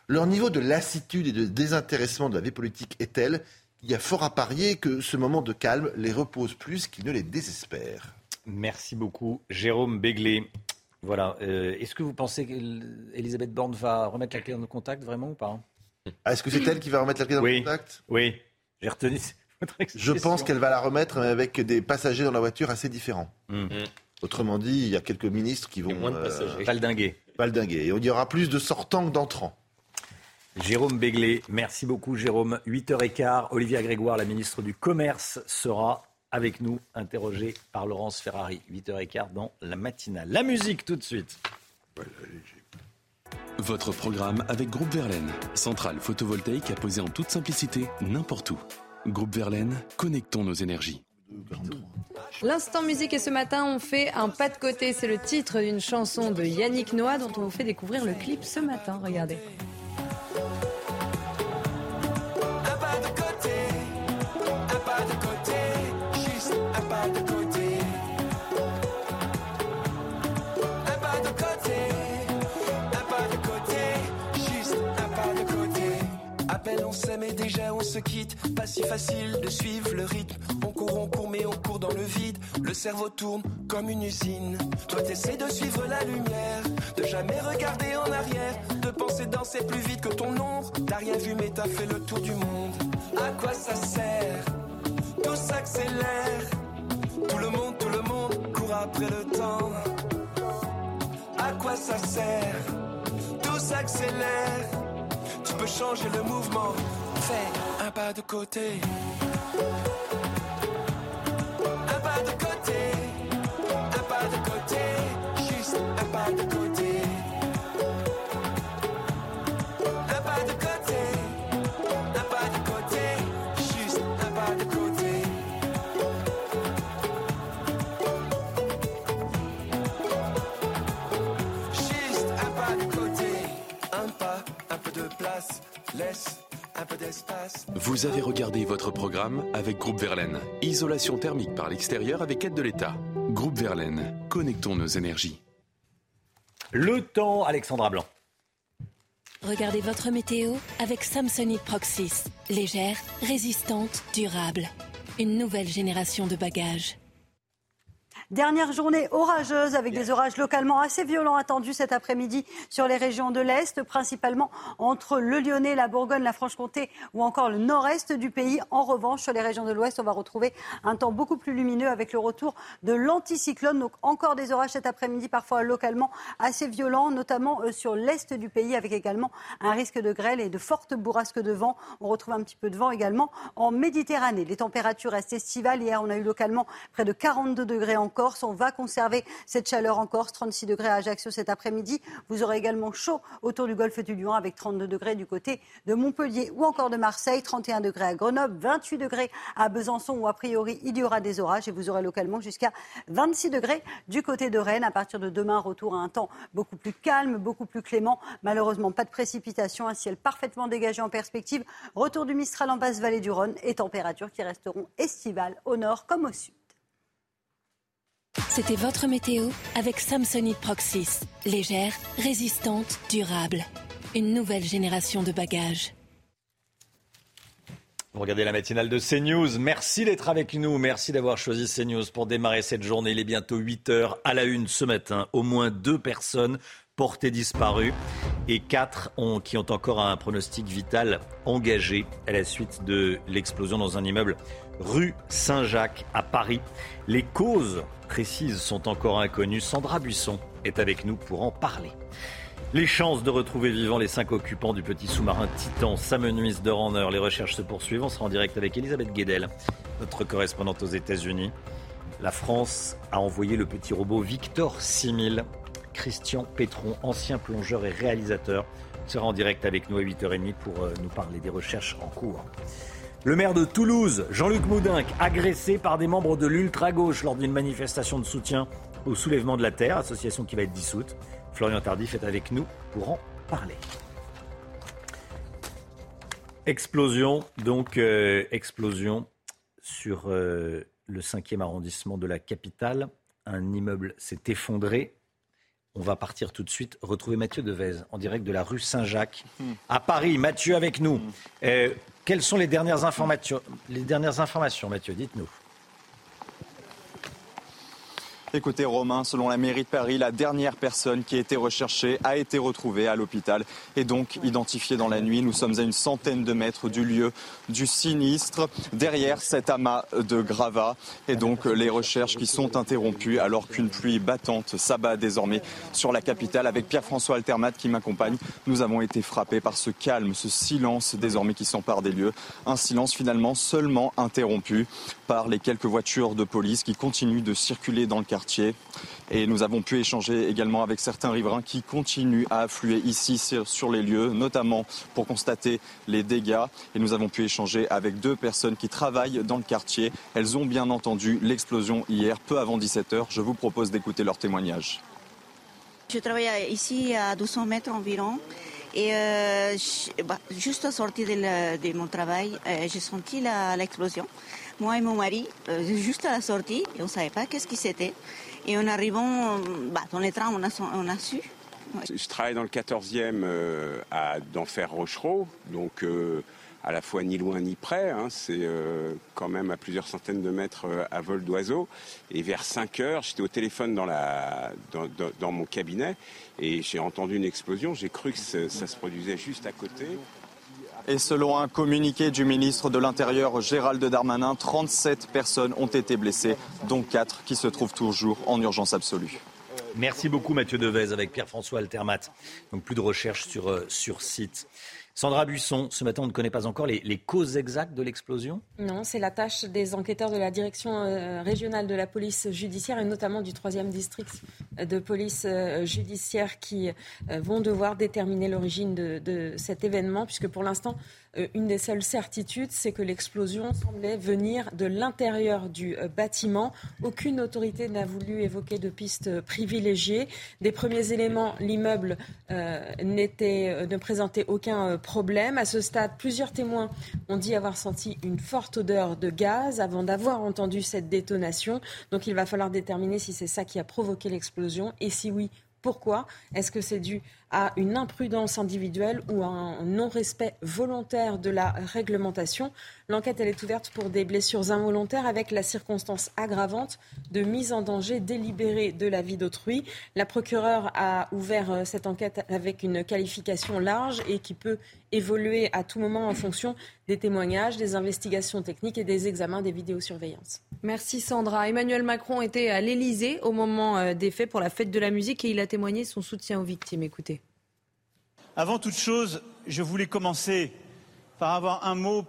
Leur niveau de lassitude et de désintéressement de la vie politique est tel qu'il y a fort à parier que ce moment de calme les repose plus qu'il ne les désespère. Merci beaucoup, Jérôme Béglé. Voilà. Est-ce que vous pensez qu'Elisabeth Borne va remettre la clé dans le contact, vraiment ou pas ? Est-ce que c'est elle qui va remettre la clé dans le contact ? Oui, j'ai retenu votre expression. Je pense qu'elle va la remettre avec des passagers dans la voiture assez différents. Autrement dit, il y a quelques ministres qui vont... moins de passagers. Valdinguer. Et il y aura plus de sortants que d'entrants. Jérôme Béglé, merci beaucoup Jérôme. 8h15, Olivia Grégoire, la ministre du Commerce, sera avec nous, interrogée par Laurence Ferrari. 8h15 dans la matinale. La musique tout de suite. Votre programme avec Groupe Verlaine, centrale photovoltaïque à poser en toute simplicité n'importe où. Groupe Verlaine, connectons nos énergies. L'instant musique et ce matin on fait un pas de côté. C'est le titre d'une chanson de Yannick Noah dont on vous fait découvrir le clip ce matin. Regardez. On s'aime et déjà on se quitte. Pas si facile de suivre le rythme. On court mais on court dans le vide. Le cerveau tourne comme une usine. Toi t'essaies de suivre la lumière, de jamais regarder en arrière, de penser danser plus vite que ton ombre. T'as rien vu mais t'as fait le tour du monde. À quoi ça sert? Tout s'accélère. Tout le monde court après le temps. À quoi ça sert? Tout s'accélère. Tu peux changer le mouvement. Fais un pas de côté. Un pas de côté. Un pas de côté. Juste un pas de côté. Un pas de côté. Un pas de côté. Juste un pas de côté. Juste un pas de côté. Un pas, un peu de place. Laisse un peu d'espace. Vous avez regardé votre programme avec Groupe Verlaine. Isolation thermique par l'extérieur avec aide de l'État. Groupe Verlaine, connectons nos énergies. Le temps, Alexandra Blanc. Regardez votre météo avec Samsonite Proxys. Légère, résistante, durable. Une nouvelle génération de bagages. Dernière journée orageuse avec des orages localement assez violents attendus cet après-midi sur les régions de l'Est, principalement entre le Lyonnais, la Bourgogne, la Franche-Comté ou encore le nord-est du pays. En revanche, sur les régions de l'Ouest, on va retrouver un temps beaucoup plus lumineux avec le retour de l'anticyclone. Donc encore des orages cet après-midi, parfois localement assez violents, notamment sur l'Est du pays avec également un risque de grêle et de fortes bourrasques de vent. On retrouve un petit peu de vent également en Méditerranée. Les températures restent estivales. Hier, on a eu localement près de 42 degrés encore. On va conserver cette chaleur en Corse, 36 degrés à Ajaccio cet après-midi. Vous aurez également chaud autour du golfe du Lion avec 32 degrés du côté de Montpellier ou encore de Marseille, 31 degrés à Grenoble, 28 degrés à Besançon où a priori il y aura des orages et vous aurez localement jusqu'à 26 degrés du côté de Rennes. À partir de demain, retour à un temps beaucoup plus calme, beaucoup plus clément. Malheureusement, pas de précipitations, un ciel parfaitement dégagé en perspective. Retour du Mistral en basse vallée du Rhône et températures qui resteront estivales au nord comme au sud. C'était votre météo avec Samsonite Proxys. Légère, résistante, durable. Une nouvelle génération de bagages. Vous regardez la matinale de CNews. Merci d'être avec nous. Merci d'avoir choisi CNews pour démarrer cette journée. Il est bientôt 8h à la une ce matin. Au moins 2 personnes portées disparues et 4 qui ont encore un pronostic vital engagé à la suite de l'explosion dans un immeuble rue Saint-Jacques à Paris. Les causes précises sont encore inconnues. Sandra Buisson est avec nous pour en parler. Les chances de retrouver vivants les 5 occupants du petit sous-marin Titan s'amenuisent d'heure en heure. Les recherches se poursuivent. On sera en direct avec Elisabeth Guedel, notre correspondante aux États-Unis. La France a envoyé le petit robot Victor 6000. Christian Pétron, ancien plongeur et réalisateur, sera en direct avec nous à 8h30 pour nous parler des recherches en cours. Le maire de Toulouse, Jean-Luc Moudinque, agressé par des membres de l'ultra-gauche lors d'une manifestation de soutien au soulèvement de la Terre, association qui va être dissoute. Florian Tardif est avec nous pour en parler. Explosion sur le 5e arrondissement de la capitale. Un immeuble s'est effondré. On va partir tout de suite retrouver Mathieu Devez en direct de la rue Saint-Jacques à Paris. Mathieu avec nous. Quelles sont les dernières informations, Mathieu, dites-nous. Écoutez Romain, selon la mairie de Paris, la dernière personne qui a été recherchée a été retrouvée à l'hôpital et donc identifiée dans la nuit. Nous sommes à une centaine de mètres du lieu du sinistre, derrière cet amas de gravats. Et donc les recherches qui sont interrompues alors qu'une pluie battante s'abat désormais sur la capitale. Avec Pierre-François Altermat qui m'accompagne, nous avons été frappés par ce calme, ce silence désormais qui s'empare des lieux. Un silence finalement seulement interrompu par les quelques voitures de police qui continuent de circuler dans le quartier. Et nous avons pu échanger également avec certains riverains qui continuent à affluer ici sur les lieux, notamment pour constater les dégâts. Et nous avons pu échanger avec 2 personnes qui travaillent dans le quartier. Elles ont bien entendu l'explosion hier, peu avant 17h. Je vous propose d'écouter leur témoignage. Je travaille ici à 200 mètres environ. Et juste sortie de mon travail, j'ai senti l'explosion. Moi et mon mari, juste à la sortie, et on ne savait pas qu'est-ce qui c'était. Et en arrivant dans les trains, on a su. Ouais. Je travaille dans le 14e d'Enfer Rochereau, donc à la fois ni loin ni près. Hein, c'est quand même à plusieurs centaines de mètres à vol d'oiseau. Et vers 5 heures, j'étais au téléphone dans mon cabinet et j'ai entendu une explosion. J'ai cru que ça se produisait juste à côté. Et selon un communiqué du ministre de l'Intérieur Gérald Darmanin, 37 personnes ont été blessées, dont 4 qui se trouvent toujours en urgence absolue. Merci beaucoup Mathieu Devez avec Pierre-François Altermat. Donc plus de recherche sur site. Sandra Buisson, ce matin on ne connaît pas encore les causes exactes de l'explosion ? Non, c'est la tâche des enquêteurs de la direction régionale de la police judiciaire et notamment du 3e district de police judiciaire qui vont devoir déterminer l'origine de cet événement puisque pour l'instant, une des seules certitudes, c'est que l'explosion semblait venir de l'intérieur du bâtiment. Aucune autorité n'a voulu évoquer de piste privilégiée. Des premiers éléments, l'immeuble ne présentait aucun problème. À ce stade, plusieurs témoins ont dit avoir senti une forte odeur de gaz avant d'avoir entendu cette détonation. Donc il va falloir déterminer si c'est ça qui a provoqué l'explosion et si oui, pourquoi ? Est-ce que c'est dû à une imprudence individuelle ou à un non-respect volontaire de la réglementation ? L'enquête, elle est ouverte pour des blessures involontaires avec la circonstance aggravante de mise en danger délibérée de la vie d'autrui. La procureure a ouvert cette enquête avec une qualification large et qui peut évoluer à tout moment en fonction des témoignages, des investigations techniques et des examens des vidéosurveillance. Merci Sandra. Emmanuel Macron était à l'Elysée au moment des faits pour la fête de la musique et il a témoigné son soutien aux victimes. Écoutez. Avant toute chose, je voulais commencer par avoir un mot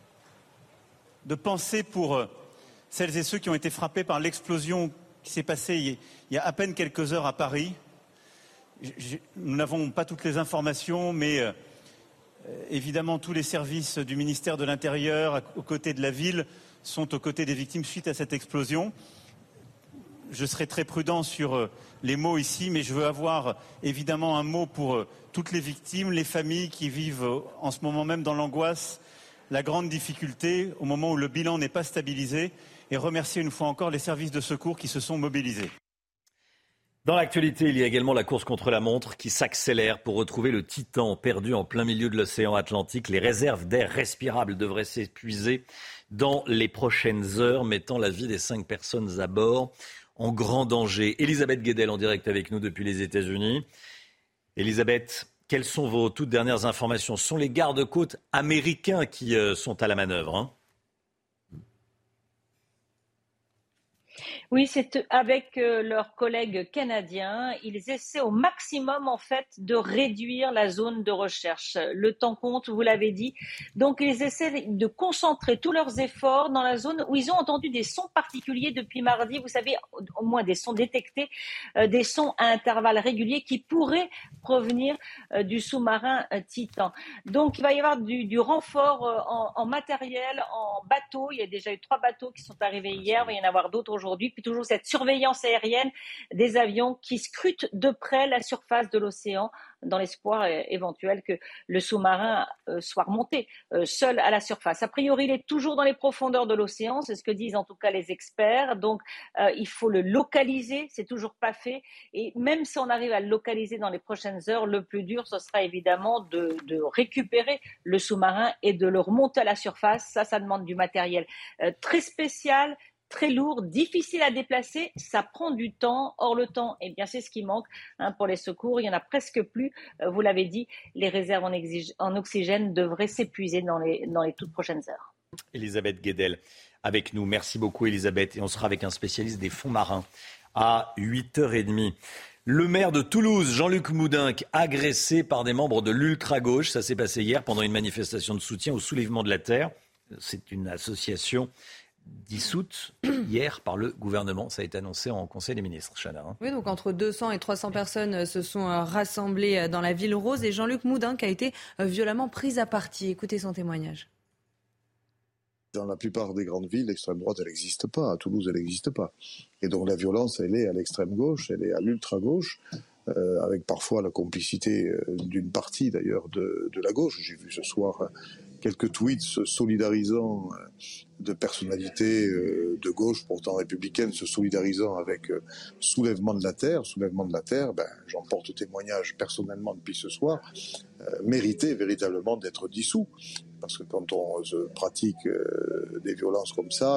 de pensée pour celles et ceux qui ont été frappés par l'explosion qui s'est passée il y a à peine quelques heures à Paris. Nous n'avons pas toutes les informations, mais évidemment tous les services du ministère de l'Intérieur, aux côtés de la ville, sont aux côtés des victimes suite à cette explosion. Je serai très prudent sur les mots ici, mais je veux avoir évidemment un mot pour toutes les victimes, les familles qui vivent en ce moment même dans l'angoisse, la grande difficulté au moment où le bilan n'est pas stabilisé, et remercier une fois encore les services de secours qui se sont mobilisés. Dans l'actualité, il y a également la course contre la montre qui s'accélère pour retrouver le Titan perdu en plein milieu de l'océan Atlantique. Les réserves d'air respirable devraient s'épuiser dans les prochaines heures, mettant la vie des 5 personnes à bord en grand danger. Elisabeth Guedel en direct avec nous depuis les États-Unis. Elisabeth, quelles sont vos toutes dernières informations ? Ce sont les gardes-côtes américains qui sont à la manœuvre, hein ? Oui, c'est avec leurs collègues canadiens. Ils essaient au maximum, en fait, de réduire la zone de recherche. Le temps compte, vous l'avez dit. Donc, ils essaient de concentrer tous leurs efforts dans la zone où ils ont entendu des sons particuliers depuis mardi. Vous savez, au moins des sons détectés, des sons à intervalles réguliers qui pourraient provenir du sous-marin Titan. Donc, il va y avoir du renfort en matériel, en bateau. Il y a déjà eu 3 bateaux qui sont arrivés hier. Il va y en avoir d'autres aujourd'hui. aujourd'hui. Puis toujours cette surveillance aérienne des avions qui scrutent de près la surface de l'océan dans l'espoir éventuel que le sous-marin soit remonté seul à la surface. A priori, il est toujours dans les profondeurs de l'océan, c'est ce que disent en tout cas les experts. Donc, il faut le localiser, c'est toujours pas fait. Et même si on arrive à le localiser dans les prochaines heures, le plus dur, ce sera évidemment de récupérer le sous-marin et de le remonter à la surface. Ça demande du matériel très spécial, très lourd, difficile à déplacer, ça prend du temps. Or, le temps, eh bien, c'est ce qui manque pour les secours. Il n'y en a presque plus. Vous l'avez dit, les réserves en oxygène devraient s'épuiser dans les toutes prochaines heures. Elisabeth Guedel avec nous. Merci beaucoup, Elisabeth. Et on sera avec un spécialiste des fonds marins à 8h30. Le maire de Toulouse, Jean-Luc Moudenc, agressé par des membres de l'ultra-gauche. Ça s'est passé hier pendant une manifestation de soutien au soulèvement de la terre. C'est une association dissoute hier par le gouvernement. Ça a été annoncé en Conseil des ministres, Chana. Oui, donc entre 200 et 300 personnes se sont rassemblées dans la ville rose et Jean-Luc Moudenc a été violemment pris à partie. Écoutez son témoignage. Dans la plupart des grandes villes, l'extrême droite, elle n'existe pas. À Toulouse, elle n'existe pas. Et donc la violence, elle est à l'extrême gauche, elle est à l'ultra-gauche, avec parfois la complicité d'une partie d'ailleurs de la gauche. J'ai vu ce soir quelques tweets se solidarisant de personnalités de gauche, pourtant républicaines, se solidarisant avec soulèvement de la terre. Soulèvement de la terre, j'en porte témoignage personnellement depuis ce soir, méritait véritablement d'être dissous. Parce que quand on pratique des violences comme ça,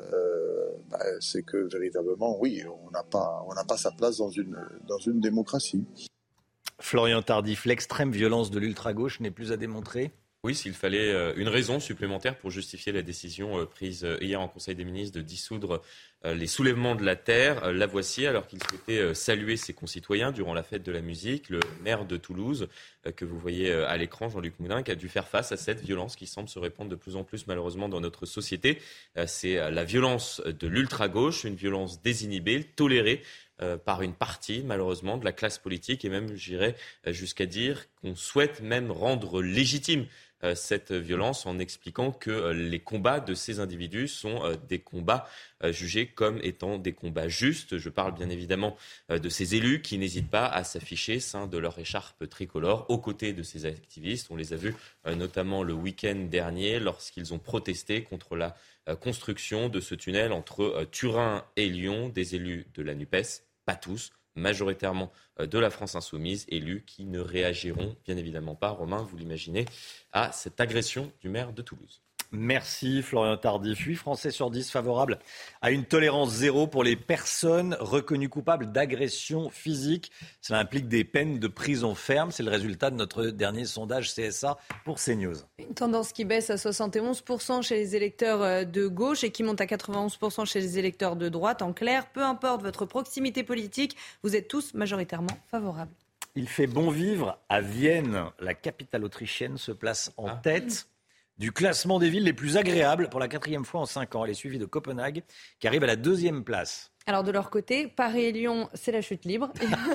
c'est que véritablement, oui, on n'a pas sa place dans une démocratie. Florian Tardif, l'extrême violence de l'ultra-gauche n'est plus à démontrer ? Oui, s'il fallait une raison supplémentaire pour justifier la décision prise hier en Conseil des ministres de dissoudre les soulèvements de la terre, la voici. Alors qu'il souhaitait saluer ses concitoyens durant la fête de la musique, le maire de Toulouse, que vous voyez à l'écran, Jean-Luc Moudenc, a dû faire face à cette violence qui semble se répandre de plus en plus malheureusement dans notre société. C'est la violence de l'ultra-gauche, une violence désinhibée, tolérée par une partie, malheureusement, de la classe politique, et même, j'irais jusqu'à dire qu'on souhaite même rendre légitime cette violence en expliquant que les combats de ces individus sont des combats jugés comme étant des combats justes. Je parle bien évidemment de ces élus qui n'hésitent pas à s'afficher sein de leur écharpe tricolore aux côtés de ces activistes. On les a vus notamment le week-end dernier lorsqu'ils ont protesté contre la construction de ce tunnel entre Turin et Lyon, des élus de la NUPES, pas tous, majoritairement de la France insoumise, élus qui ne réagiront bien évidemment pas, Romain, vous l'imaginez, à cette agression du maire de Toulouse. Merci Florian Tardif. 8 Français sur 10 favorables à une tolérance zéro pour les personnes reconnues coupables d'agression physique. Cela implique des peines de prison ferme. C'est le résultat de notre dernier sondage CSA pour CNews. Une tendance qui baisse à 71% chez les électeurs de gauche et qui monte à 91% chez les électeurs de droite. En clair, peu importe votre proximité politique, vous êtes tous majoritairement favorables. Il fait bon vivre à Vienne. La capitale autrichienne se place en tête du classement des villes les plus agréables pour la 4e fois en 5 ans. Elle est suivie de Copenhague qui arrive à la 2e place. Alors de leur côté, Paris et Lyon, c'est la chute libre.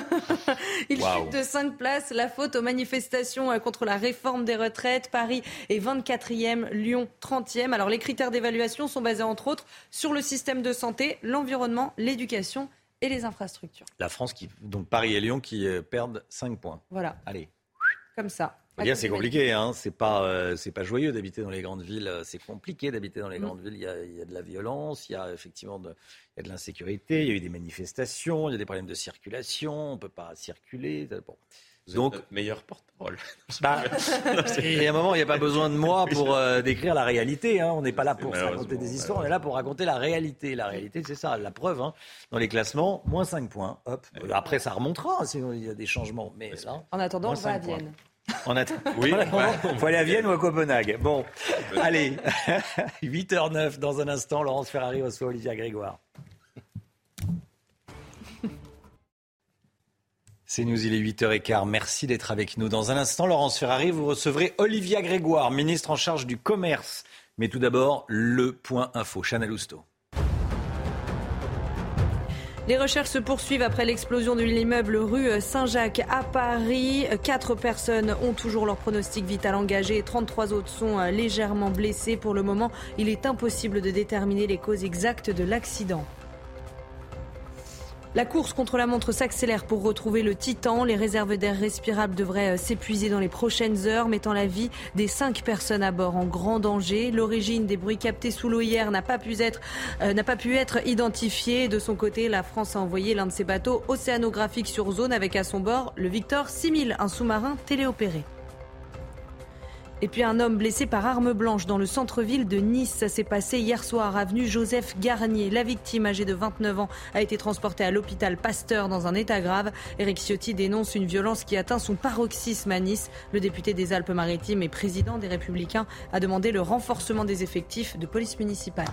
Ils chutent de 5 places. La faute aux manifestations contre la réforme des retraites. Paris est 24e, Lyon 30e. Alors les critères d'évaluation sont basés entre autres sur le système de santé, l'environnement, l'éducation et les infrastructures. La France, donc Paris et Lyon qui perdent 5 points. Voilà. Allez. Comme ça. C'est compliqué, hein. C'est pas joyeux d'habiter dans les grandes villes. C'est compliqué d'habiter dans les grandes villes. Il y a de la violence, il y a effectivement de l'insécurité, il y a eu des manifestations, il y a des problèmes de circulation, on ne peut pas circuler. Bon. Donc, notre meilleur porte-parole. Et à un moment, il n'y a pas besoin de moi pour décrire la réalité. Hein. On n'est pas là pour raconter des histoires, on est là pour raconter la réalité. La réalité, c'est ça, la preuve. Hein. Dans les classements, moins 5 points. Hop. Après, ça remontera, sinon il y a des changements. Mais là, en attendant, on va à Vienne. Oui, il faut aller à Vienne ou à Copenhague. Bon, allez, 8h09 dans un instant. Laurence Ferrari reçoit Olivia Grégoire. C'est News, il est 8h15. Merci d'être avec nous. Dans un instant, Laurence Ferrari, vous recevrez Olivia Grégoire, ministre en charge du commerce. Mais tout d'abord, le point info. Chana Lousteau. Les recherches se poursuivent après l'explosion de l'immeuble rue Saint-Jacques à Paris. 4 personnes ont toujours leur pronostic vital engagé et 33 autres sont légèrement blessées. Pour le moment, il est impossible de déterminer les causes exactes de l'accident. La course contre la montre s'accélère pour retrouver le Titan. Les réserves d'air respirable devraient s'épuiser dans les prochaines heures, mettant la vie des 5 personnes à bord en grand danger. L'origine des bruits captés sous l'eau hier n'a pas pu être identifiée. De son côté, la France a envoyé l'un de ses bateaux océanographiques sur zone avec à son bord le Victor 6000, un sous-marin téléopéré. Et puis un homme blessé par arme blanche dans le centre-ville de Nice. Ça s'est passé hier soir, avenue Joseph Garnier. La victime, âgée de 29 ans, a été transportée à l'hôpital Pasteur dans un état grave. Éric Ciotti dénonce une violence qui atteint son paroxysme à Nice. Le député des Alpes-Maritimes et président des Républicains a demandé le renforcement des effectifs de police municipale.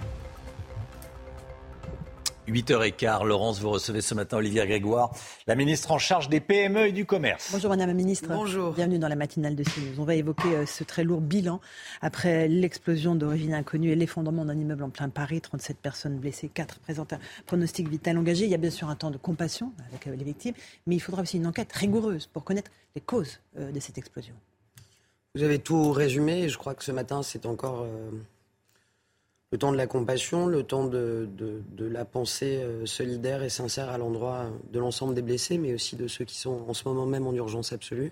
8h15, Laurence, vous recevez ce matin Olivia Grégoire, la ministre en charge des PME et du commerce. Bonjour Madame la ministre. Bonjour. Bienvenue dans la matinale de CNews. On va évoquer ce très lourd bilan après l'explosion d'origine inconnue et l'effondrement d'un immeuble en plein Paris. 37 personnes blessées, 4 présentent un pronostic vital engagé. Il y a bien sûr un temps de compassion avec les victimes, mais il faudra aussi une enquête rigoureuse pour connaître les causes de cette explosion. Vous avez tout résumé. Je crois que ce matin, c'est encore... le temps de la compassion, le temps de la pensée solidaire et sincère à l'endroit de l'ensemble des blessés, mais aussi de ceux qui sont en ce moment même en urgence absolue.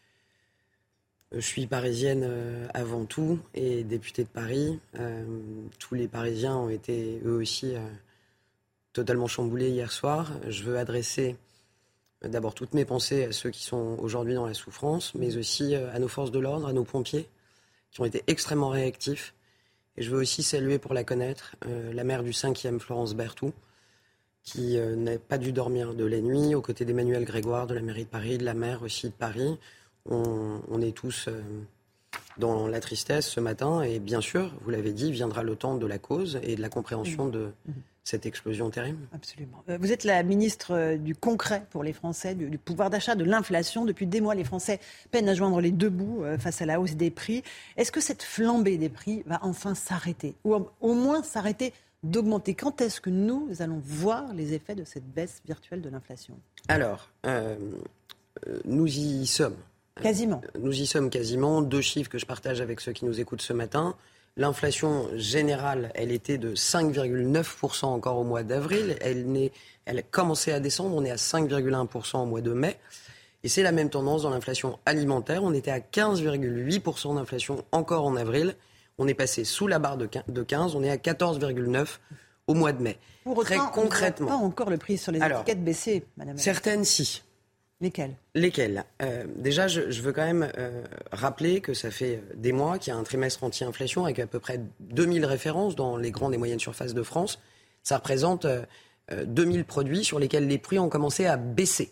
Je suis parisienne avant tout et députée de Paris. Tous les Parisiens ont été eux aussi totalement chamboulés hier soir. Je veux adresser d'abord toutes mes pensées à ceux qui sont aujourd'hui dans la souffrance, mais aussi à nos forces de l'ordre, à nos pompiers, qui ont été extrêmement réactifs. Et je veux aussi saluer, pour la connaître, la maire du 5e, Florence Berthoud, qui n'a pas dû dormir de la nuit, aux côtés d'Emmanuel Grégoire, de la mairie de Paris, de la maire aussi de Paris. On est tous dans la tristesse ce matin. Et bien sûr, vous l'avez dit, viendra le temps de la cause et de la compréhension de cette explosion terrible. Absolument. Vous êtes la ministre du concret pour les Français, du pouvoir d'achat, de l'inflation. Depuis des mois, les Français peinent à joindre les deux bouts face à la hausse des prix. Est-ce que cette flambée des prix va enfin s'arrêter, ou au moins s'arrêter d'augmenter? Quand est-ce que nous allons voir les effets de cette baisse virtuelle de l'inflation? Alors, nous y sommes. Quasiment. Nous y sommes quasiment. 2 chiffres que je partage avec ceux qui nous écoutent ce matin. L'inflation générale, elle était de 5,9% encore au mois d'avril. Elle a commencé à descendre. On est à 5,1% au mois de mai. Et c'est la même tendance dans l'inflation alimentaire. On était à 15,8% d'inflation encore en avril. On est passé sous la barre de 15. On est à 14,9% au mois de mai. Pour autant, très concrètement. On ne voit pas encore le prix sur les étiquettes baisser, madame. Certaines, si. Lesquelles Déjà, je veux quand même rappeler que ça fait des mois qu'il y a un trimestre anti-inflation avec à peu près 2000 références dans les grandes et moyennes surfaces de France. Ça représente 2000 produits sur lesquels les prix ont commencé à baisser.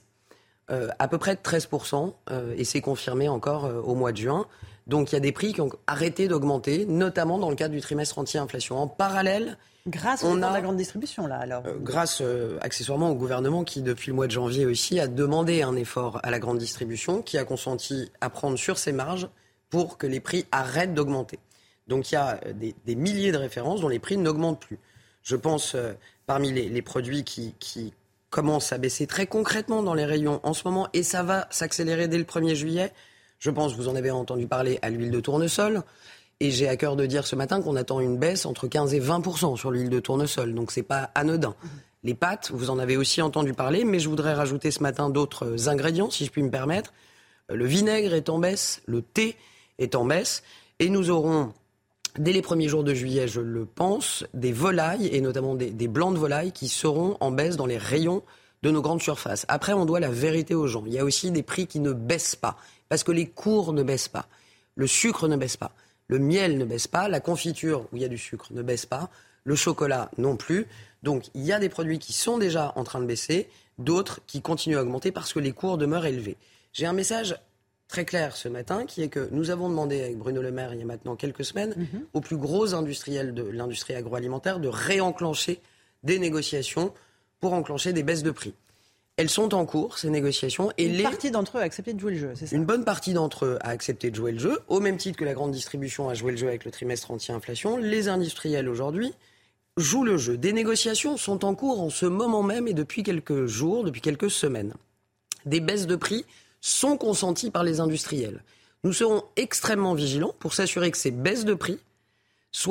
À peu près de 13%, et c'est confirmé encore au mois de juin. Donc il y a des prix qui ont arrêté d'augmenter, notamment dans le cadre du trimestre anti-inflation. En parallèle, grâce au la grande distribution, là, alors. Grâce accessoirement au gouvernement qui, depuis le mois de janvier aussi, a demandé un effort à la grande distribution, qui a consenti à prendre sur ses marges pour que les prix arrêtent d'augmenter. Donc il y a des milliers de références dont les prix n'augmentent plus. Je pense, parmi les produits qui commencent à baisser très concrètement dans les rayons en ce moment, et ça va s'accélérer dès le 1er juillet, je pense, vous en avez entendu parler, à l'huile de tournesol. Et j'ai à cœur de dire ce matin qu'on attend une baisse entre 15 et 20% sur l'huile de tournesol. Donc c'est pas anodin. Les pâtes, vous en avez aussi entendu parler, mais je voudrais rajouter ce matin d'autres ingrédients, si je puis me permettre. Le vinaigre est en baisse, le thé est en baisse. Et nous aurons, dès les premiers jours de juillet, je le pense, des volailles, et notamment des blancs de volaille, qui seront en baisse dans les rayons de nos grandes surfaces. Après, on doit la vérité aux gens. Il y a aussi des prix qui ne baissent pas, parce que les cours ne baissent pas. Le sucre ne baisse pas. Le miel ne baisse pas, la confiture où il y a du sucre ne baisse pas, le chocolat non plus. Donc il y a des produits qui sont déjà en train de baisser, d'autres qui continuent à augmenter parce que les cours demeurent élevés. J'ai un message très clair ce matin qui est que nous avons demandé avec Bruno Le Maire il y a maintenant quelques semaines aux plus gros industriels de l'industrie agroalimentaire de réenclencher des négociations pour enclencher des baisses de prix. Elles sont en cours, ces négociations. Et une partie d'entre eux a accepté de jouer le jeu, c'est ça? Une bonne partie d'entre eux a accepté de jouer le jeu, au même titre que la grande distribution a joué le jeu avec le trimestre anti-inflation. Les industriels, aujourd'hui, jouent le jeu. Des négociations sont en cours en ce moment même et depuis quelques jours, depuis quelques semaines. Des baisses de prix sont consenties par les industriels. Nous serons extrêmement vigilants pour s'assurer que ces baisses de prix soient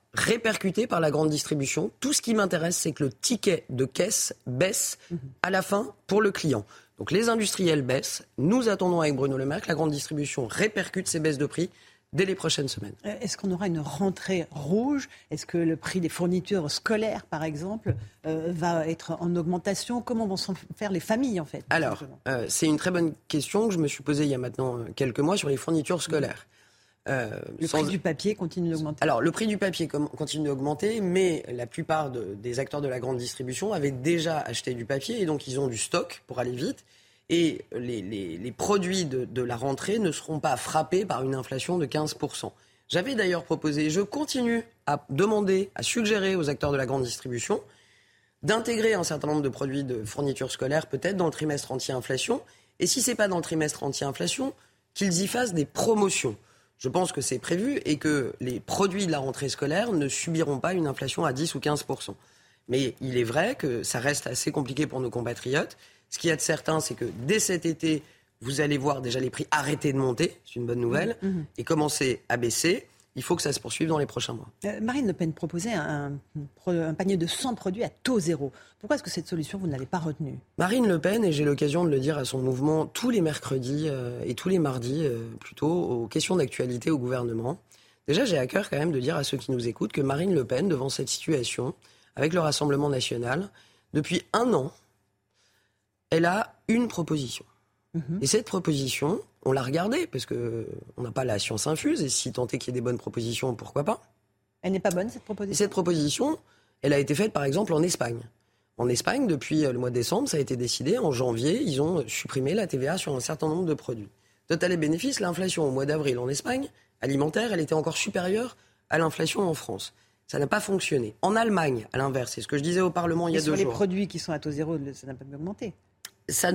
répercuté par la grande distribution. Tout ce qui m'intéresse, c'est que le ticket de caisse baisse à la fin pour le client. Donc les industriels baissent. Nous attendons avec Bruno Le Maire que la grande distribution répercute ces baisses de prix dès les prochaines semaines. Est-ce qu'on aura une rentrée rouge ? Est-ce que le prix des fournitures scolaires, par exemple, va être en augmentation ? Comment vont s'en faire les familles, en fait ? Alors, c'est une très bonne question que je me suis posée il y a maintenant quelques mois sur les fournitures scolaires. Le prix du papier continue d'augmenter. Alors, le prix du papier continue d'augmenter, mais la plupart des acteurs de la grande distribution avaient déjà acheté du papier et donc ils ont du stock pour aller vite. Et les produits de la rentrée ne seront pas frappés par une inflation de 15%. J'avais d'ailleurs proposé, je continue à demander, à suggérer aux acteurs de la grande distribution d'intégrer un certain nombre de produits de fournitures scolaires, peut-être dans le trimestre anti-inflation. Et si ce n'est pas dans le trimestre anti-inflation, qu'ils y fassent des promotions. Je pense que c'est prévu et que les produits de la rentrée scolaire ne subiront pas une inflation à 10 ou 15%. Mais il est vrai que ça reste assez compliqué pour nos compatriotes. Ce qu'il y a de certain, c'est que dès cet été, vous allez voir déjà les prix arrêter de monter, c'est une bonne nouvelle, et commencer à baisser. Il faut que ça se poursuive dans les prochains mois. Marine Le Pen proposait un panier de 100 produits à taux zéro. Pourquoi est-ce que cette solution, vous ne l'avez pas retenue ? Marine Le Pen, et j'ai l'occasion de le dire à son mouvement tous les mercredis et tous les mardis, plutôt, aux questions d'actualité au gouvernement. Déjà, j'ai à cœur quand même de dire à ceux qui nous écoutent que Marine Le Pen, devant cette situation, avec le Rassemblement national, depuis 1 an, elle a une proposition. Et cette proposition, on l'a regardée, parce qu'on n'a pas la science infuse, et si tant est qu'il y ait des bonnes propositions, pourquoi pas ? Elle n'est pas bonne, cette proposition ? Et cette proposition, elle a été faite, par exemple, en Espagne. En Espagne, depuis le mois de décembre, ça a été décidé. En janvier, ils ont supprimé la TVA sur un certain nombre de produits. Total et bénéfice, l'inflation au mois d'avril en Espagne, alimentaire, elle était encore supérieure à l'inflation en France. Ça n'a pas fonctionné. En Allemagne, à l'inverse, c'est ce que je disais au Parlement il y a 2 jours. Sur les produits qui sont à taux zéro, ça n'a pas augmenté. Ça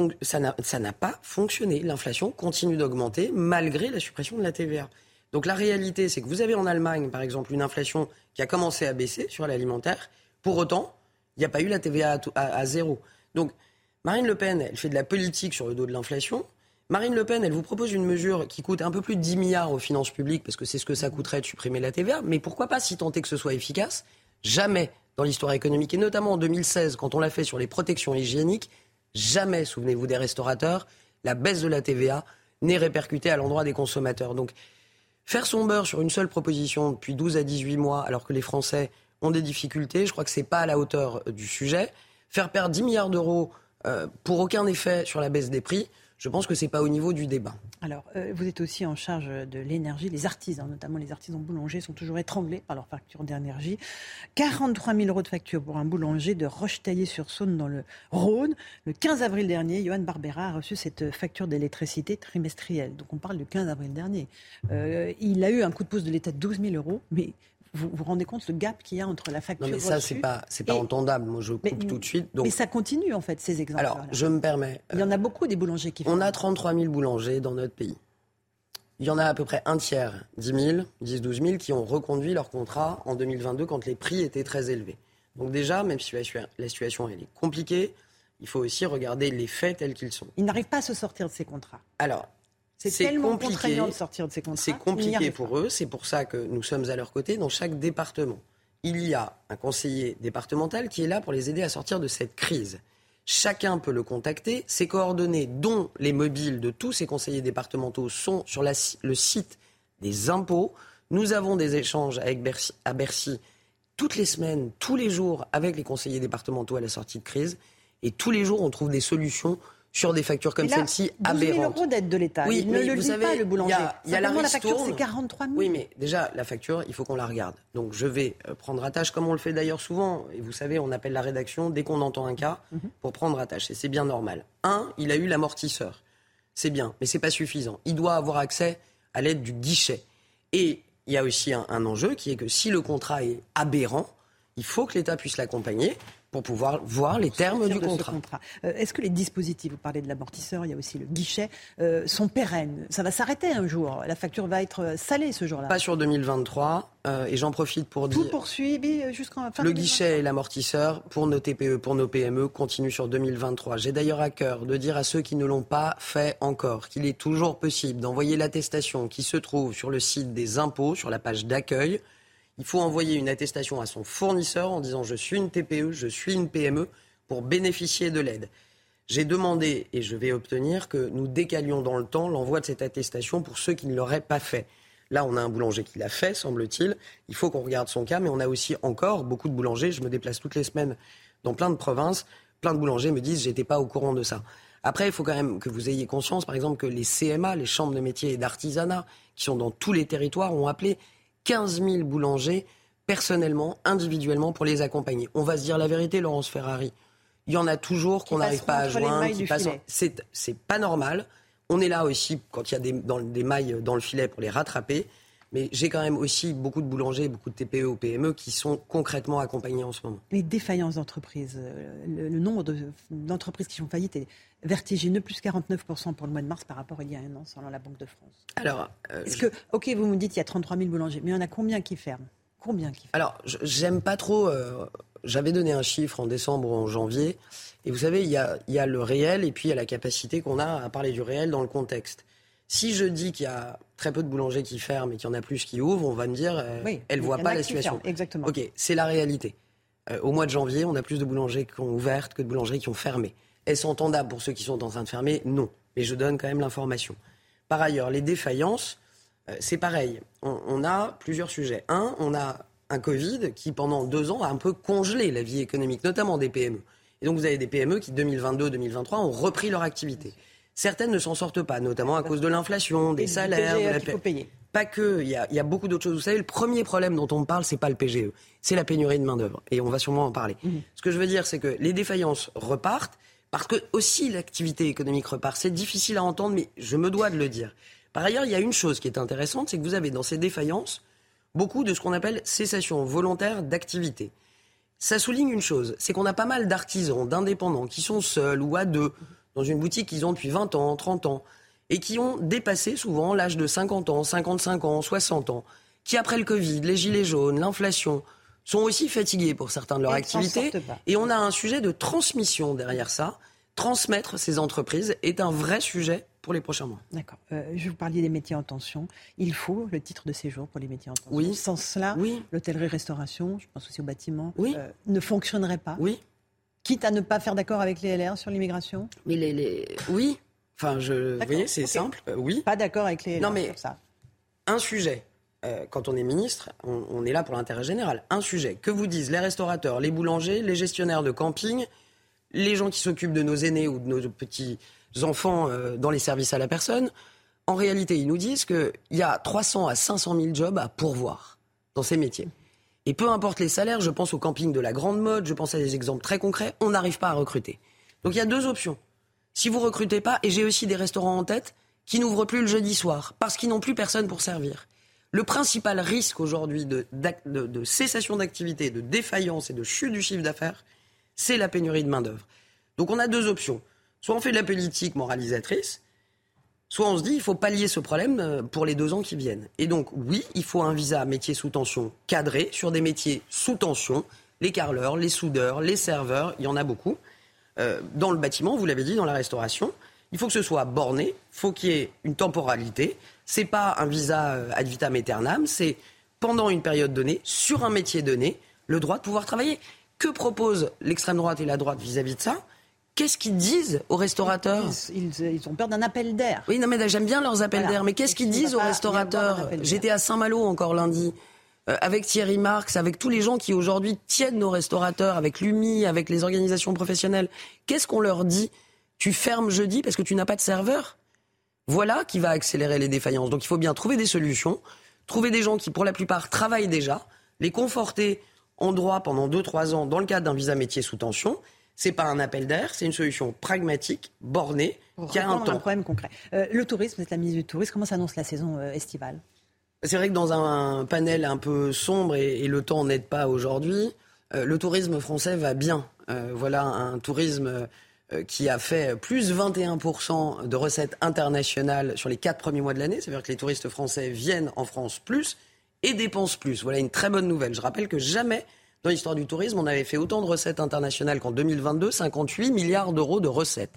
n'a pas fonctionné. L'inflation continue d'augmenter malgré la suppression de la TVA. Donc la réalité, c'est que vous avez en Allemagne, par exemple, une inflation qui a commencé à baisser sur l'alimentaire. Pour autant, il n'y a pas eu la TVA à zéro. Donc Marine Le Pen, elle fait de la politique sur le dos de l'inflation. Marine Le Pen, elle vous propose une mesure qui coûte un peu plus de 10 milliards aux finances publiques, parce que c'est ce que ça coûterait de supprimer la TVA. Mais pourquoi pas, si tant est que ce soit efficace ? Jamais dans l'histoire économique, et notamment en 2016, quand on l'a fait sur les protections hygiéniques, jamais, souvenez-vous des restaurateurs, la baisse de la TVA n'est répercutée à l'endroit des consommateurs. Donc, faire son beurre sur une seule proposition depuis 12 à 18 mois, alors que les Français ont des difficultés, je crois que ce n'est pas à la hauteur du sujet. Faire perdre 10 milliards d'euros pour aucun effet sur la baisse des prix, je pense que ce n'est pas au niveau du débat. Alors, vous êtes aussi en charge de l'énergie. Les artisans, notamment les artisans boulangers, sont toujours étranglés par leur facture d'énergie. 43 000 euros de facture pour un boulanger de Rochetaillé-sur-Saône dans le Rhône. Le 15 avril dernier, Johan Barbera a reçu cette facture d'électricité trimestrielle. Donc on parle du 15 avril dernier. Il a eu un coup de pouce de l'État de 12 000 euros, mais vous vous rendez compte le gap qu'il y a entre la facture reçue... Non mais ça, c'est pas entendable. Moi, je coupe tout de suite. Donc... Mais ça continue, en fait, ces exemples. Alors, je me permets... Il y en a beaucoup, des boulangers qui font... On a 33 000 boulangers dans notre pays. Il y en a à peu près un tiers, 10 000, 12 000, qui ont reconduit leur contrat en 2022 quand les prix étaient très élevés. Donc déjà, même si la situation elle est compliquée, il faut aussi regarder les faits tels qu'ils sont. Ils n'arrivent pas à se sortir de ces contrats. Alors... C'est tellement contraignant de sortir de ces contrats. C'est compliqué pour eux, c'est pour ça que nous sommes à leur côté dans chaque département. Il y a un conseiller départemental qui est là pour les aider à sortir de cette crise. Chacun peut le contacter. Ces coordonnées, dont les mobiles de tous ces conseillers départementaux, sont sur le site des impôts. Nous avons des échanges à Bercy toutes les semaines, tous les jours, avec les conseillers départementaux à la sortie de crise. Et tous les jours, on trouve des solutions sur des factures comme celle-ci aberrantes. 12 000 euros d'aide de l'État. Oui, il ne le dit pas, le boulanger. Il y a la facture, c'est 43 000. Oui, mais déjà, la facture, il faut qu'on la regarde. Donc, je vais prendre à tâche, comme on le fait d'ailleurs souvent. Et vous savez, on appelle la rédaction dès qu'on entend un cas pour prendre à tâche. Et c'est bien normal. Il a eu l'amortisseur. C'est bien, mais c'est pas suffisant. Il doit avoir accès à l'aide du guichet. Et il y a aussi un enjeu qui est que si le contrat est aberrant, il faut que l'État puisse l'accompagner pour pouvoir voir les termes du contrat. Est-ce que les dispositifs, vous parlez de l'amortisseur, il y a aussi le guichet, sont pérennes ? Ça va s'arrêter un jour. La facture va être salée ce jour-là. Pas sur 2023. Et j'en profite pour dire... Tout poursuit jusqu'en fin 2023. Le guichet et l'amortisseur pour nos TPE, pour nos PME, continuent sur 2023. J'ai d'ailleurs à cœur de dire à ceux qui ne l'ont pas fait encore qu'il est toujours possible d'envoyer l'attestation qui se trouve sur le site des impôts, sur la page d'accueil. Il faut envoyer une attestation à son fournisseur en disant « je suis une TPE, je suis une PME » pour bénéficier de l'aide. J'ai demandé, et je vais obtenir, que nous décalions dans le temps l'envoi de cette attestation pour ceux qui ne l'auraient pas fait. Là, on a un boulanger qui l'a fait, semble-t-il. Il faut qu'on regarde son cas, mais on a aussi encore beaucoup de boulangers. Je me déplace toutes les semaines dans plein de provinces. Plein de boulangers me disent « j'étais pas au courant de ça ». Après, il faut quand même que vous ayez conscience, par exemple, que les CMA, les chambres de métiers et d'artisanat, qui sont dans tous les territoires, ont appelé 15 000 boulangers personnellement, individuellement, pour les accompagner. On va se dire la vérité, Laurence Ferrari. Il y en a toujours qu'on n'arrive pas à joindre. C'est pas normal. On est là aussi quand il y a des mailles dans le filet pour les rattraper. Mais j'ai quand même aussi beaucoup de boulangers, beaucoup de TPE ou PME qui sont concrètement accompagnés en ce moment. Les défaillances d'entreprises, le nombre d'entreprises qui font faillite est vertigineux, plus 49% pour le mois de mars par rapport à il y a un an, selon la Banque de France. Alors, ok, vous me dites qu'il y a 33 000 boulangers, mais il y en a combien qui ferment ? Alors, j'aime pas trop... j'avais donné un chiffre en décembre ou en janvier, et vous savez, il y a le réel et puis il y a la capacité qu'on a à parler du réel dans le contexte. Si je dis qu'il y a très peu de boulangers qui ferment et qu'il y en a plus qui ouvrent, on va me dire elle ne voit pas la situation. Exactement. Ok, c'est la réalité. Au mois de janvier, on a plus de boulangers qui ont ouvert que de boulangers qui ont fermé. Est-ce entendable pour ceux qui sont en train de fermer ? Non. Mais je donne quand même l'information. Par ailleurs, les défaillances, c'est pareil. On a plusieurs sujets. On a un Covid qui, pendant 2 ans, a un peu congelé la vie économique, notamment des PME. Et donc, vous avez des PME qui, 2022-2023, ont repris leur activité. Certaines ne s'en sortent pas, notamment à cause de l'inflation, des salaires, de la qu'il faut payer. Pas que, il y a beaucoup d'autres choses. Vous savez, le premier problème dont on parle, c'est pas le PGE, c'est la pénurie de main-d'œuvre. Et on va sûrement en parler. Ce que je veux dire, c'est que les défaillances repartent, parce que aussi l'activité économique repart. C'est difficile à entendre, mais je me dois de le dire. Par ailleurs, il y a une chose qui est intéressante, c'est que vous avez dans ces défaillances beaucoup de ce qu'on appelle cessation volontaire d'activité. Ça souligne une chose, c'est qu'on a pas mal d'artisans, d'indépendants qui sont seuls ou à deux dans une boutique qu'ils ont depuis 20 ans, 30 ans, et qui ont dépassé souvent l'âge de 50 ans, 55 ans, 60 ans, qui après le Covid, les gilets jaunes, l'inflation, sont aussi fatigués pour certains de leur activité. Et on a un sujet de transmission derrière ça. Transmettre ces entreprises est un vrai sujet pour les prochains mois. D'accord. Je vous parlais des métiers en tension. Il faut le titre de séjour pour les métiers en tension. Oui. Sans cela, l'hôtellerie-restauration, je pense aussi au bâtiment, oui. Ne fonctionnerait pas. Oui. Quitte à ne pas faire d'accord avec les LR sur l'immigration. Mais oui. Enfin, vous voyez, c'est simple. Oui. Pas d'accord avec les LR sur ça. Un sujet. Quand on est ministre, on est là pour l'intérêt général. Un sujet. Que vous disent les restaurateurs, les boulangers, les gestionnaires de camping, les gens qui s'occupent de nos aînés ou de nos petits-enfants dans les services à la personne, en réalité, ils nous disent qu'il y a 300 à 500 000 jobs à pourvoir dans ces métiers. Et peu importe les salaires, je pense au camping de la grande mode, je pense à des exemples très concrets, on n'arrive pas à recruter. Donc il y a 2 options. Si vous ne recrutez pas, et j'ai aussi des restaurants en tête qui n'ouvrent plus le jeudi soir, parce qu'ils n'ont plus personne pour servir. Le principal risque aujourd'hui de cessation d'activité, de défaillance et de chute du chiffre d'affaires, c'est la pénurie de main-d'œuvre. Donc on a 2 options. Soit on fait de la politique moralisatrice, soit on se dit qu'il faut pallier ce problème pour les 2 ans qui viennent. Et donc oui, il faut un visa métier sous tension cadré sur des métiers sous tension, les carreleurs, les soudeurs, les serveurs, il y en a beaucoup. Dans le bâtiment, vous l'avez dit, dans la restauration, il faut que ce soit borné, il faut qu'il y ait une temporalité. C'est pas un visa ad vitam aeternam, c'est pendant une période donnée, sur un métier donné, le droit de pouvoir travailler. Que propose l'extrême droite et la droite vis-à-vis de ça ? Qu'est-ce qu'ils disent aux restaurateurs ? Ils ont peur d'un appel d'air. Oui, non, mais j'aime bien leurs appels d'air. Mais qu'est-ce qu'ils disent aux restaurateurs ? J'étais à Saint-Malo encore lundi, avec Thierry Marx, avec tous les gens qui aujourd'hui tiennent nos restaurateurs, avec l'UMI, avec les organisations professionnelles. Qu'est-ce qu'on leur dit ? Tu fermes jeudi parce que tu n'as pas de serveur ? Voilà qui va accélérer les défaillances. Donc il faut bien trouver des solutions, trouver des gens qui, pour la plupart, travaillent déjà, les conforter en droit pendant 2-3 ans dans le cadre d'un visa métier sous tension. C'est pas un appel d'air, c'est une solution pragmatique, bornée, qui a un temps. Un problème concret. Le tourisme, vous êtes la ministre du Tourisme, comment s'annonce la saison estivale ? C'est vrai que dans un panel un peu sombre, et le temps n'aide pas aujourd'hui, le tourisme français va bien. Voilà un tourisme qui a fait plus 21% de recettes internationales sur les 4 premiers mois de l'année. C'est-à-dire que les touristes français viennent en France plus et dépensent plus. Voilà une très bonne nouvelle. Je rappelle que jamais dans l'histoire du tourisme, on avait fait autant de recettes internationales qu'en 2022, 58 milliards d'euros de recettes.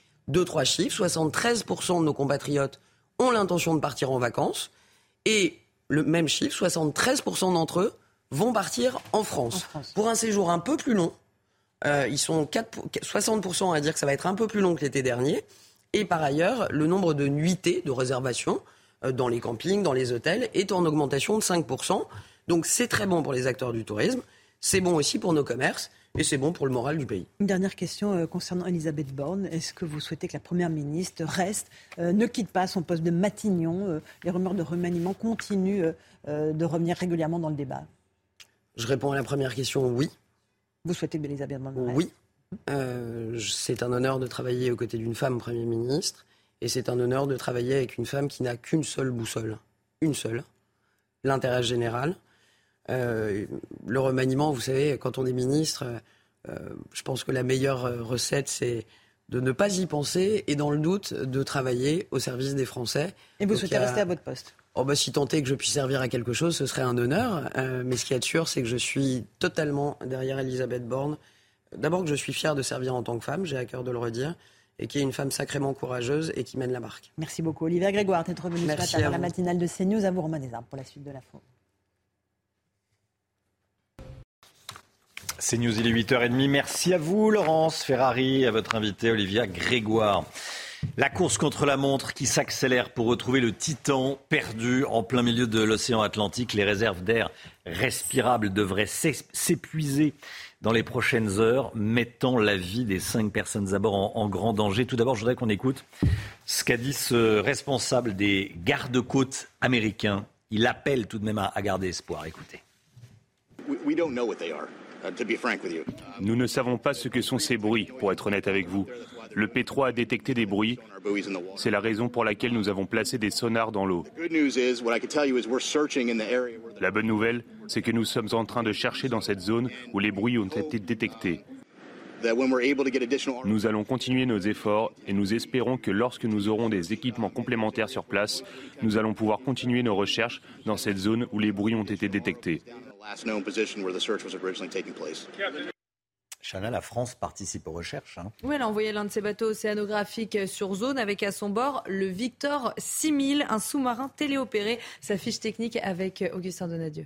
2-3 chiffres, 73% de nos compatriotes ont l'intention de partir en vacances. Et le même chiffre, 73% d'entre eux vont partir en France. Pour un séjour un peu plus long. Ils sont 60% à dire que ça va être un peu plus long que l'été dernier. Et par ailleurs, le nombre de nuitées, de réservations dans les campings, dans les hôtels, est en augmentation de 5%. Donc c'est très bon pour les acteurs du tourisme, c'est bon aussi pour nos commerces et c'est bon pour le moral du pays. Une dernière question concernant Elisabeth Borne. Est-ce que vous souhaitez que la Première ministre reste, ne quitte pas son poste de Matignon ? Les rumeurs de remaniement continuent de revenir régulièrement dans le débat. Je réponds à la première question, oui. Vous souhaitez que Elisabeth Borne reste ? Oui. C'est un honneur de travailler aux côtés d'une femme Premier ministre et c'est un honneur de travailler avec une femme qui n'a qu'une seule boussole, une seule, l'intérêt général. Le remaniement, vous savez, quand on est ministre, je pense que la meilleure recette, c'est de ne pas y penser et dans le doute, de travailler au service des Français. Et vous souhaitez rester à votre poste ? Si tant est que je puisse servir à quelque chose, ce serait un honneur. Mais ce qui est sûr, c'est que je suis totalement derrière Elisabeth Borne. D'abord que je suis fier de servir en tant que femme, j'ai à cœur de le redire, et qui est une femme sacrément courageuse et qui mène la barque. Merci beaucoup. Olivier Grégoire, d'être revenu ce matin dans la matinale de CNews. À vous, Romain Desarmes, pour la suite de l'info. CNews, il est 8h30. Merci à vous, Laurence Ferrari, à votre invité, Olivier Grégoire. La course contre la montre qui s'accélère pour retrouver le Titan perdu en plein milieu de l'océan Atlantique. Les réserves d'air respirable devraient s'épuiser dans les prochaines heures, mettant la vie des 5 personnes à bord en grand danger. Tout d'abord, je voudrais qu'on écoute ce qu'a dit ce responsable des gardes-côtes américains. Il appelle tout de même à garder espoir. Écoutez. Nous ne savons pas ce que sont ces bruits, pour être honnête avec vous. Le P3 a détecté des bruits. C'est la raison pour laquelle nous avons placé des sonars dans l'eau. La bonne nouvelle, c'est que nous sommes en train de chercher dans cette zone où les bruits ont été détectés. Nous allons continuer nos efforts et nous espérons que lorsque nous aurons des équipements complémentaires sur place, nous allons pouvoir continuer nos recherches dans cette zone où les bruits ont été détectés. Chana, la France participe aux recherches. Oui, elle a envoyé l'un de ses bateaux océanographiques sur zone avec à son bord le Victor 6000, un sous-marin téléopéré. Sa fiche technique avec Augustin Donadieu.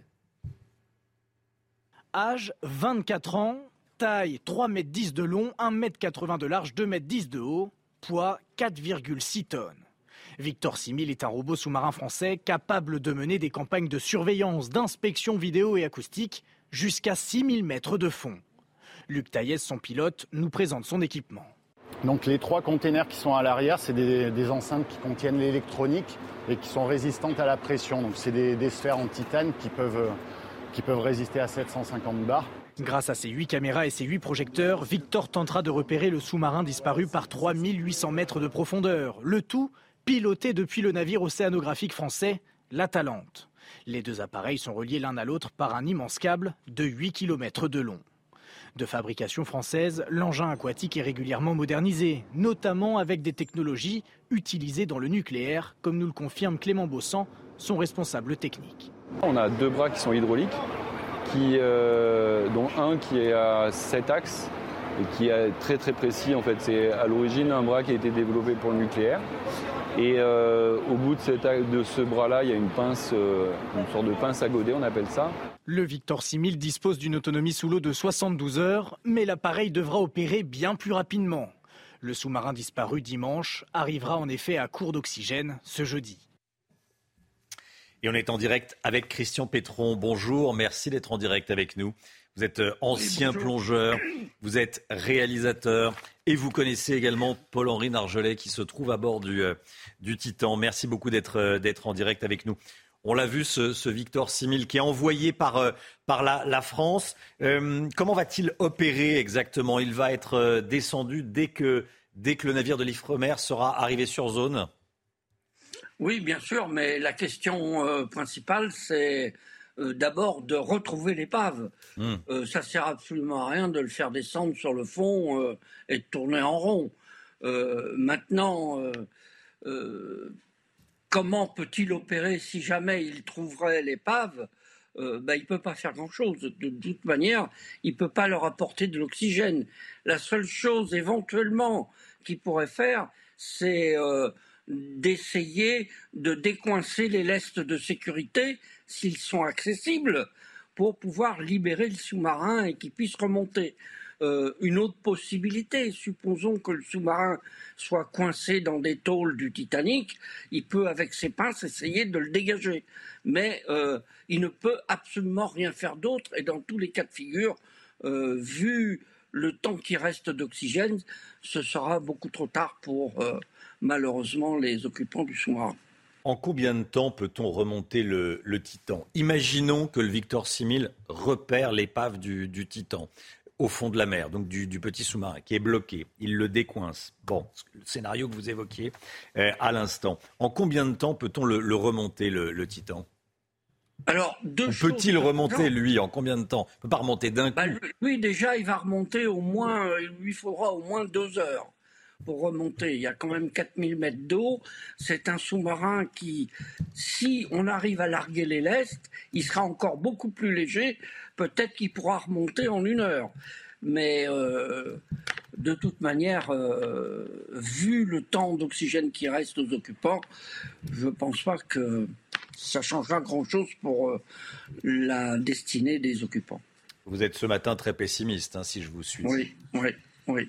Âge 24 ans, taille 3,10 m de long, 1,80 m de large, 2,10 m de haut, poids 4,6 tonnes. Victor 6000 est un robot sous-marin français capable de mener des campagnes de surveillance, d'inspection vidéo et acoustique jusqu'à 6000 mètres de fond. Luc Taillès, son pilote, nous présente son équipement. Donc les 3 containers qui sont à l'arrière, c'est des enceintes qui contiennent l'électronique et qui sont résistantes à la pression. Donc c'est des sphères en titane qui peuvent résister à 750 bars. Grâce à ses 8 caméras et ses 8 projecteurs, Victor tentera de repérer le sous-marin disparu par 3800 mètres de profondeur. Le tout piloté depuis le navire océanographique français, l'Atalante. Les 2 appareils sont reliés l'un à l'autre par un immense câble de 8 km de long. De fabrication française, l'engin aquatique est régulièrement modernisé, notamment avec des technologies utilisées dans le nucléaire, comme nous le confirme Clément Bossan, son responsable technique. On a 2 bras qui sont hydrauliques, dont un qui est à 7 axes et qui est très très précis. En fait, c'est à l'origine un bras qui a été développé pour le nucléaire. Et au bout de ce bras-là, il y a une pince, une sorte de pince à godet, on appelle ça. Le Victor 6000 dispose d'une autonomie sous l'eau de 72 heures, mais l'appareil devra opérer bien plus rapidement. Le sous-marin disparu dimanche arrivera en effet à court d'oxygène ce jeudi. Et on est en direct avec Christian Pétron. Bonjour, merci d'être en direct avec nous. Vous êtes ancien plongeur, vous êtes réalisateur et vous connaissez également Paul-Henri Nargelet qui se trouve à bord du Titan. Merci beaucoup d'être en direct avec nous. On l'a vu, ce Victor 6000 qui est envoyé par la France. Comment va-t-il opérer exactement ? Il va être descendu dès que le navire de l'Ifremer sera arrivé sur zone ? Oui, bien sûr, mais la question principale, c'est d'abord de retrouver l'épave. Ça sert absolument à rien de le faire descendre sur le fond et de tourner en rond. Maintenant, comment peut-il opérer si jamais il trouverait l'épave ? Il ne peut pas faire grand-chose. De toute manière, il ne peut pas leur apporter de l'oxygène. La seule chose éventuellement qu'il pourrait faire, c'est d'essayer de décoincer les lestes de sécurité s'ils sont accessibles pour pouvoir libérer le sous-marin et qu'il puisse remonter. Une autre possibilité, supposons que le sous-marin soit coincé dans des tôles du Titanic, il peut avec ses pinces essayer de le dégager. Mais il ne peut absolument rien faire d'autre et dans tous les cas de figure, vu le temps qui reste d'oxygène, ce sera beaucoup trop tard pour malheureusement les occupants du sous-marin. En combien de temps peut-on remonter le Titan ? Imaginons que le Victor 6000 repère l'épave du Titan au fond de la mer, donc du petit sous-marin qui est bloqué. Il le décoince. Bon, le scénario que vous évoquiez à l'instant. En combien de temps peut-on le remonter, le Titan ? Alors, peut-il remonter, lui, en combien de temps ? Il ne peut pas remonter d'un coup. Lui, déjà, il va remonter au moins, il lui faudra au moins 2 heures pour remonter. Il y a quand même 4000 mètres d'eau. C'est un sous-marin qui, si on arrive à larguer les lestes, il sera encore beaucoup plus léger. Peut-être qu'il pourra remonter en 1 heure. Mais de toute manière, vu le temps d'oxygène qui reste aux occupants, je ne pense pas que ça changera grand-chose pour la destinée des occupants. Vous êtes ce matin très pessimiste, si je vous suis. Oui.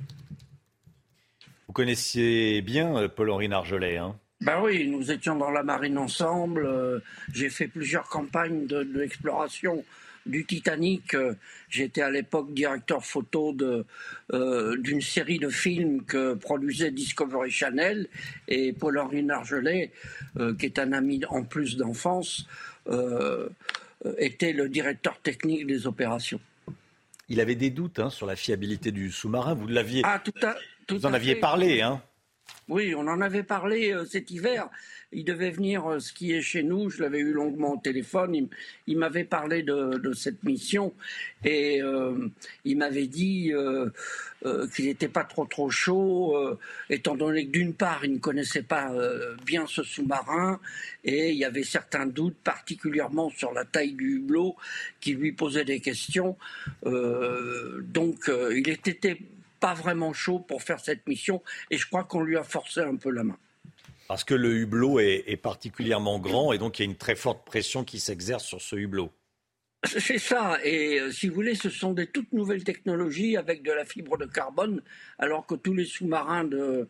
Vous connaissiez bien Paul-Henri Nargelet, Ben oui, nous étions dans la marine ensemble. J'ai fait plusieurs campagnes d'exploration du Titanic. J'étais à l'époque directeur photo d'une série de films que produisait Discovery Channel. Et Paul-Henri Nargelet, qui est un ami en plus d'enfance, était le directeur technique des opérations. Il avait des doutes sur la fiabilité du sous-marin. Vous l'aviez... Vous en aviez fait. parlé, Oui, on en avait parlé cet hiver. Il devait venir skier chez nous. Je l'avais eu longuement au téléphone. Il m'avait parlé de cette mission et il m'avait dit qu'il n'était pas trop chaud, étant donné que d'une part, il ne connaissait pas bien ce sous-marin et il y avait certains doutes, particulièrement sur la taille du hublot, qui lui posaient des questions. Donc, il était pas vraiment chaud pour faire cette mission et je crois qu'on lui a forcé un peu la main. Parce que le hublot est particulièrement grand et donc il y a une très forte pression qui s'exerce sur ce hublot. C'est ça, et si vous voulez, ce sont des toutes nouvelles technologies avec de la fibre de carbone, alors que tous les sous-marins de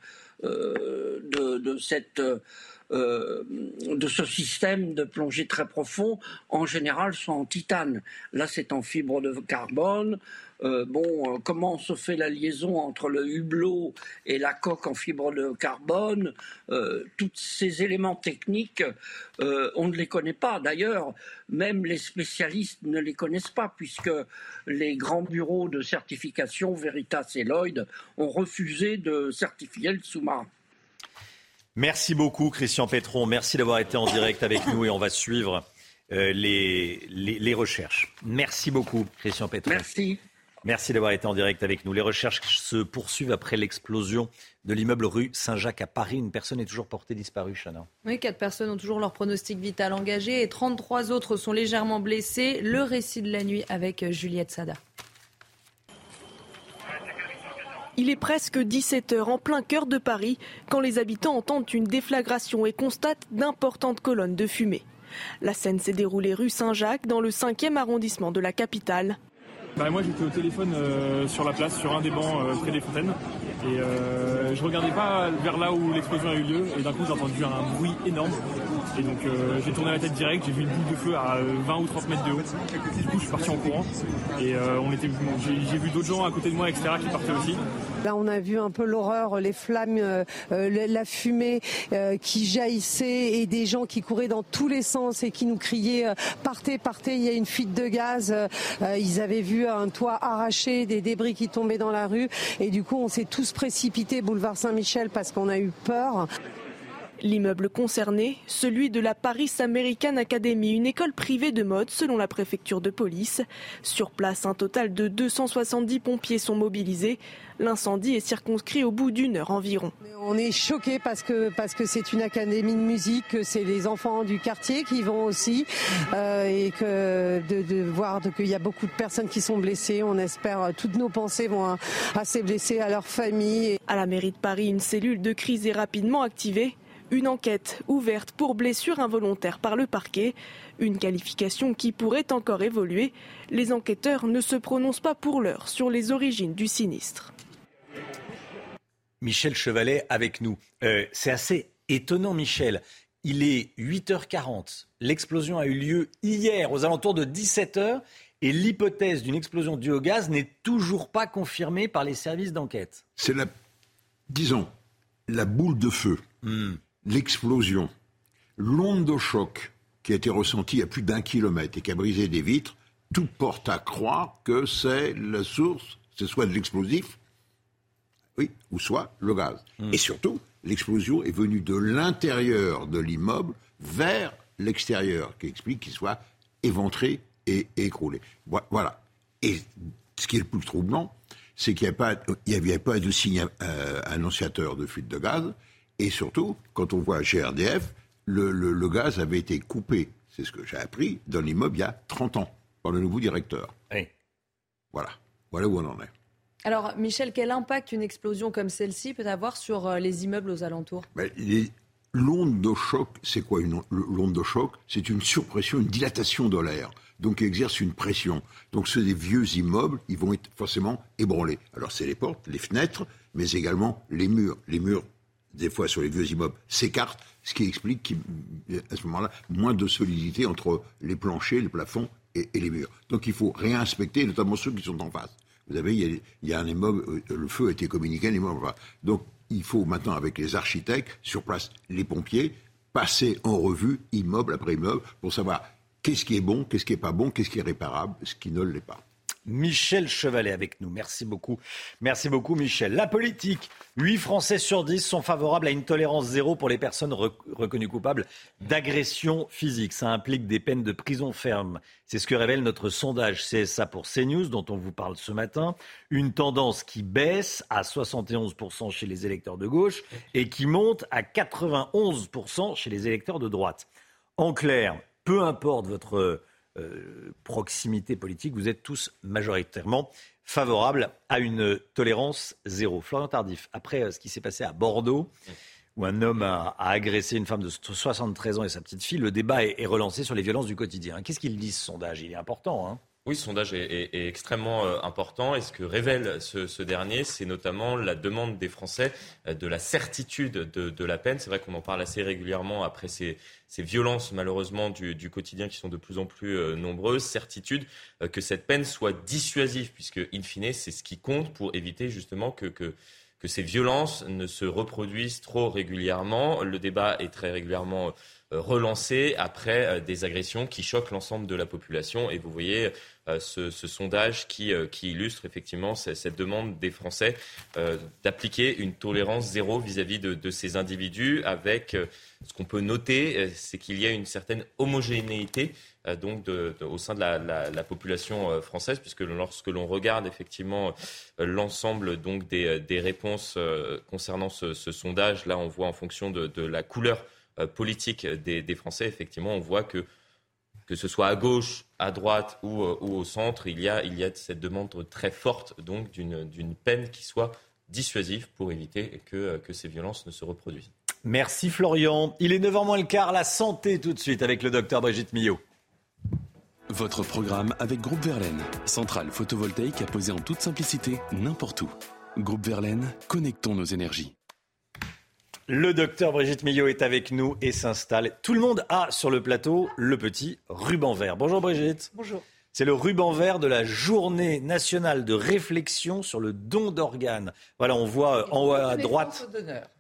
ce système de plongée très profond, en général, sont en titane. Là, c'est en fibre de carbone. Comment se fait la liaison entre le hublot et la coque en fibre de carbone, tous ces éléments techniques, on ne les connaît pas. D'ailleurs, même les spécialistes ne les connaissent pas, puisque les grands bureaux de certification, Veritas et Lloyd, ont refusé de certifier le sous-marin. Merci beaucoup, Christian Petron. Merci d'avoir été en direct avec nous et on va suivre les recherches. Merci beaucoup, Christian Petron. Merci d'avoir été en direct avec nous. Les recherches se poursuivent après l'explosion de l'immeuble rue Saint-Jacques à Paris. Une personne est toujours portée disparue, Chana. Oui, 4 personnes ont toujours leur pronostic vital engagé et 33 autres sont légèrement blessées. Le récit de la nuit avec Juliette Sada. Il est presque 17h en plein cœur de Paris quand les habitants entendent une déflagration et constatent d'importantes colonnes de fumée. La scène s'est déroulée rue Saint-Jacques dans le 5e arrondissement de la capitale. Moi j'étais au téléphone sur la place, sur un des bancs près des fontaines et je regardais pas vers là où l'explosion a eu lieu et d'un coup j'ai entendu un bruit énorme et donc j'ai tourné la tête direct, j'ai vu une boule de feu à 20 ou 30 mètres de haut. Du coup je suis parti en courant et j'ai vu d'autres gens à côté de moi etc. qui partaient aussi. Là, on a vu un peu l'horreur, les flammes, la fumée qui jaillissait et des gens qui couraient dans tous les sens et qui nous criaient « Partez, partez, il y a une fuite de gaz ». Ils avaient vu un toit arraché, des débris qui tombaient dans la rue et du coup, on s'est tous précipités boulevard Saint-Michel parce qu'on a eu peur. L'immeuble concerné, celui de la Paris American Academy, une école privée de mode selon la préfecture de police. Sur place, un total de 270 pompiers sont mobilisés. L'incendie est circonscrit au bout d'1 heure environ. On est choqués parce que c'est une académie de musique, que c'est les enfants du quartier qui vont aussi et que de voir qu'il y a beaucoup de personnes qui sont blessées. On espère, toutes nos pensées vont à ces blessés, à leurs familles. À la mairie de Paris, une cellule de crise est rapidement activée. Une enquête ouverte pour blessure involontaire par le parquet. Une qualification qui pourrait encore évoluer. Les enquêteurs ne se prononcent pas pour l'heure sur les origines du sinistre. Michel Chevalet avec nous. C'est assez étonnant, Michel. Il est 8h40. L'explosion a eu lieu hier aux alentours de 17h et l'hypothèse d'une explosion due au gaz n'est toujours pas confirmée par les services d'enquête. C'est la boule de feu, l'explosion, l'onde de choc qui a été ressentie à plus d'1 kilomètre et qui a brisé des vitres. Tout porte à croire que c'est la source, c'est soit de l'explosif, ou soit le gaz. Et surtout, l'explosion est venue de l'intérieur de l'immeuble vers l'extérieur, qui explique qu'il soit éventré et écroulé. Voilà. Et ce qui est le plus troublant, c'est qu'il n'y avait pas de signe annonciateur de fuite de gaz. Et surtout, quand on voit chez RDF, le gaz avait été coupé, c'est ce que j'ai appris, dans l'immeuble il y a 30 ans, par le nouveau directeur. Oui. Voilà où on en est. Alors, Michel, quel impact une explosion comme celle-ci peut avoir sur les immeubles aux alentours ? L'onde de choc, c'est quoi l'onde de choc ? C'est une surpression, une dilatation de l'air, donc qui exerce une pression. Donc c'est des vieux immeubles, ils vont être forcément ébranlés. Alors c'est les portes, les fenêtres, mais également les murs. Les murs, des fois sur les vieux immeubles, s'écartent, ce qui explique qu'à ce moment-là, moins de solidité entre les planchers, les plafonds et les murs. Donc il faut réinspecter, notamment ceux qui sont en face. Vous savez, il y a un immeuble, le feu a été communiqué à l'immeuble. Donc, il faut maintenant, avec les architectes, sur place, les pompiers, passer en revue, immeuble après immeuble, pour savoir qu'est-ce qui est bon, qu'est-ce qui n'est pas bon, qu'est-ce qui est réparable, ce qui ne l'est pas. Michel Chevalet avec nous. Merci beaucoup. Merci beaucoup, Michel. La politique. 8 Français sur 10 sont favorables à une tolérance zéro pour les personnes reconnues coupables d'agression physique. Ça implique des peines de prison ferme. C'est ce que révèle notre sondage CSA pour CNews, dont on vous parle ce matin. Une tendance qui baisse à 71% chez les électeurs de gauche et qui monte à 91% chez les électeurs de droite. En clair, peu importe votre proximité politique, vous êtes tous majoritairement favorables à une tolérance zéro. Florian Tardif, après ce qui s'est passé à Bordeaux, où un homme a agressé une femme de 73 ans et sa petite fille, le débat est relancé sur les violences du quotidien. Qu'est-ce qu'il dit, ce sondage ? Il est important, hein ? Oui, ce sondage est extrêmement important et ce que révèle ce dernier, c'est notamment la demande des Français de la certitude de la peine. C'est vrai qu'on en parle assez régulièrement après ces violences malheureusement du quotidien qui sont de plus en plus nombreuses. Certitude que cette peine soit dissuasive puisque, in fine, c'est ce qui compte pour éviter justement que ces violences ne se reproduisent trop régulièrement. Le débat est très régulièrement relancé après des agressions qui choquent l'ensemble de la population. Et vous voyez ce sondage qui illustre effectivement cette demande des Français d'appliquer une tolérance zéro vis-à-vis de ces individus. Avec ce qu'on peut noter, c'est qu'il y a une certaine homogénéité donc au sein de la population française, puisque lorsque l'on regarde effectivement l'ensemble donc des réponses concernant ce sondage, là on voit en fonction de la couleur politique des Français, effectivement, on voit que ce soit à gauche, à droite ou au centre, il y a cette demande très forte donc d'une peine qui soit dissuasive pour éviter que ces violences ne se reproduisent. Merci Florian. Il est 9h moins le quart, la santé tout de suite avec le docteur Brigitte Millot. Votre programme avec Groupe Verlaine, centrale photovoltaïque à poser en toute simplicité n'importe où. Groupe Verlaine, connectons nos énergies. Le docteur Brigitte Millot est avec nous et s'installe. Tout le monde a sur le plateau le petit ruban vert. Bonjour Brigitte. Bonjour. C'est le ruban vert de la journée nationale de réflexion sur le don d'organes. Voilà, on voit en haut à droite. Pardon ?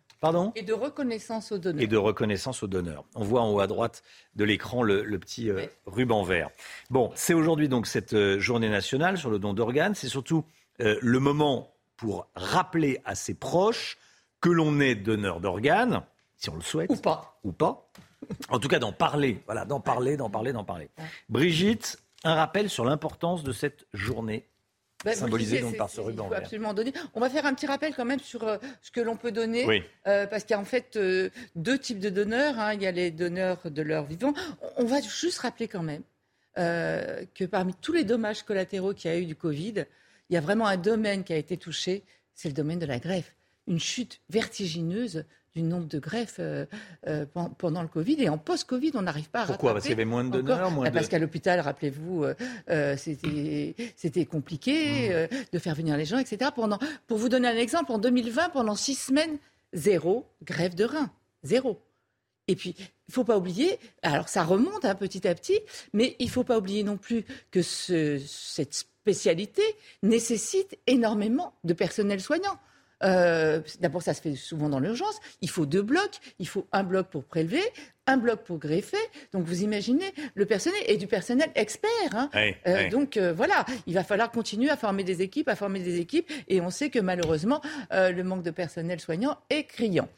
Et de reconnaissance aux donneurs. Et de reconnaissance aux donneurs. On voit en haut à droite de l'écran le petit ruban vert. Bon, c'est aujourd'hui donc cette journée nationale sur le don d'organes. C'est surtout le moment pour rappeler à ses proches que l'on est donneur d'organes, si on le souhaite. Ou pas. En tout cas, d'en parler. Voilà, d'en parler. Brigitte, un rappel sur l'importance de cette journée. Symbolisé donc par ce ruban vert. Absolument donner. On va faire un petit rappel quand même sur ce que l'on peut donner, oui. Parce qu'il y a en fait deux types de donneurs. Hein. Il y a les donneurs de leur vivant. On va juste rappeler quand même que parmi tous les dommages collatéraux qu'il y a eu du Covid, il y a vraiment un domaine qui a été touché, c'est le domaine de la greffe. Une chute vertigineuse du nombre de greffes pendant le Covid. Et en post-Covid, on n'arrive pas à rattraper. Pourquoi ? Parce qu'il y avait moins de donneurs Parce qu'à l'hôpital, rappelez-vous, c'était compliqué de faire venir les gens, etc. Pour vous donner un exemple, en 2020, pendant 6 semaines, 0 greffe de rein. 0. Et puis, il ne faut pas oublier, alors ça remonte petit à petit, mais il ne faut pas oublier non plus que cette spécialité nécessite énormément de personnel soignant. D'abord, ça se fait souvent dans l'urgence. Il faut 2 blocs. Il faut un bloc pour prélever, un bloc pour greffer. Donc, vous imaginez le personnel et du personnel expert. Donc, voilà, il va falloir continuer à former des équipes. Et on sait que malheureusement, le manque de personnel soignant est criant.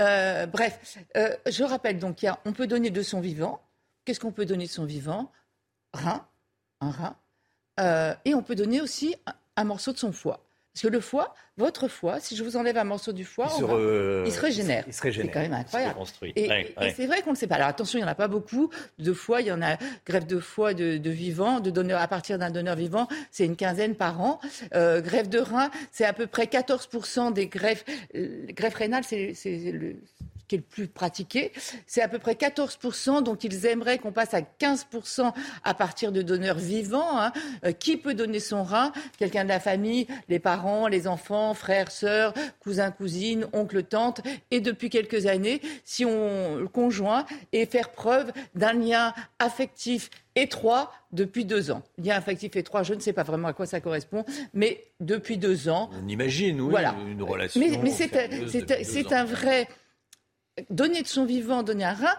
Je rappelle donc on peut donner de son vivant. Qu'est-ce qu'on peut donner de son vivant ? Un rein. Et on peut donner aussi un morceau de son foie. Parce que le foie, votre foie, si je vous enlève un morceau du foie, il se régénère. C'est quand même incroyable. Et c'est vrai qu'on ne le sait pas. Alors attention, il n'y en a pas beaucoup de foie. Il y en a greffe de foie de vivants, de donneurs à partir d'un donneur vivant, c'est une 15aine par an. Greffe de rein, c'est à peu près 14% des greffes. Greffe rénale, c'est qui est le plus pratiqué, c'est à peu près 14%, donc ils aimeraient qu'on passe à 15% à partir de donneurs vivants. Qui peut donner son rein ? Quelqu'un de la famille, les parents, les enfants, frères, sœurs, cousins, cousines, oncles, tantes. Et depuis quelques années, si on le conjoint et faire preuve d'un lien affectif étroit depuis 2 ans. Lien affectif étroit, je ne sais pas vraiment à quoi ça correspond, mais depuis 2 ans. On imagine, oui, voilà. Une relation. Mais c'est un vrai... Donner de son vivant, donner un rein,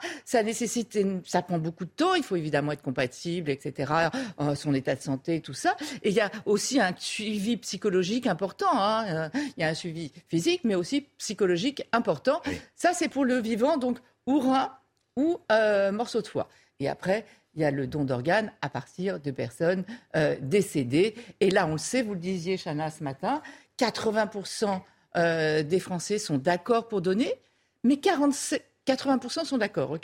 ça prend beaucoup de temps. Il faut évidemment être compatible, etc. Son état de santé, tout ça. Et il y a aussi un suivi psychologique important. Il y a un suivi physique, mais aussi psychologique important. Oui. Ça, c'est pour le vivant, donc ou rein ou morceau de foie. Et après, il y a le don d'organes à partir de personnes décédées. Et là, on le sait, vous le disiez, Chana, ce matin, 80% des Français sont d'accord pour donner. Mais 80% sont d'accord, ok ?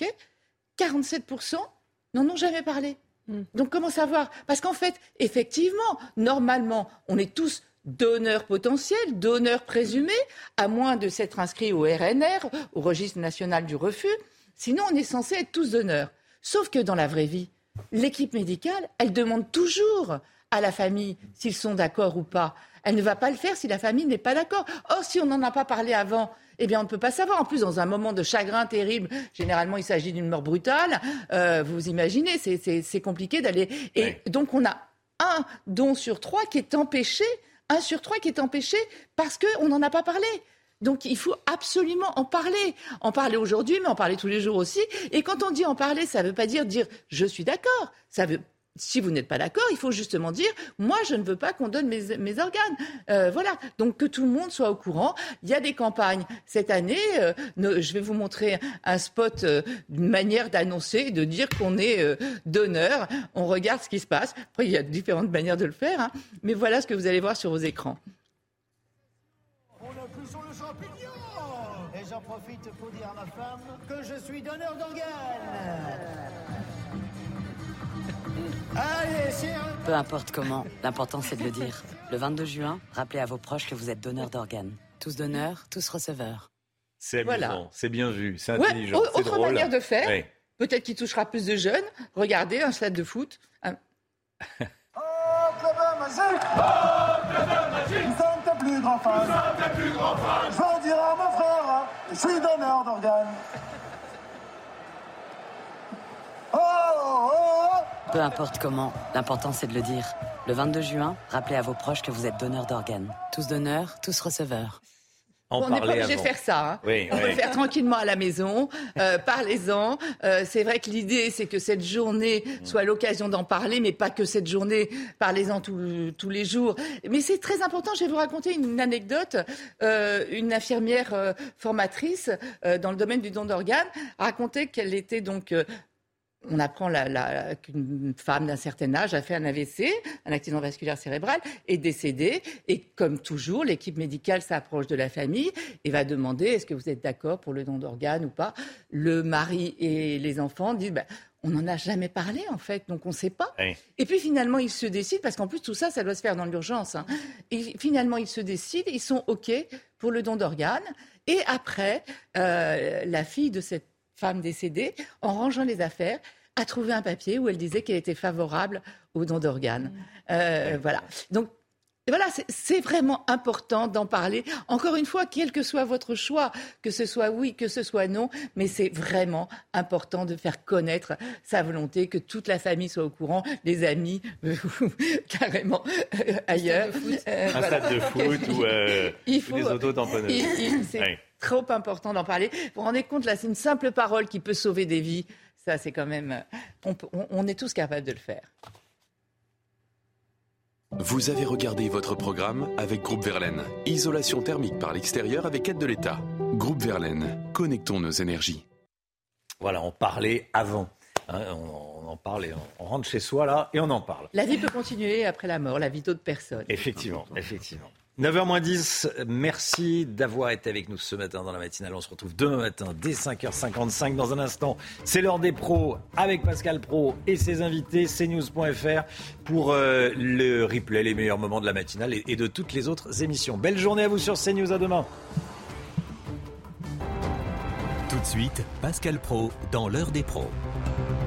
47% n'en ont jamais parlé. Donc comment savoir ? Parce qu'en fait, effectivement, normalement, on est tous donneurs potentiels, donneurs présumés, à moins de s'être inscrits au RNR, au Registre national du refus. Sinon, on est censé être tous donneurs. Sauf que dans la vraie vie, l'équipe médicale, elle demande toujours à la famille s'ils sont d'accord ou pas. Elle ne va pas le faire si la famille n'est pas d'accord. Or, si on n'en a pas parlé avant, eh bien, on ne peut pas savoir. En plus, dans un moment de chagrin terrible, généralement, il s'agit d'une mort brutale. Vous imaginez, c'est compliqué d'aller... Et donc, on a 1 don sur 3 qui est empêché. 1 sur 3 qui est empêché parce qu'on n'en a pas parlé. Donc, il faut absolument en parler. En parler aujourd'hui, mais en parler tous les jours aussi. Et quand on dit en parler, ça ne veut pas dire « je suis d'accord ». Ça veut... Si vous n'êtes pas d'accord, il faut justement dire « moi, je ne veux pas qu'on donne mes organes ». Voilà, donc que tout le monde soit au courant. Il y a des campagnes cette année. Je vais vous montrer un spot, une manière d'annoncer, de dire qu'on est donneur. On regarde ce qui se passe. Après, il y a différentes manières de le faire. Mais voilà ce que vous allez voir sur vos écrans. On appuie sur le champignon. Et j'en profite pour dire à ma femme que je suis donneur d'organes. Peu importe comment, l'important c'est de le dire. Le 22 juin, rappelez à vos proches que vous êtes donneur d'organes. Tous donneurs, tous receveurs. C'est amusant, voilà. C'est bien vu, c'est intelligent, c'est autre drôle. Manière de faire, peut-être qu'il touchera plus de jeunes. Regardez, un stade de foot. Oh, Clément Magique! Oh, Clément Magique! Nous sommes tes plus grands fans! Nous sommes tes plus grands fans! Je veux dire à mon frère, je suis donneur d'organes. Peu importe comment, l'important c'est de le dire. Le 22 juin, rappelez à vos proches que vous êtes donneur d'organes. Tous donneurs, tous receveurs. On n'est pas obligé de faire ça. Oui, on peut le faire tranquillement à la maison. Parlez-en. C'est vrai que l'idée, c'est que cette journée soit l'occasion d'en parler, mais pas que cette journée. Parlez-en tous les jours. Mais c'est très important. Je vais vous raconter une anecdote. Une infirmière formatrice dans le domaine du don d'organes racontait qu'elle était donc... On apprend qu'une femme d'un certain âge a fait un AVC, un accident vasculaire cérébral, est décédée. Et comme toujours, l'équipe médicale s'approche de la famille et va demander est-ce que vous êtes d'accord pour le don d'organes ou pas. Le mari et les enfants disent on n'en a jamais parlé, en fait, donc on ne sait pas. Oui. Et puis, finalement, ils se décident, parce qu'en plus, tout ça, ça doit se faire dans l'urgence. Hein. Et finalement, ils se décident, ils sont OK pour le don d'organes. Et après, la fille de cette femme décédée, en rangeant les affaires, a trouvé un papier où elle disait qu'elle était favorable au don d'organes. Voilà. Donc, voilà, c'est vraiment important d'en parler. Encore une fois, quel que soit votre choix, que ce soit oui, que ce soit non, mais c'est vraiment important de faire connaître sa volonté, que toute la famille soit au courant, les amis, carrément ailleurs. Un stade de foot ou des auto-tamponneuses. C'est trop important d'en parler. Vous vous rendez compte, là, c'est une simple parole qui peut sauver des vies. Ça, c'est quand même... On est tous capables de le faire. Vous avez regardé votre programme avec Groupe Verlaine. Isolation thermique par l'extérieur avec aide de l'État. Groupe Verlaine, connectons nos énergies. Voilà, on parlait avant. On en parle et on rentre chez soi là et on en parle. La vie peut continuer après la mort, la vie d'autres personnes. Effectivement. 9h-10, merci d'avoir été avec nous ce matin dans la matinale. On se retrouve demain matin dès 5h55. Dans un instant, c'est l'heure des pros avec Pascal Praud et ses invités, cnews.fr pour le replay, les meilleurs moments de la matinale et de toutes les autres émissions. Belle journée à vous sur CNews, à demain. Tout de suite, Pascal Praud dans l'heure des pros.